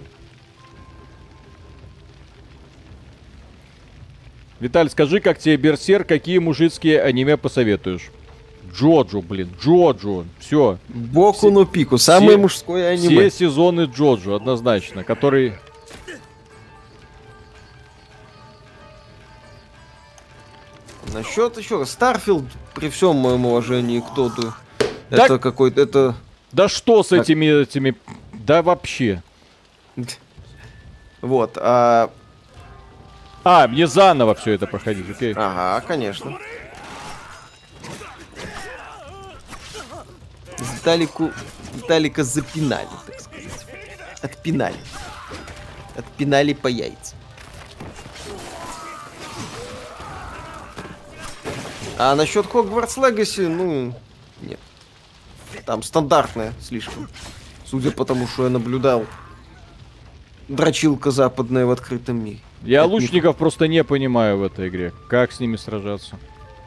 Виталь, скажи, как тебе Берсер, какие мужицкие аниме посоветуешь? Джоджо, блин, Джоджо, все. Боку но пику, самое мужское аниме. Все сезоны Джоджо, однозначно, который... Насчет еще раз, Старфилд, при всем моем уважении к Тодду, это какой-то, это... Да что с этими... Да вообще. Вот, мне заново все это проходить, окей? Ага, конечно. Виталика запинали, так сказать. Отпинали. Отпинали по яйцам. А насчет Hogwarts Legacy, ну, нет. Там стандартная слишком. Судя по тому, что я наблюдал. Дрочилка западная в открытом мире. Я это лучников просто не понимаю в этой игре. Как с ними сражаться?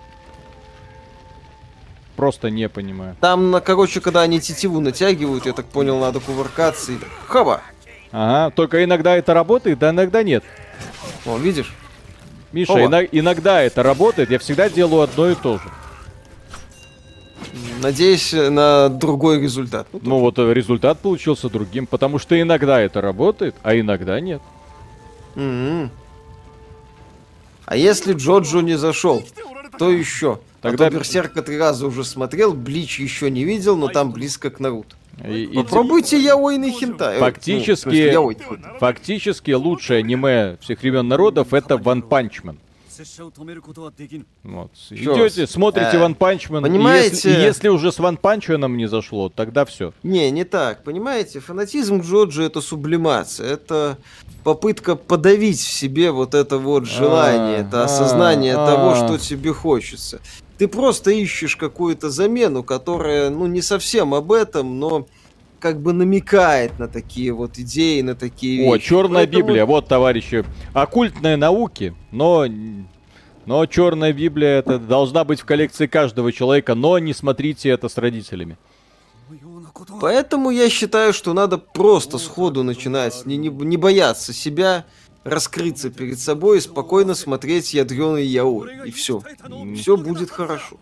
Просто не понимаю. Там, короче, когда они тетиву натягивают, я так понял, надо кувыркаться и... Хаба! Ага, только иногда это работает, а иногда нет. О, видишь? Миша, иногда это работает, я всегда делаю одно и то же. Надеюсь на другой результат. Ну вот результат получился другим, потому что иногда это работает, а иногда нет. А если Джоджо не зашел, то еще. Тогда Берсерка 3 раза уже смотрел, Блич еще не видел, но там близко к Наруто. Попробуйте яойный хентай. Фактически лучшее аниме всех времен народов это One Punch Man. Вот. Идете, смотрите One Punch Man. Понимаете? Если уже с One Punch Man не зашло, тогда все. Не так. Понимаете, фанатизм Джоджо это сублимация. Это попытка подавить в себе вот это вот желание, это осознание того, что тебе хочется. Ты просто ищешь какую-то замену, которая, ну, не совсем об этом, но как бы намекает на такие вот идеи, на такие вещи. О, Черная Библия, вот, товарищи, оккультные науки, но Черная Библия это должна быть в коллекции каждого человека, но не смотрите это с родителями. Поэтому я считаю, что надо просто сходу начинать, не бояться себя, раскрыться перед собой и спокойно смотреть ядрёный яой. И все. Все будет хорошо.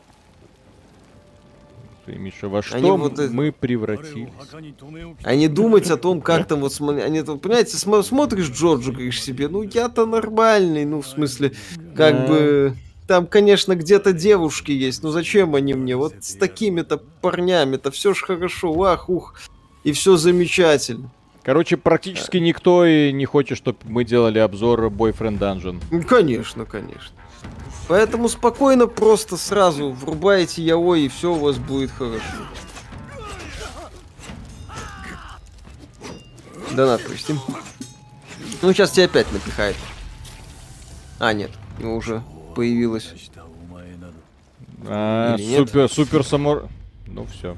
Миша, во что мы превратились? А не думать о том, как там вот... Понимаете, смотришь Джорджу, говоришь себе, ну я-то нормальный, ну в смысле, как бы... Там, конечно, где-то девушки есть, но зачем они мне? Вот с такими-то парнями-то все ж хорошо, и все замечательно. Короче, практически никто и не хочет, чтобы мы делали обзор Boyfriend Dungeon. Конечно. Поэтому спокойно просто сразу врубаете яой, и все у вас будет хорошо. Донат пустим. Ну, сейчас тебя опять напихает. А, нет, уже появилась. Супер самур... Ну, все.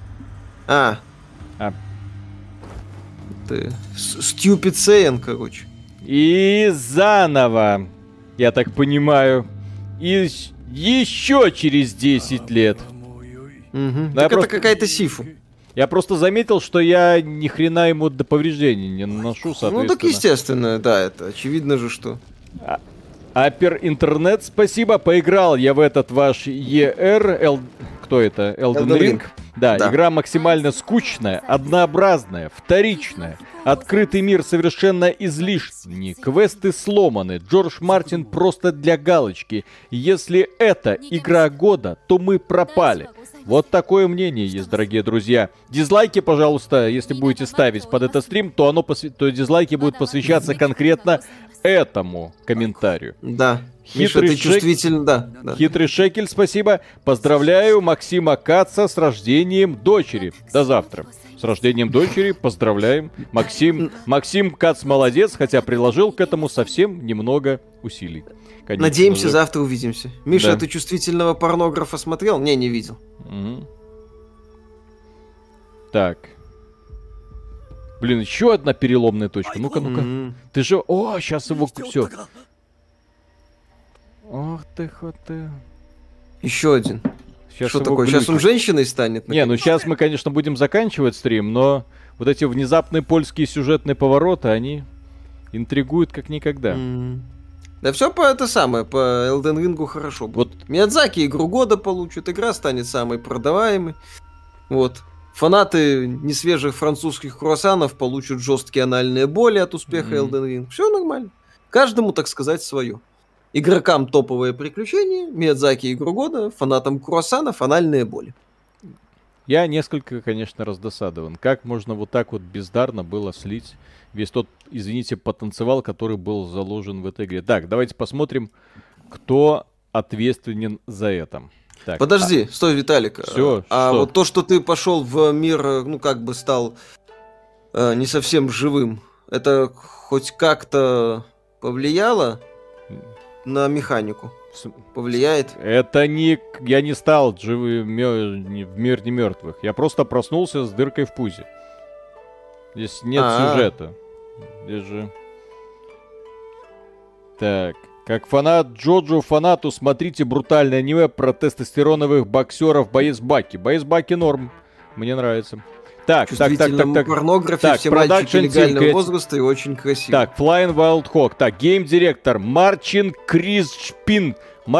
Ты Stupid Saiyan, короче. И заново. я так понимаю. И еще через 10 лет. Так это какая-то сифу. Я просто заметил, что я ни хрена ему до повреждений не наношу, соответственно. Ну так естественно, да, это очевидно же, что... Апер Интернет, спасибо, поиграл я в этот ваш Кто это? Elden Ring? Да, игра максимально скучная, однообразная, вторичная. Открытый мир совершенно излишний, квесты сломаны, Джордж Мартин просто для галочки. Если это игра года, то мы пропали. Вот такое мнение есть, дорогие друзья. Дизлайки, пожалуйста, если будете ставить под этот стрим, то дизлайки будут посвящаться конкретно этому комментарию. Да. Миша, ты чувствительно, да. Хитрый Шекель, спасибо. Поздравляю Максима Каца с рождением дочери. До завтра. С рождением дочери поздравляем. Максим Кац молодец, хотя приложил к этому совсем немного усилий. Конечно, надеемся, завтра увидимся. Миша, ты чувствительного порнографа смотрел? Не видел. Так. Блин, еще одна переломная точка. Ну-ка. Ты же... О, сейчас его... Все. Ох ты, вот ты. Еще один. Что такое? Сейчас он женщиной станет? Не, ну сейчас мы, конечно, будем заканчивать стрим, но вот эти внезапные польские сюжетные повороты, они интригуют как никогда. Да все по это самое, по Elden Ring хорошо. Вот Миядзаки игру года получит, игра станет самой продаваемой. Вот. Фанаты несвежих французских круассанов получат жесткие анальные боли от успеха Elden Ring. Все нормально. Каждому, так сказать, свое. Игрокам топовые приключения, Миядзаки игру года, фанатам круассанов анальные боли. Я несколько, конечно, раздосадован. Как можно вот так вот бездарно было слить весь тот, извините, потенциал, который был заложен в этой игре. Так, давайте посмотрим, кто ответственен за это. Так, подожди, стой, Виталик. Все, вот то, что ты пошел в мир, ну как бы стал не совсем живым, это хоть как-то повлияло на механику? Повлияет? Это не... Я не стал в мир немертвых. Я просто проснулся с дыркой в пузе. Здесь нет сюжета. Здесь же... Так. Как фанат Джоджо фанату смотрите брутальное аниме про тестостероновых боксеров Боец Баки. Боец Баки норм. Мне нравится. Так. Порнография, все мальчики легального возраста и очень красиво. Так, Flying Wild Hog. Так, гейм-директор Мартин Кришпин.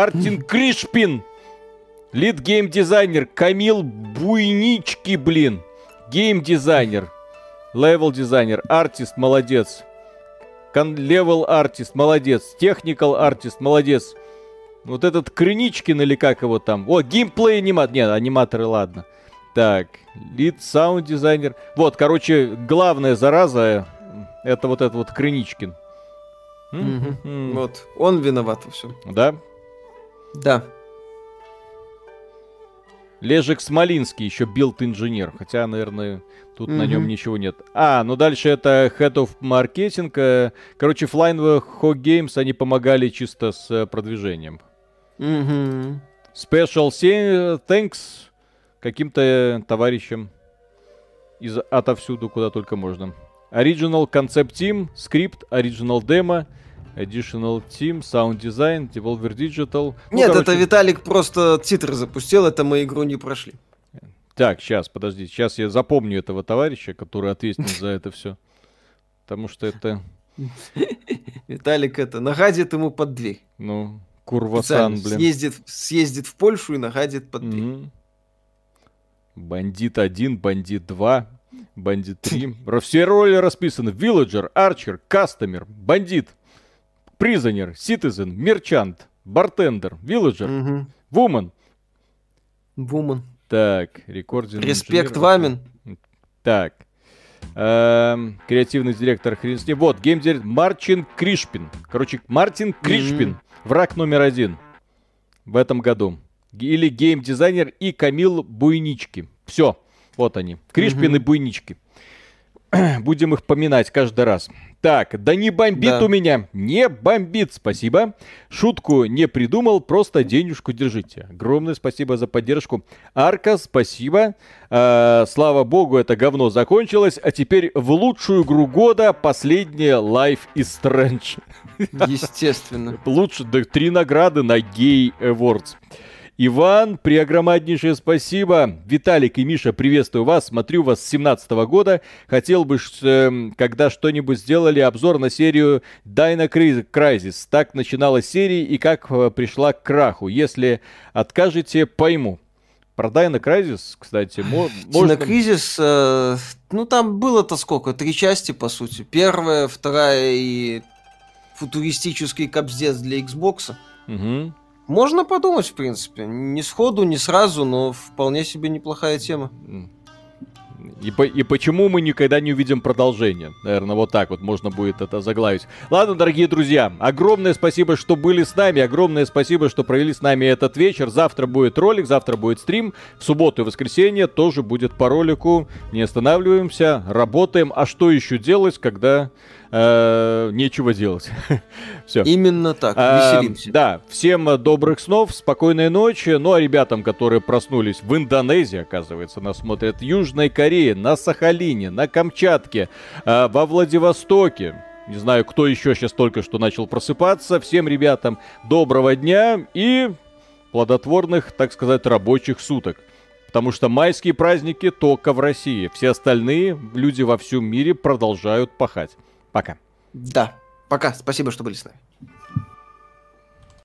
Лид-гейм-дизайнер Камил Буйнички, блин. Гейм-дизайнер. Левел-дизайнер. Артист, молодец. Левел артист, молодец. Техникал артист, молодец. Вот этот Крыничкин или как его там. О, геймплей аниматор. Нет, аниматоры, ладно. Так, лид саунд дизайнер. Вот, короче, главная зараза это вот этот вот Крыничкин. Вот, он виноват во всем. Да? Да. Лежик Смолинский, еще билд-инженер. Хотя, наверное, тут на нем ничего нет. Ну дальше это Head of Marketing. Короче, Flying Hog Games, они помогали чисто с продвижением. Special thanks каким-то товарищам отовсюду, куда только можно. Original Concept Team, Script, Original Demo, Additional Team, Sound Design, Devolver Digital. Нет, это Виталик просто титры запустил, это мы игру не прошли. Так, сейчас, подожди. Сейчас я запомню этого товарища, который ответственен за это все. Потому что это... Виталик это нагадит ему под дверь. Ну, курвасан, блин. Съездит в Польшу и нагадит под дверь. Бандит 1, Бандит 2, Бандит 3. Все роли расписаны. Вилледжер, Арчер, Кастомер, Бандит, Призонер, Ситизен, Мерчант, Бартендер, Вилледжер, Вумен. Так, рекординг. Респект Вамен. Так. Креативный директор хрен с ним. Вот, геймдиректор Мартин Кришпин. Короче, Мартин Кришпин. Враг номер 1 в этом году. Или геймдизайнер и Камил Буйнички. Все, вот они. Кришпин и Буйнички. будем их поминать каждый раз. Так, да не бомбит у меня. Не бомбит, спасибо. Шутку не придумал, просто денежку держите. Огромное спасибо за поддержку. Арка, спасибо. Слава богу, это говно закончилось. А теперь в лучшую игру года последняя Life is Strange. Естественно. Лучше 3 награды на Gay Awards. Иван, преогромаднейшее спасибо. Виталик и Миша, приветствую вас. Смотрю вас с 17-го года. Хотел бы, когда что-нибудь сделали обзор на серию Dino Crisis. Так начиналась серия и как пришла к краху. Если откажете, пойму. Про Dino Crisis, кстати, можно... Dino Crisis, ну там было-то сколько? 3 части, по сути. Первая, вторая и футуристический капздец для Xbox. Угу. Можно подумать, в принципе. Не сходу, не сразу, но вполне себе неплохая тема. И почему мы никогда не увидим продолжение? Наверное, вот так вот можно будет это заглавить. Ладно, дорогие друзья, огромное спасибо, что были с нами. Огромное спасибо, что провели с нами этот вечер. Завтра будет ролик, завтра будет стрим. В субботу и воскресенье тоже будет по ролику. Не останавливаемся, работаем. А что еще делать, когда... нечего делать. Все. Именно так, веселимся. Да, всем добрых снов, спокойной ночи. Ну а ребятам, которые проснулись в Индонезии, оказывается, нас смотрят в Южной Корее, на Сахалине, на Камчатке, во Владивостоке. Не знаю, кто еще сейчас только что начал просыпаться. Всем ребятам доброго дня и плодотворных, так сказать, рабочих суток. Потому что майские праздники только в России. Все остальные люди во всем мире продолжают пахать. Пока. Да, пока. Спасибо, что были с нами.